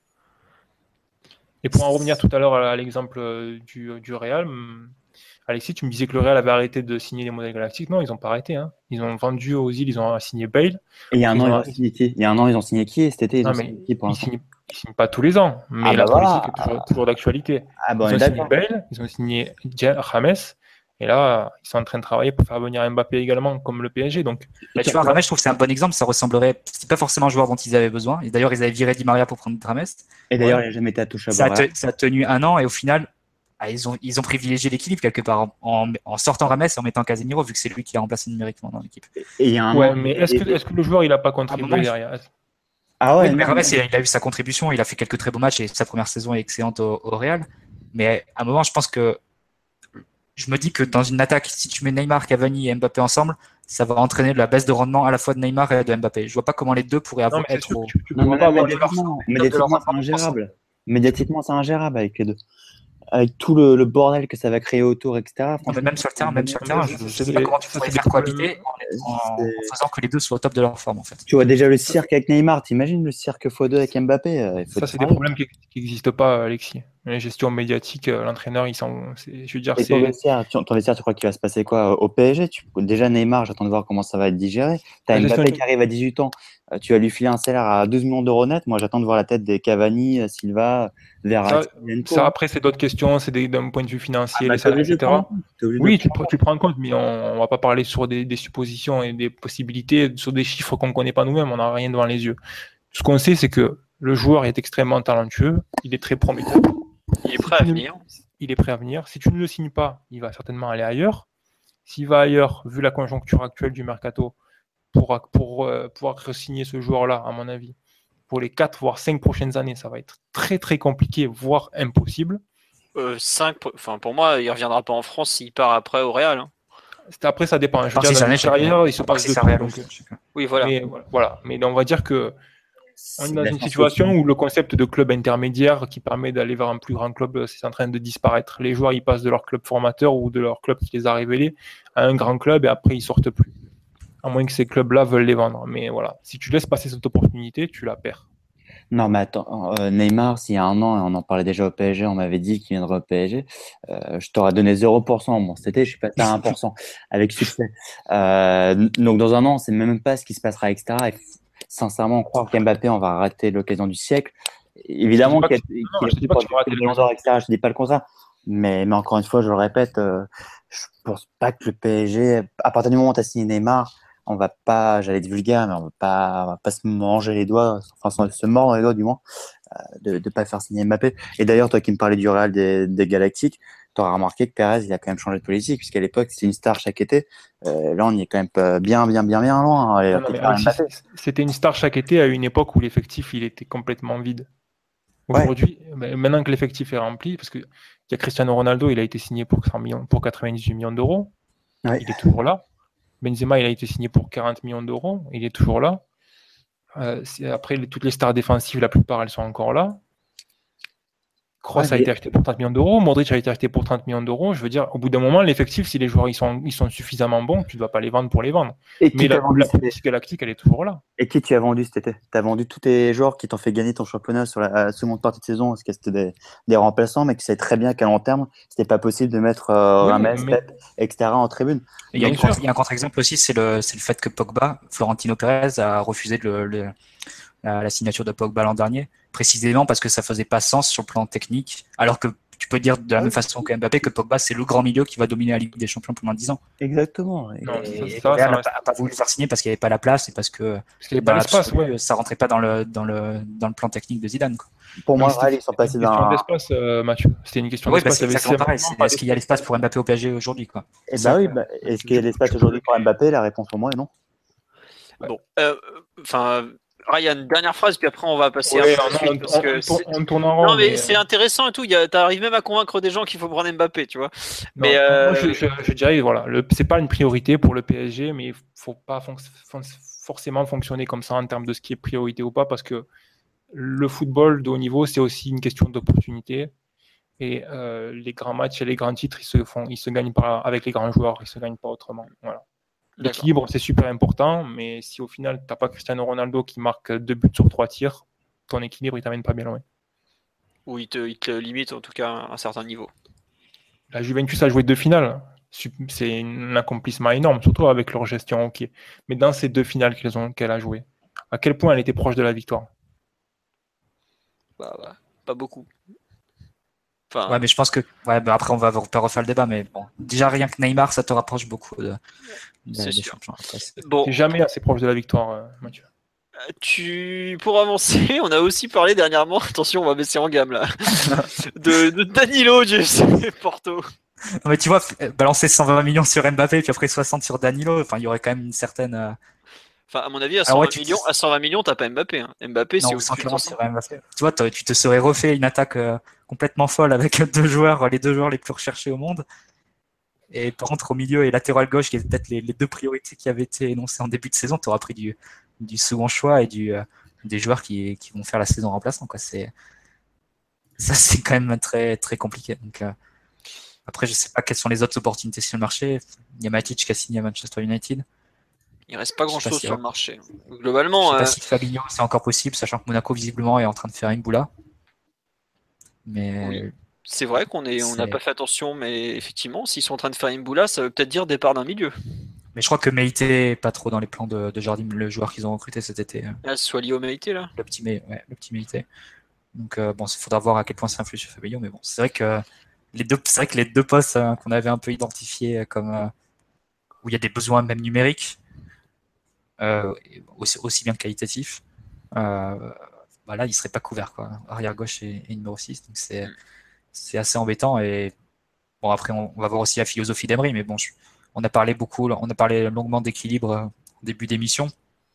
Et pour en revenir tout à l'heure à l'exemple euh, du, du Real, hum, Alexis, tu me disais que le Real avait arrêté de signer les modèles galactiques. Non, ils n'ont pas arrêté, hein. Ils ont vendu aux îles, ils ont signé Bale. Et il y a un Ils an, ils ont- ont signé qui? Il y a un an, ils ont signé qui? Et cet été, ils Non, ont mais signé qui pour ils l'instant? signent, ils signent pas tous les ans, mais Ah la bah politique voilà. est toujours, toujours d'actualité. Ah bah on Ils est ont signé d'accord. Bale, ils ont signé Ja- James, et là, ils sont en train de travailler pour faire venir Mbappé également, comme le P S G. Donc, Bah, tu vois, Rames, je trouve que c'est un bon exemple. Ça ressemblerait. C'était pas forcément un joueur dont ils avaient besoin. Et d'ailleurs, ils avaient viré Di Maria pour prendre Rames. Et d'ailleurs, Ouais. il n'a jamais été à touche à Ça a, Borja. te- ça a tenu un an et au final, ah, ils, ont, ils ont privilégié l'équilibre quelque part en, en, en sortant Rames et en mettant Casemiro, vu que c'est lui qui l'a remplacé numériquement dans l'équipe. Et il y a un ouais, an. mais est-ce que, est-ce que le joueur, il n'a pas À un moment, contribué il- derrière? Ah ouais, Oui, mais non, Rames, mais- il a, il a eu sa contribution. Il a fait quelques très beaux matchs et sa première saison est excellente au, au Real. Mais à un moment, je pense que je me dis que dans une attaque, si tu mets Neymar, Cavani et Mbappé ensemble, ça va entraîner de la baisse de rendement à la fois de Neymar et de Mbappé. Je vois pas comment les deux pourraient Non, avoir, mais c'est être sûr au. que tu, tu non, pourras mais pas là, avoir les médiatiquement, de leur médiatiquement, c'est rendement ingérable. Médiatiquement, c'est ingérable avec les deux. Avec tout le, le bordel que ça va créer autour, et cetera. Non, mais Franchement, même sur le terrain, même sur le Mais terrain, ça, je, je c'est sais des- pas comment tu ça, pourrais c'est faire des cohabiter en, en- c'est- en faisant que les deux soient au top de leur forme en fait. tu vois déjà le cirque avec Neymar, t'imagines le cirque fois deux avec Mbappé, euh, il faut Ça, être c'est des sérieux. problèmes qui n'existent pas, Alexis. La gestion médiatique, euh, l'entraîneur, il s'en. c'est- Je veux dire, Et ton c'est. vestiaire, tu, ton vestiaire, tu crois qu'il va se passer quoi au P S G? Tu, déjà Neymar, j'attends de voir comment ça va être digéré. T'as La gestion- Mbappé qui arrive à dix-huit ans, euh, tu vas lui filer un salaire à douze millions d'euros net. Moi, j'attends de voir la tête des Cavani, euh, Silva, Verratti, Ça, Zienko, ça, hein. après, c'est d'autres questions, c'est des- d'un point de vue financier, Ah bah, les t'es salaires, obligé de prendre en et cetera. compte, t'es obligé de Oui, le tu, prendre en tu prends en compte, mais on ne va pas parler sur des, des suppositions et des possibilités, sur des chiffres qu'on ne connaît pas nous-mêmes, on n'a rien devant les yeux. Ce qu'on sait, c'est que le joueur est extrêmement talentueux, il est très prometteur. Il est prêt à venir. Il est prêt à venir. Si tu ne le signes pas, il va certainement aller ailleurs. S'il va ailleurs, vu la conjoncture actuelle du mercato, pour, pour euh, pouvoir signer ce joueur-là, à mon avis, pour les quatre voire cinq prochaines années, ça va être très très compliqué, voire impossible. Euh, cinq, enfin, pour moi, il reviendra pas en France s'il part après au Real. hein. C'est- Après, ça dépend. Je veux Par dire, ces dans années, une carrière, il se par passe ces de tout. Real, donc, je sais pas. Oui, voilà. mais voilà, voilà. Mais on va dire que on est C'est dans la une chance situation aussi. où le concept de club intermédiaire qui permet d'aller vers un plus grand club, c'est en train de disparaître. Les joueurs, ils passent de leur club formateur ou de leur club qui les a révélés à un grand club et après, ils sortent plus. À moins que ces clubs-là veulent les vendre. Mais voilà, si tu laisses passer cette opportunité, tu la perds. Non, mais attends, euh, Neymar, s'il y a un an, on en parlait déjà au P S G, on m'avait dit qu'il viendrait au P S G, euh, je t'aurais donné zéro pour cent. Bon, cet été, je suis passé à un pour cent avec succès. Euh, donc, dans un an, on sait même pas ce qui se passera, et cetera. Et f- sincèrement, croire qu'Mbappé, on va rater l'occasion du siècle. Évidemment Je te qu'il dis y pas a, que- non, je te dis pas que tu vas rater le Ballon d'Or, et cetera. Je te dis pas le contraire. Mais, mais encore une fois, je le répète, euh, je pense pas que le P S G, à partir du moment où tu as signé Neymar, on va pas, j'allais être vulgaire, mais on va pas, on va pas se manger les doigts, enfin se mordre les doigts du moins, euh, de ne pas faire signer Mbappé. Et d'ailleurs, toi qui me parlais du Real des, des Galactiques, tu auras remarqué que Pérez, il a quand même changé de politique, puisqu'à l'époque, c'était une star chaque été. Euh, là, on y est quand même pas bien, bien, bien, bien loin, hein. Il a Non, non, mais peut-être faire Alexis, Mbappé. c'était une star chaque été à une époque où l'effectif il était complètement vide. Aujourd'hui, ben, maintenant que l'effectif est rempli, parce qu'il y a Cristiano Ronaldo, il a été signé pour cent millions, pour quatre-vingt-dix-huit millions d'euros, Ouais. il est toujours là. Benzema, il a été signé pour quarante millions d'euros, il est toujours là. Euh, c'est- après, les- toutes les stars défensives, la plupart, elles sont encore là. Kroos Ouais, a mais- été acheté pour trente millions d'euros, Modric a été acheté pour trente millions d'euros. Je veux dire, au bout d'un moment, l'effectif, si les joueurs ils sont, ils sont suffisamment bons, tu ne dois pas les vendre pour les vendre. Et qui Mais t'a la, vendu la cet été politique galactique, elle est toujours là. Et qui tu as vendu cet été? Tu as vendu tous tes joueurs qui t'ont fait gagner ton championnat sur la, la seconde partie de saison parce que c'était des, des remplaçants, mais qui savaient très bien qu'à long terme, c'était pas possible de mettre euh, Oui, Rames, mais Pep, et cetera en tribune. Il y a, bien une sûr. contre- il y a un contre-exemple aussi, c'est le, c'est le fait que Pogba, Florentino Pérez a refusé le, le- la, la signature de Pogba l'an dernier, précisément parce que ça faisait pas sens sur le plan technique, alors que tu peux dire de la Ah même oui. façon que Mbappé que Pogba c'est le grand milieu qui va dominer la Ligue des Champions pendant dix ans. Exactement. Et- Non, Et, ça, et ça, le Real ça n'a reste- pas, a pas voulu le faire signer parce qu'il n'y avait pas la place et parce que Parce qu'il n'y avait dans pas l'espace, l'absolu, ouais. ça rentrait pas dans le, dans le, dans le plan technique de Zidane, quoi. Pour Non, moi, mais le Real, ils sont c'était passés une question d'un. d'espace, euh, Mathieu. C'était une question Oui, bah, d'espace. c'est Il y avait exactement pareil. simplement C'est- pas Est-ce qu'il y a l'espace pour Mbappé au P S G aujourd'hui, quoi? Et Ça, bah oui, quoi. bah, est-ce Tu- qu'il y a tu- l'espace tu aujourd'hui peux- pour Mbappé? La réponse pour moi est non. Bon, euh, enfin, Ryan, dernière phrase, puis après on va passer Ouais, un peu à la non, suite, on, parce on- que on tourne- c'est- on tourne en rond. non, mais mais, c'est euh, intéressant et tout. Il y a- T'arrives même à convaincre des gens qu'il faut prendre Mbappé, tu vois. non, Mais moi, euh, je, je, je dirais, voilà, le, c'est pas une priorité pour le P S G, mais il faut pas fonc- fon- forcément fonctionner comme ça en termes de ce qui est priorité ou pas, parce que le football de haut niveau, c'est aussi une question d'opportunité. Et euh, les grands matchs et les grands titres, ils se font, ils se gagnent pas avec les grands joueurs, ils se gagnent pas autrement. Voilà. d'accord. L'équilibre, c'est super important, mais si au final, tu n'as pas Cristiano Ronaldo qui marque deux buts sur trois tirs, ton équilibre, il t'amène pas bien loin. Ou il te, il te limite en tout cas à un certain niveau. La Juventus a joué deux finales. Sup- C'est un accomplissement énorme, surtout avec leur gestion hockey. Mais dans ces deux finales qu'elles ont, qu'elle a jouées, à quel point elle était proche de la victoire? Bah, bah, pas beaucoup. Enfin, Ouais, mais je pense que, ouais, bah après, on va pas refaire le débat, mais bon. Déjà, rien que Neymar, ça te rapproche beaucoup de, de- C'est des sûr. champions. Après, c'est- bon, T'es jamais assez proche de la victoire, euh, Mathieu. tu pour avancer, on a aussi parlé dernièrement. Attention, on va baisser en gamme là. de, de Danilo du F C Porto. Non, mais tu vois, f- balancer cent vingt millions sur Mbappé, puis après soixante sur Danilo, enfin, il y aurait quand même une certaine, euh, Enfin, à mon avis, à Alors, cent vingt ouais, tu- millions, à cent vingt millions, t'as pas Mbappé. Hein. Mbappé, c'est non, au sans dessus de clairement trois cents. sur Mbappé. Tu vois, t'aurais- tu te serais refait une attaque euh, complètement folle avec deux joueurs, les deux joueurs les plus recherchés au monde. Et par contre, au milieu et latéral gauche, qui étaient peut-être les, les deux priorités qui avaient été énoncées en début de saison, tu auras pris du, du second choix et du, euh, des joueurs qui, qui vont faire la saison remplaçant, quoi. C'est, ça, c'est quand même très, très compliqué. Donc, euh, après, je sais pas quelles sont les autres opportunités sur le marché. Il y a Matic qui a signé à Manchester United. Il reste pas Je sais grand pas chose si- sur le marché. Je Globalement, sais euh, pas si Fabinho c'est encore possible, sachant que Monaco visiblement est en train de faire une boula. Mais Oui. c'est vrai qu'on est, on n'a C'est- pas fait attention, mais effectivement, s'ils sont en train de faire une boula, ça veut peut-être dire départ d'un milieu. mais je crois que Meïté est pas trop dans les plans de, de Jardim, le joueur qu'ils ont recruté cet été, euh, Là, ce soit lié au mérité là. le petit Meï- ouais, le petit Meïté. Donc euh, bon, il faudra voir à quel point ça influe sur Fabinho, mais bon, c'est vrai que les deux, c'est vrai que les deux postes euh, qu'on avait un peu identifiés comme euh, où il y a des besoins même numériques, euh, et aussi, aussi bien qualitatifs, euh, bah là, il serait pas couvert, quoi. Arrière gauche et, et numéro six, donc c'est Mm. c'est assez embêtant. Et bon, après, on, on va voir aussi la philosophie d'Emery, mais bon, je- on a parlé beaucoup, on a parlé longuement d'équilibre euh, au début d'émission,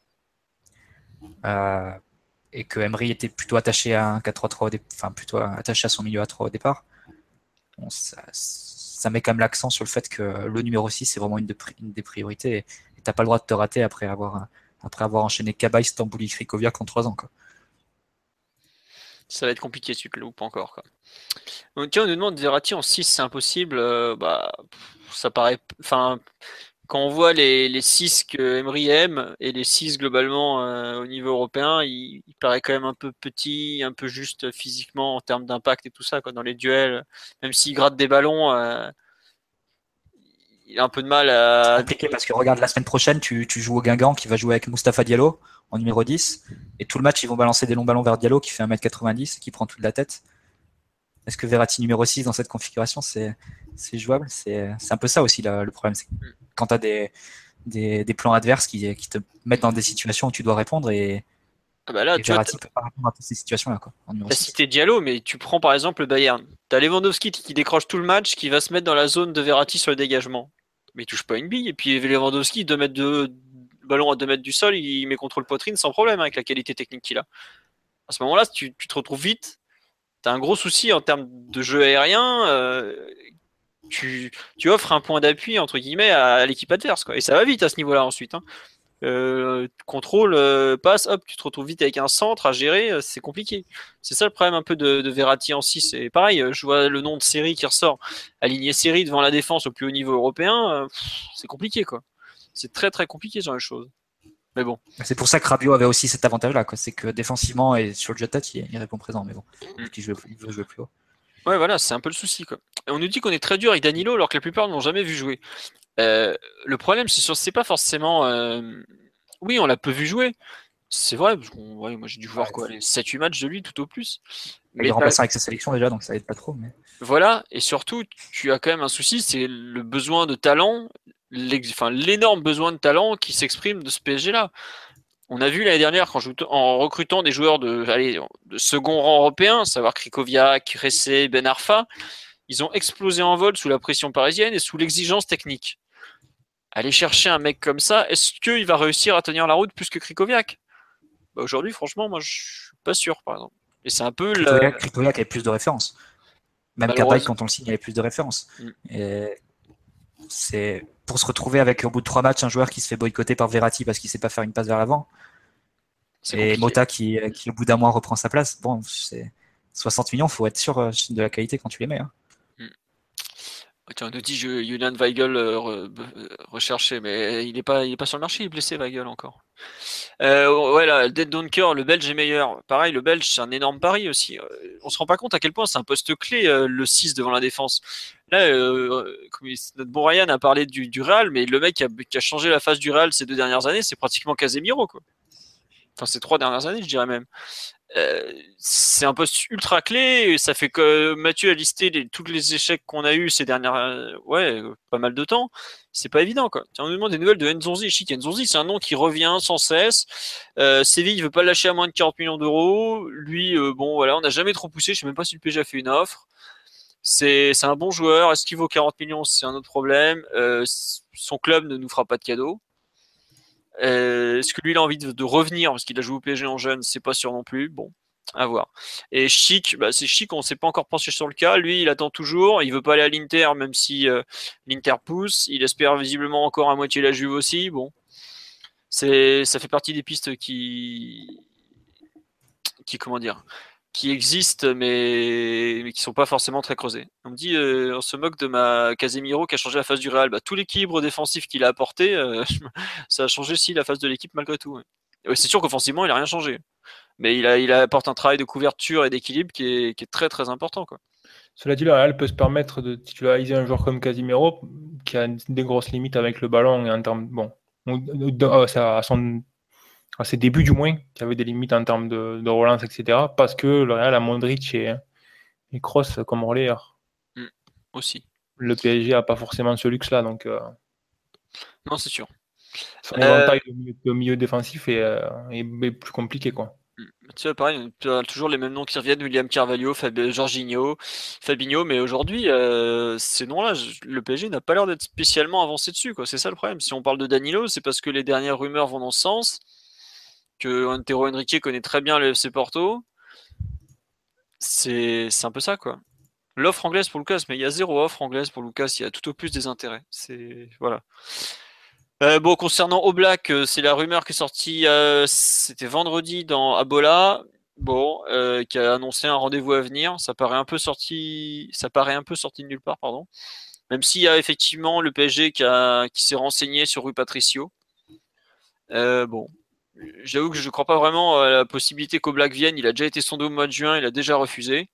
euh, et que Emery était plutôt attaché à un quatre trois trois, au dé- enfin plutôt attaché à son milieu à trois au départ. Bon, ça, ça met quand même l'accent sur le fait que le numéro six c'est vraiment une, de pri- une des priorités, et et t'as pas le droit de te rater après avoir après avoir enchaîné Cabaye, Stambouli, Krikoviak en trois ans, quoi. Ça va être compliqué si tu te le loupes encore. Quoi. Donc, tiens, on nous demande Verratti en six, c'est impossible. Euh, bah, pff, ça paraît. Enfin, quand on voit les, les six que Emery aime et les six globalement euh, au niveau européen, il, il paraît quand même un peu petit, un peu juste physiquement en termes d'impact et tout ça, quoi, dans les duels. Même s'il gratte des ballons, euh, il a un peu de mal C'est à. compliqué parce que regarde, la semaine prochaine, tu, tu joues au Guingamp qui va jouer avec Mustapha Diallo en numéro dix, et tout le match, ils vont balancer des longs ballons vers Diallo qui fait un mètre quatre-vingt-dix, qui prend toute la tête. Est-ce que Verratti numéro six dans cette configuration, c'est c'est jouable? C'est c'est un peu ça aussi là, le problème. C'est quand tu as des, des, des plans adverses qui, qui te mettent dans des situations où tu dois répondre, et, Ah bah là, et tu vois, Verratti peut pas répondre à toutes ces situations-là, quoi, en numéro t'as six. cité Diallo, mais tu prends par exemple le Bayern. T'as Lewandowski qui décroche tout le match, qui va se mettre dans la zone de Verratti sur le dégagement. Mais il touche pas une bille. Et puis Lewandowski, deux mètres de ballon à deux mètres du sol, il met contrôle poitrine sans problème avec la qualité technique qu'il a. À ce moment-là, tu, tu te retrouves vite. T'as un gros souci en termes de jeu aérien. euh, tu, tu offres un point d'appui entre guillemets à, à l'équipe adverse, quoi. Et ça va vite à ce niveau-là ensuite. Hein. euh, contrôle, euh, passe, hop, tu te retrouves vite avec un centre à gérer, euh, c'est compliqué. C'est ça le problème un peu de, de Verratti en six. C'est pareil, euh, je vois le nom de Série qui ressort, aligner Série devant la défense au plus haut niveau européen, euh, pff, c'est compliqué quoi. C'est très très compliqué ce genre de choses. Mais bon. C'est pour ça que Rabiot avait aussi cet avantage-là, quoi. C'est que défensivement et sur le jet tête, il, il répond présent, mais bon, Mm. il veut, il veut jouer plus haut. Ouais, voilà, c'est un peu le souci quoi. Et on nous dit qu'on est très dur avec Danilo alors que la plupart ne l'ont jamais vu jouer. Euh, le problème, c'est sur, c'est pas forcément. Euh... Oui, on l'a peu vu jouer. C'est vrai, parce qu'on, ouais, moi j'ai dû voir Ouais, quoi, les sept huit matchs de lui tout au plus. Il est Mais t'as- remplaçant avec sa sélection déjà, donc ça aide pas trop. Mais... voilà, et surtout, tu as quand même un souci, c'est le besoin de talent, l'ex- enfin, l'énorme besoin de talent qui s'exprime de ce P S G-là. On a vu l'année dernière, quand je- en recrutant des joueurs de, allez, de second rang européen, à savoir Krikoviak, Ressé, Ben Arfa, ils ont explosé en vol sous la pression parisienne et sous l'exigence technique. Aller chercher un mec comme ça, est-ce qu'il va réussir à tenir la route plus que Krikoviak? Bah aujourd'hui, franchement, moi, je suis pas sûr, par exemple. Et c'est un peu le... Krikoviak, Krikoviak avait plus de références. Même Cabaye, Malheureusement. quand on le signe, il avait plus de références. Mm. Et c'est pour se retrouver avec, au bout de trois matchs, un joueur qui se fait boycotter par Verratti parce qu'il sait pas faire une passe vers l'avant. C'est Et compliqué. Mota qui, qui, au bout d'un mois, reprend sa place. Bon, c'est soixante millions, faut être sûr de la qualité quand tu les mets. Hein. Tiens, on nous dit je, Julian Weigel euh, re- euh, recherché, mais il est pas, il est pas sur le marché, il est blessé Weigel encore. Euh, ouais, là, Dead Donker, le Belge est meilleur. Pareil, le Belge, c'est un énorme pari aussi. Euh, On se rend pas compte à quel point c'est un poste clé, euh, le six devant la défense. Là, euh, comme il- notre bon Ryan a parlé du, du Real, mais le mec qui a, qui a changé la face du Real ces deux dernières années, c'est pratiquement Casemiro, quoi. Enfin, ces trois dernières années, je dirais même. Euh, c'est un poste ultra clé. Ça fait que Mathieu a listé les, tous les échecs qu'on a eu ces dernières, euh, ouais, euh, pas mal de temps. C'est pas évident, quoi. Tiens, on nous demande des nouvelles de Nzonzi. Chic, Nzonzi, c'est un nom qui revient sans cesse. Euh, Séville, il veut pas le lâcher à moins de quarante millions d'euros. Lui, euh, bon, voilà, on n'a jamais trop poussé. Je sais même pas si le P S G a fait une offre. C'est, c'est un bon joueur. Est-ce qu'il vaut quarante millions? C'est un autre problème. Euh, son club ne nous fera pas de cadeau. Euh, Est-ce que lui il a envie de, de revenir parce qu'il a joué au P S G en jeune? C'est pas sûr non plus. Bon, à voir. Et Chic, bah c'est Chic, on s'est pas encore penché sur le cas. Lui, il attend toujours. Il veut pas aller à l'Inter, même si euh, l'Inter pousse. Il espère visiblement encore à moitié la Juve aussi. Bon, c'est, ça fait partie des pistes qui, qui comment dire, qui existent, mais, mais qui sont pas forcément très creusées. On me dit, euh, on se moque de ma Casemiro qui a changé la face du Real. Bah, tout l'équilibre défensif qu'il a apporté, euh, ça a changé aussi la face de l'équipe malgré tout. Ouais. Ouais, c'est sûr qu'offensivement, il a rien changé. Mais il, a, il apporte un travail de couverture et d'équilibre qui est, qui est très très important, quoi. Cela dit, le Real peut se permettre de titulariser un joueur comme Casemiro qui a des grosses limites avec le ballon et en termes, bon, à, son, à ses débuts du moins, qui avait des limites en termes de, de relance, et cetera. Parce que le Real a Modric et, et Kroos comme relayeurs. Mm, aussi. Le P S G n'a pas forcément ce luxe-là, donc euh, Non, c'est sûr. son Euh, éventail de milieu, de milieu défensif est, euh, est, est plus compliqué, quoi. Tu vois, pareil, on a toujours les mêmes noms qui reviennent, William Carvalho, Fab... Jorginho, Fabinho, mais aujourd'hui, euh, ces noms-là, je- le P S G n'a pas l'air d'être spécialement avancé dessus, quoi. C'est ça le problème. Si on parle de Danilo, c'est parce que les dernières rumeurs vont dans ce sens, que Antero Henrique connaît très bien le F C Porto. C'est c'est un peu ça, quoi. L'offre anglaise pour Lucas, mais il y a zéro offre anglaise pour Lucas, il y a tout au plus des intérêts. C'est voilà. Euh, bon, concernant Oblak, euh, c'est la rumeur qui est sortie, euh, c'était vendredi dans Abola, bon, euh, qui a annoncé un rendez-vous à venir. Ça paraît un peu sorti, ça paraît un peu sorti de nulle part, pardon. Même s'il y a effectivement le P S G qui, a, qui s'est renseigné sur Rui Patricio. Euh, bon, j'avoue que je ne crois pas vraiment à la possibilité qu'Oblak vienne. Il a déjà été sondé au mois de juin, il a déjà refusé.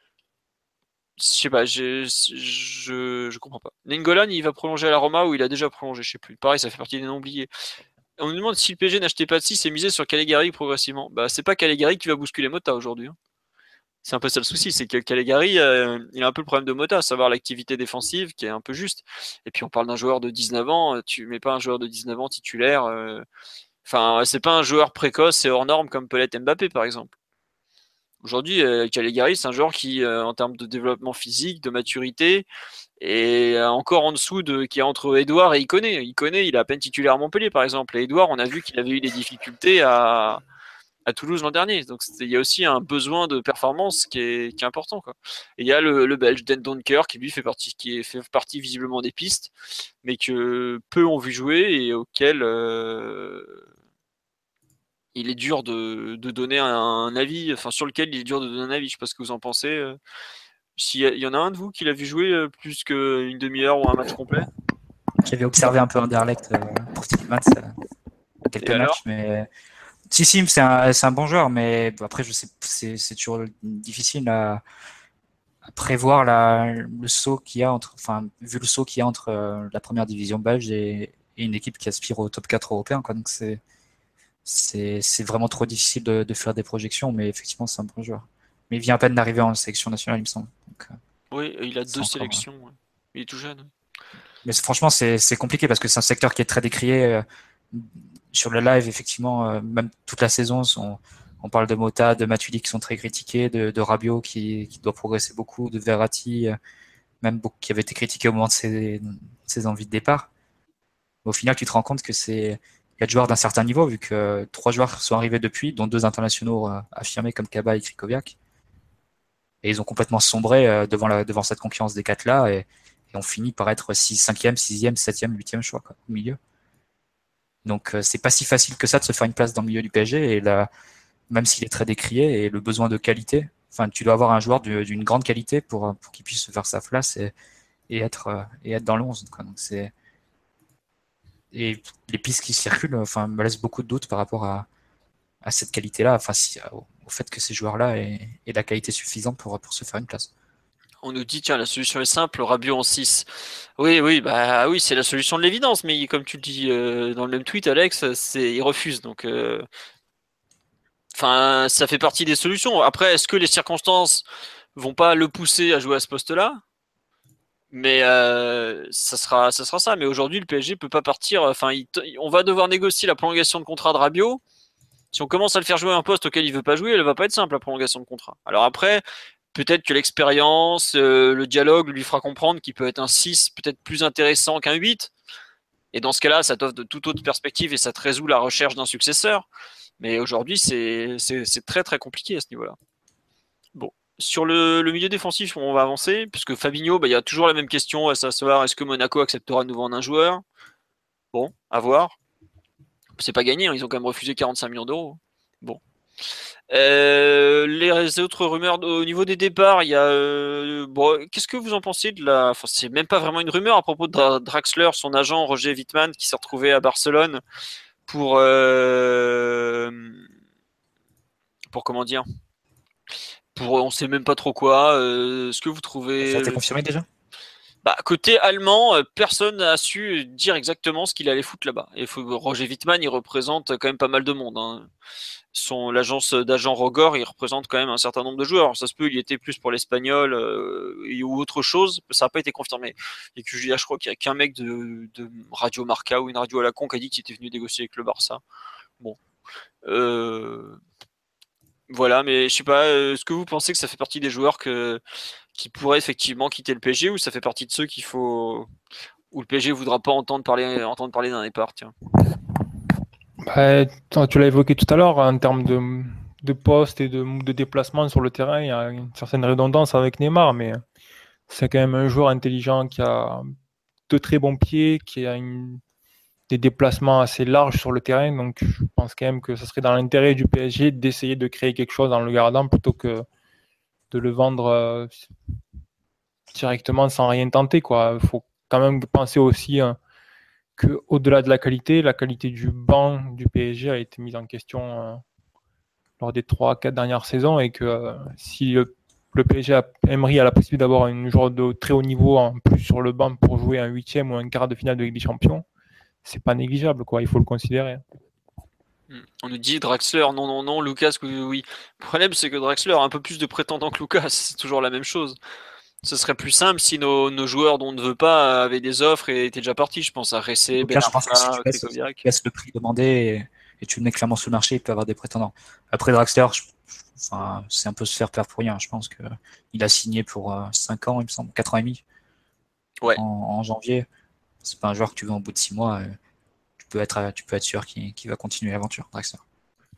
Je sais pas, je, je, je comprends pas. Nengolan, il va prolonger à la Roma ou il a déjà prolongé, je sais plus. Pareil, ça fait partie des noms oubliés. On nous demande si le P S G n'achetait pas de six et misait sur Calegari progressivement. Bah, c'est pas Calegari qui va bousculer Mota aujourd'hui. Hein. C'est un peu ça le souci, c'est que Calegari, euh, il a un peu le problème de Mota, à savoir l'activité défensive qui est un peu juste. Et puis on parle d'un joueur de dix-neuf ans, tu mets pas un joueur de dix-neuf ans titulaire. Euh... Enfin, c'est pas un joueur précoce et hors norme comme peut l'être Mbappé par exemple. Aujourd'hui, euh, Calegari, c'est un joueur qui, euh, en termes de développement physique, de maturité, est encore en dessous de qui est entre Edouard et Iconé. Iconé, il a à peine titulaire à Montpellier, par exemple. Et Edouard, on a vu qu'il avait eu des difficultés à, à Toulouse l'an dernier. Donc il y a aussi un besoin de performance qui est, qui est important, quoi. Et il y a le, le Belge Den Donker qui lui fait partie, qui fait partie visiblement des pistes, mais que peu ont vu jouer et auquel euh, il est dur de, de donner un, un avis, enfin sur lequel il est dur de donner un avis. Je sais pas ce que vous en pensez. Euh. S'il y, a, il y en a un de vous qui l'a vu jouer euh, plus qu'une demi-heure ou un match complet? Qui avait observé un peu Anderlecht euh, pour Stillmans euh, quelques Et alors matchs, mais si si c'est un c'est un bon joueur, mais bon, après je sais c'est c'est toujours difficile à, à prévoir la le saut qu'il y a entre enfin vu le saut qu'il y a entre euh, la première division belge et, et une équipe qui aspire au top quatre européen, quoi. Donc c'est c'est c'est vraiment trop difficile de, de faire des projections, mais effectivement c'est un bon joueur. Mais il vient à peine d'arriver en sélection nationale, il me semble. Donc, euh, Oui, il a c'est deux encore, sélections. Ouais. Il est tout jeune. mais c'est- franchement, c'est c'est compliqué parce que c'est un secteur qui est très décrié. euh, Sur le live, effectivement, euh, même toute la saison, on, on parle de Mota, de Matuidi qui sont très critiqués, de, de Rabiot qui, qui doit progresser beaucoup, de Verratti, euh, même beaucoup, qui avait été critiqué au moment de ses, de ses envies de départ. Au final, tu te rends compte que c'est il y a des joueurs d'un certain niveau, vu que euh, trois joueurs sont arrivés depuis, dont deux internationaux euh, affirmés comme Kaba et Krikoviak. Et ils ont complètement sombré euh, devant, la, devant cette concurrence des quatre-là et, et ont fini par être six, cinquième, sixième, septième, huitième choix, quoi, au milieu. Donc euh, c'est pas si facile que ça de se faire une place dans le milieu du P S G, et là, même s'il est très décrié, et le besoin de qualité, enfin tu dois avoir un joueur de- d'une grande qualité pour, pour qu'il puisse se faire sa place et, et être euh, et être dans le onze, quoi. Donc c'est et les pistes qui circulent, enfin me laissent beaucoup de doutes par rapport à, à cette qualité-là, enfin si, au, au fait que ces joueurs-là aient, aient la qualité suffisante pour pour se faire une place. On nous dit, tiens, la solution est simple, Rabiot en six. Oui, oui, bah oui, c'est la solution de l'évidence, mais comme tu le dis euh, dans le même tweet, Alex, c'est, il refuse. Donc, euh, enfin, ça fait partie des solutions. Après, est-ce que les circonstances vont pas le pousser à jouer à ce poste-là? Mais euh, ça sera, ça sera ça. Mais aujourd'hui, le P S G peut pas partir. Enfin, il, on va devoir négocier la prolongation de contrat de Rabiot. Si on commence à le faire jouer un poste auquel il veut pas jouer, elle va pas être simple la prolongation de contrat. Alors après, peut-être que l'expérience, euh, le dialogue lui fera comprendre qu'il peut être un six peut-être plus intéressant qu'un huit. Et dans ce cas-là, ça t'offre de toute autre perspective et ça te résout la recherche d'un successeur. Mais aujourd'hui, c'est, c'est, c'est très très compliqué à ce niveau-là. Bon. Sur le, le milieu défensif, on va avancer, puisque Fabinho, bah, il y a toujours la même question à savoir est-ce que Monaco acceptera de nous vendre un joueur? Bon, à voir. C'est pas gagné, hein, ils ont quand même refusé quarante-cinq millions d'euros. Bon. Euh, les autres rumeurs au niveau des départs, il y a. Euh, bon, qu'est-ce que vous en pensez de la. Enfin, c'est même pas vraiment une rumeur à propos de Dra- Draxler, son agent Roger Wittmann, qui s'est retrouvé à Barcelone pour. Euh, pour comment dire? Pour on sait même pas trop quoi. Euh, ce que vous Ça a été trouvez. confirmé déjà? Bah, côté allemand, euh, personne n'a su dire exactement ce qu'il allait foutre là-bas. Et faut, Roger Wittmann, il représente quand même pas mal de monde, hein. Son l'agence d'agent Rogor, il représente quand même un certain nombre de joueurs. Alors, ça se peut, il y était plus pour l'espagnol euh, ou autre chose. Ça n'a pas été confirmé. Et que je crois qu'il y a qu'un mec de, de Radio Marca ou une radio à la con qui a dit qu'il était venu négocier avec le Barça. Bon, euh, voilà, mais je sais pas. euh, Est-ce que vous pensez que ça fait partie des joueurs que qui pourraient effectivement quitter le P S G ou ça fait partie de ceux qu'il faut où le P S G voudra pas entendre parler entendre parler d'un départ, tiens. Bah, tu l'as évoqué tout à l'heure, en termes de, de poste et de, de déplacement sur le terrain, il y a une certaine redondance avec Neymar, mais c'est quand même un joueur intelligent qui a de très bons pieds, qui a une, des déplacements assez larges sur le terrain. Donc, je pense quand même que ce serait dans l'intérêt du P S G d'essayer de créer quelque chose en le gardant plutôt que de le vendre euh, directement sans rien tenter, quoi. Il faut quand même penser aussi hein, qu'au-delà de la qualité, la qualité du banc du P S G a été mise en question euh, lors des trois quatre dernières saisons et que euh, si le, le P S G a, Emery a la possibilité d'avoir une joueur de très haut niveau en plus sur le banc pour jouer un huitième ou un quart de finale de Ligue des Champions, c'est pas négligeable, quoi. Il faut le considérer. On nous dit Draxler, non, non, non, Lucas, oui. Le problème, c'est que Draxler a un peu plus de prétendants que Lucas, c'est toujours la même chose. Ce serait plus simple si nos, nos joueurs dont on ne veut pas avaient des offres et étaient déjà partis. Je pense à Ressé, Ben Là, je pense que si Arfa, tu baisses, Krikoviak. tu baisses le prix demandé et, et tu le mets clairement sur le marché, il peut avoir des prétendants. Après Draxler, je, enfin, c'est un peu se faire perdre pour rien. Je pense que il a signé pour euh, cinq ans, il me semble, quatre ans et demi Ouais. en, en janvier. C'est pas un joueur que tu veux en bout de six mois. Euh, tu peux être, tu peux être sûr qu'il, qu'il va continuer l'aventure, Draxler.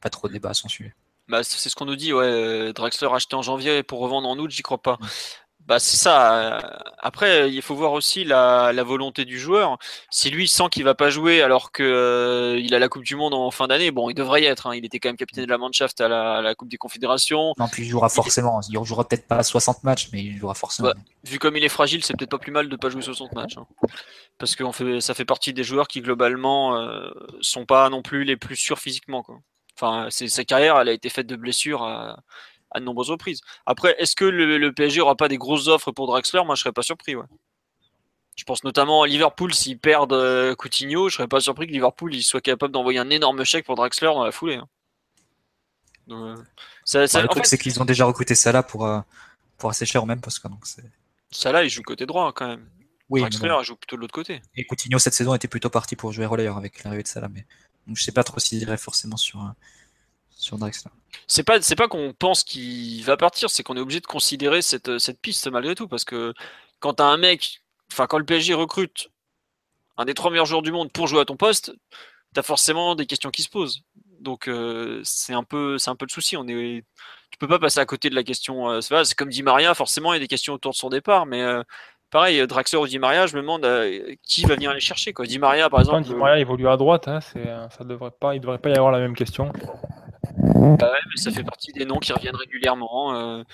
pas trop de débat à son sujet. Bah, c'est ce qu'on nous dit, ouais. Draxler acheté en janvier pour revendre en août, j'y crois pas. Bah, c'est ça. Après, il faut voir aussi la, la volonté du joueur. Si lui sent qu'il va pas jouer alors que euh, il a la Coupe du Monde en fin d'année, bon, il devrait y être. Hein. Il était quand même capitaine de la Mannschaft à la, à la Coupe des Confédérations. Non, puis il jouera forcément. Il ne jouera peut-être pas soixante matchs, mais il jouera forcément. Bah, vu comme il est fragile, c'est peut-être pas plus mal de pas jouer soixante matchs. Hein. Parce que on fait, ça fait partie des joueurs qui, globalement, euh, sont pas non plus les plus sûrs physiquement, quoi. Enfin, c'est, sa carrière, elle a été faite de blessures à, à de nombreuses reprises. Après, est-ce que le, le P S G aura pas des grosses offres pour Draxler? Moi, je serais pas surpris. Ouais. Je pense notamment à Liverpool, s'ils perdent euh, Coutinho, je serais pas surpris que Liverpool il soit capable d'envoyer un énorme chèque pour Draxler dans la foulée. Hein. Donc, euh, ça, ça, Bah, le en truc, fait, c'est qu'ils ont déjà recruté Salah pour, euh, pour assez cher au même poste. Quoi, donc c'est... Salah, il joue côté droit hein, quand même. Oui, Draxler, bon. il joue plutôt de l'autre côté. Et Coutinho, cette saison, était plutôt parti pour jouer relayeur avec l'arrivée de Salah. Mais... Donc je sais pas trop s'il irait forcément sur, euh, sur Draxler. C'est pas, c'est pas qu'on pense qu'il va partir, c'est qu'on est obligé de considérer cette, cette piste malgré tout. Parce que quand t'as un mec, enfin quand le P S G recrute un des trois meilleurs joueurs du monde pour jouer à ton poste, t'as forcément des questions qui se posent. Donc euh, c'est un peu, c'est un peu le souci. On est, tu peux pas passer à côté de la question. Euh, c'est, c'est comme Di Maria, forcément il y a des questions autour de son départ, mais euh, pareil, Draxler ou Di Maria, je me demande euh, qui va venir les chercher. Quoi. Di Maria par exemple. Di Maria évolue à droite, hein, c'est, ça devrait pas, il devrait pas y avoir la même question. Bah ouais, mais ça fait partie des noms qui reviennent régulièrement. Euh,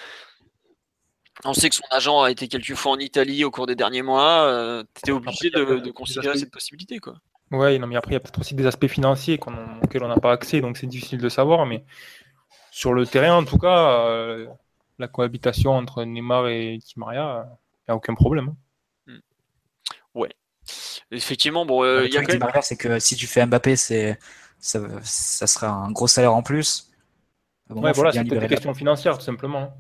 on sait que son agent a été quelques fois en Italie au cours des derniers mois. Euh, T'étais obligé Après, de, de considérer aspects... cette possibilité, quoi. Ouais, non, mais après il y a peut-être aussi des aspects financiers qu'on, auxquels on n'a pas accès, donc c'est difficile de savoir. Mais sur le terrain, en tout cas, euh, la cohabitation entre Neymar et Di Maria, il n'y a aucun problème. Hmm. Ouais. Effectivement, bon, euh, le il y a truc quand Di même... Maria, c'est que si tu fais Mbappé, c'est ça, ça sera un gros salaire en plus. Moment, ouais, voilà, bien c'est peut-être des questions financières, tout simplement.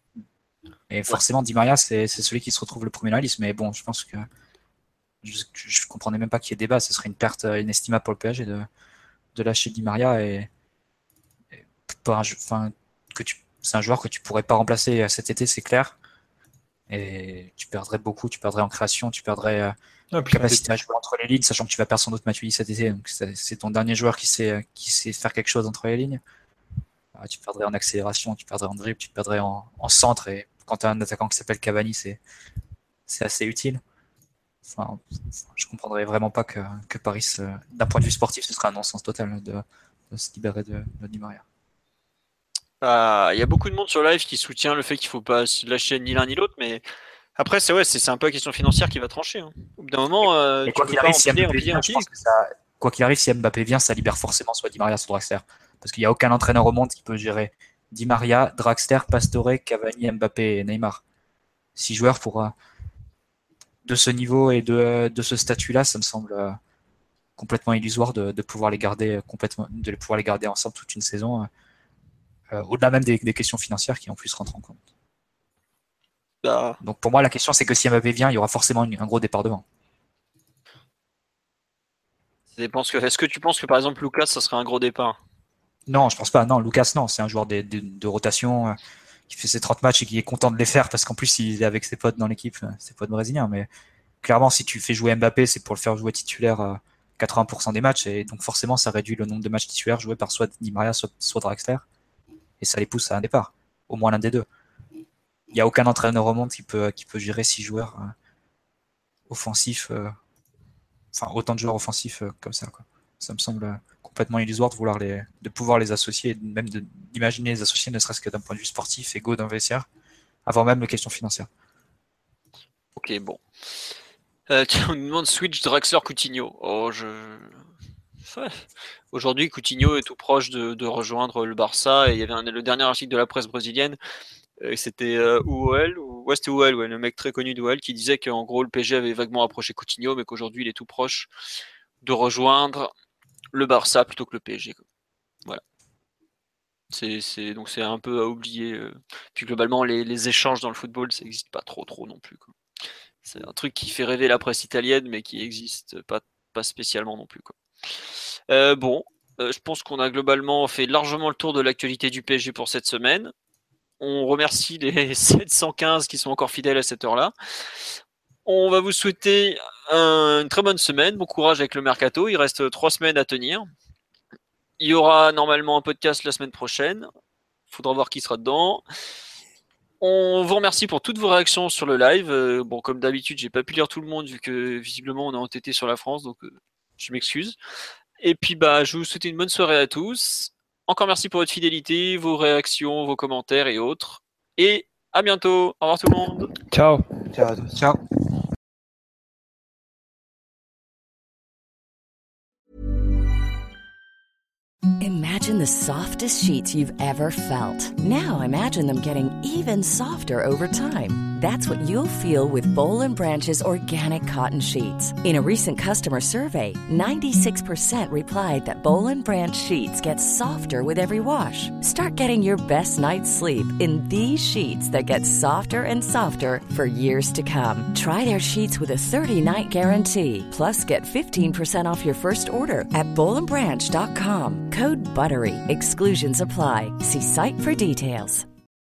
Et forcément, ouais. Di Maria, c'est, c'est celui qui se retrouve le premier dans la liste. Mais bon, je pense que je, je comprenais même pas qu'il y ait débat. Ce serait une perte inestimable pour le P S G de, de lâcher Di Maria et, et pas un, enfin, que tu, c'est un joueur que tu pourrais pas remplacer cet été, c'est clair. Et tu perdrais beaucoup, tu perdrais en création, tu perdrais euh, ah, capacité c'est... à jouer entre les lignes, sachant que tu vas perdre sans doute Matuidi cet été. Donc c'est, c'est ton dernier joueur qui sait, qui sait faire quelque chose entre les lignes. Ah, tu perdrais en accélération, tu perdrais en dribble, tu perdrais en, en centre. Et quand tu as un attaquant qui s'appelle Cavani, c'est, c'est assez utile. Enfin, je comprendrais vraiment pas que, que Paris, d'un point de vue sportif, ce serait un non-sens total de, de se libérer de, de Di Maria. Il euh, y a beaucoup de monde sur live qui soutient le fait qu'il ne faut pas se lâcher ni l'un ni l'autre, mais après, c'est, ouais, c'est, c'est un peu la question financière qui va trancher. Hein. Au bout d'un moment, euh, tu quoi, peux qu'il pas arrive, empiler, si empiler, empiler. Quoi qu'il arrive, si Mbappé vient, ça libère forcément soit Di Maria, soit Draxler. Parce qu'il n'y a aucun entraîneur au monde qui peut gérer Di Maria, Draxler, Pastore, Cavani, Mbappé et Neymar. Six joueurs pour, de ce niveau et de, de ce statut-là, ça me semble complètement illusoire de, de pouvoir les garder complètement, de pouvoir les garder ensemble toute une saison. Euh, au-delà même des, des questions financières qui en plus rentrent en compte. Bah. Donc pour moi la question c'est que si Mbappé vient, il y aura forcément une, un gros départ devant. Ça dépend que, est-ce que tu penses que par exemple Lucas ça serait un gros départ? Non, je pense pas. Non, Lucas non, c'est un joueur de, de, de rotation euh, qui fait ses trente matchs et qui est content de les faire parce qu'en plus il est avec ses potes dans l'équipe, ses potes brésiliens. Mais clairement si tu fais jouer Mbappé, c'est pour le faire jouer titulaire euh, quatre-vingts pour cent des matchs et donc forcément ça réduit le nombre de matchs titulaires joués par soit Di Maria, soit, soit Draxler. Et ça les pousse à un départ, au moins l'un des deux. Il n'y a aucun entraîneur au monde qui peut, qui peut gérer six joueurs euh, offensifs, euh, enfin autant de joueurs offensifs euh, comme ça. Quoi. Ça me semble euh, complètement illusoire de vouloir les, de pouvoir les associer, même de, d'imaginer les associer, ne serait-ce que d'un point de vue sportif, égaux d'un vestiaire, avant même les questions financières. Ok, bon. Euh, on nous demande Switch Draxler Coutinho. Oh, je. Ouais. Aujourd'hui, Coutinho est tout proche de, de rejoindre le Barça et il y avait un, le dernier article de la presse brésilienne, euh, c'était euh, O L, ou ouais, c'était O L, ouais, le mec très connu d'O L qui disait qu'en gros le P S G avait vaguement approché Coutinho, mais qu'aujourd'hui il est tout proche de rejoindre le Barça plutôt que le P S G. Quoi. Voilà. C'est, c'est, donc c'est un peu à oublier. Euh. Puis globalement, les, les échanges dans le football, ça n'existe pas trop trop non plus. Quoi. C'est un truc qui fait rêver la presse italienne, mais qui n'existe pas, pas spécialement non plus. Quoi. Euh, bon, euh, je pense qu'on a globalement fait largement le tour de l'actualité du P S G pour cette semaine. On remercie les sept cent quinze qui sont encore fidèles à cette heure-là. On va vous souhaiter un, une très bonne semaine. Bon courage avec le mercato. Il reste trois semaines à tenir. Il y aura normalement un podcast la semaine prochaine. Faudra voir qui sera dedans. On vous remercie pour toutes vos réactions sur le live. Euh, bon, comme d'habitude, j'ai pas pu lire tout le monde vu que visiblement on est entêté sur la France, donc euh, je m'excuse. Et puis bah, je vous souhaite une bonne soirée à tous. Encore merci pour votre fidélité, vos réactions, vos commentaires et autres. Et à bientôt. Au revoir tout le monde. Ciao. Ciao à tous. Ciao. Imagine the softest sheets you've ever felt. Now imagine them getting even softer over time. That's what you'll feel with Boll and Branch's organic cotton sheets. In a recent customer survey, ninety-six percent replied that Boll and Branch sheets get softer with every wash. Start getting your best night's sleep in these sheets that get softer and softer for years to come. Try their sheets with a thirty-night guarantee. Plus, get fifteen percent off your first order at boll and branch dot com. Code BUTTERY. Exclusions apply. See site for details.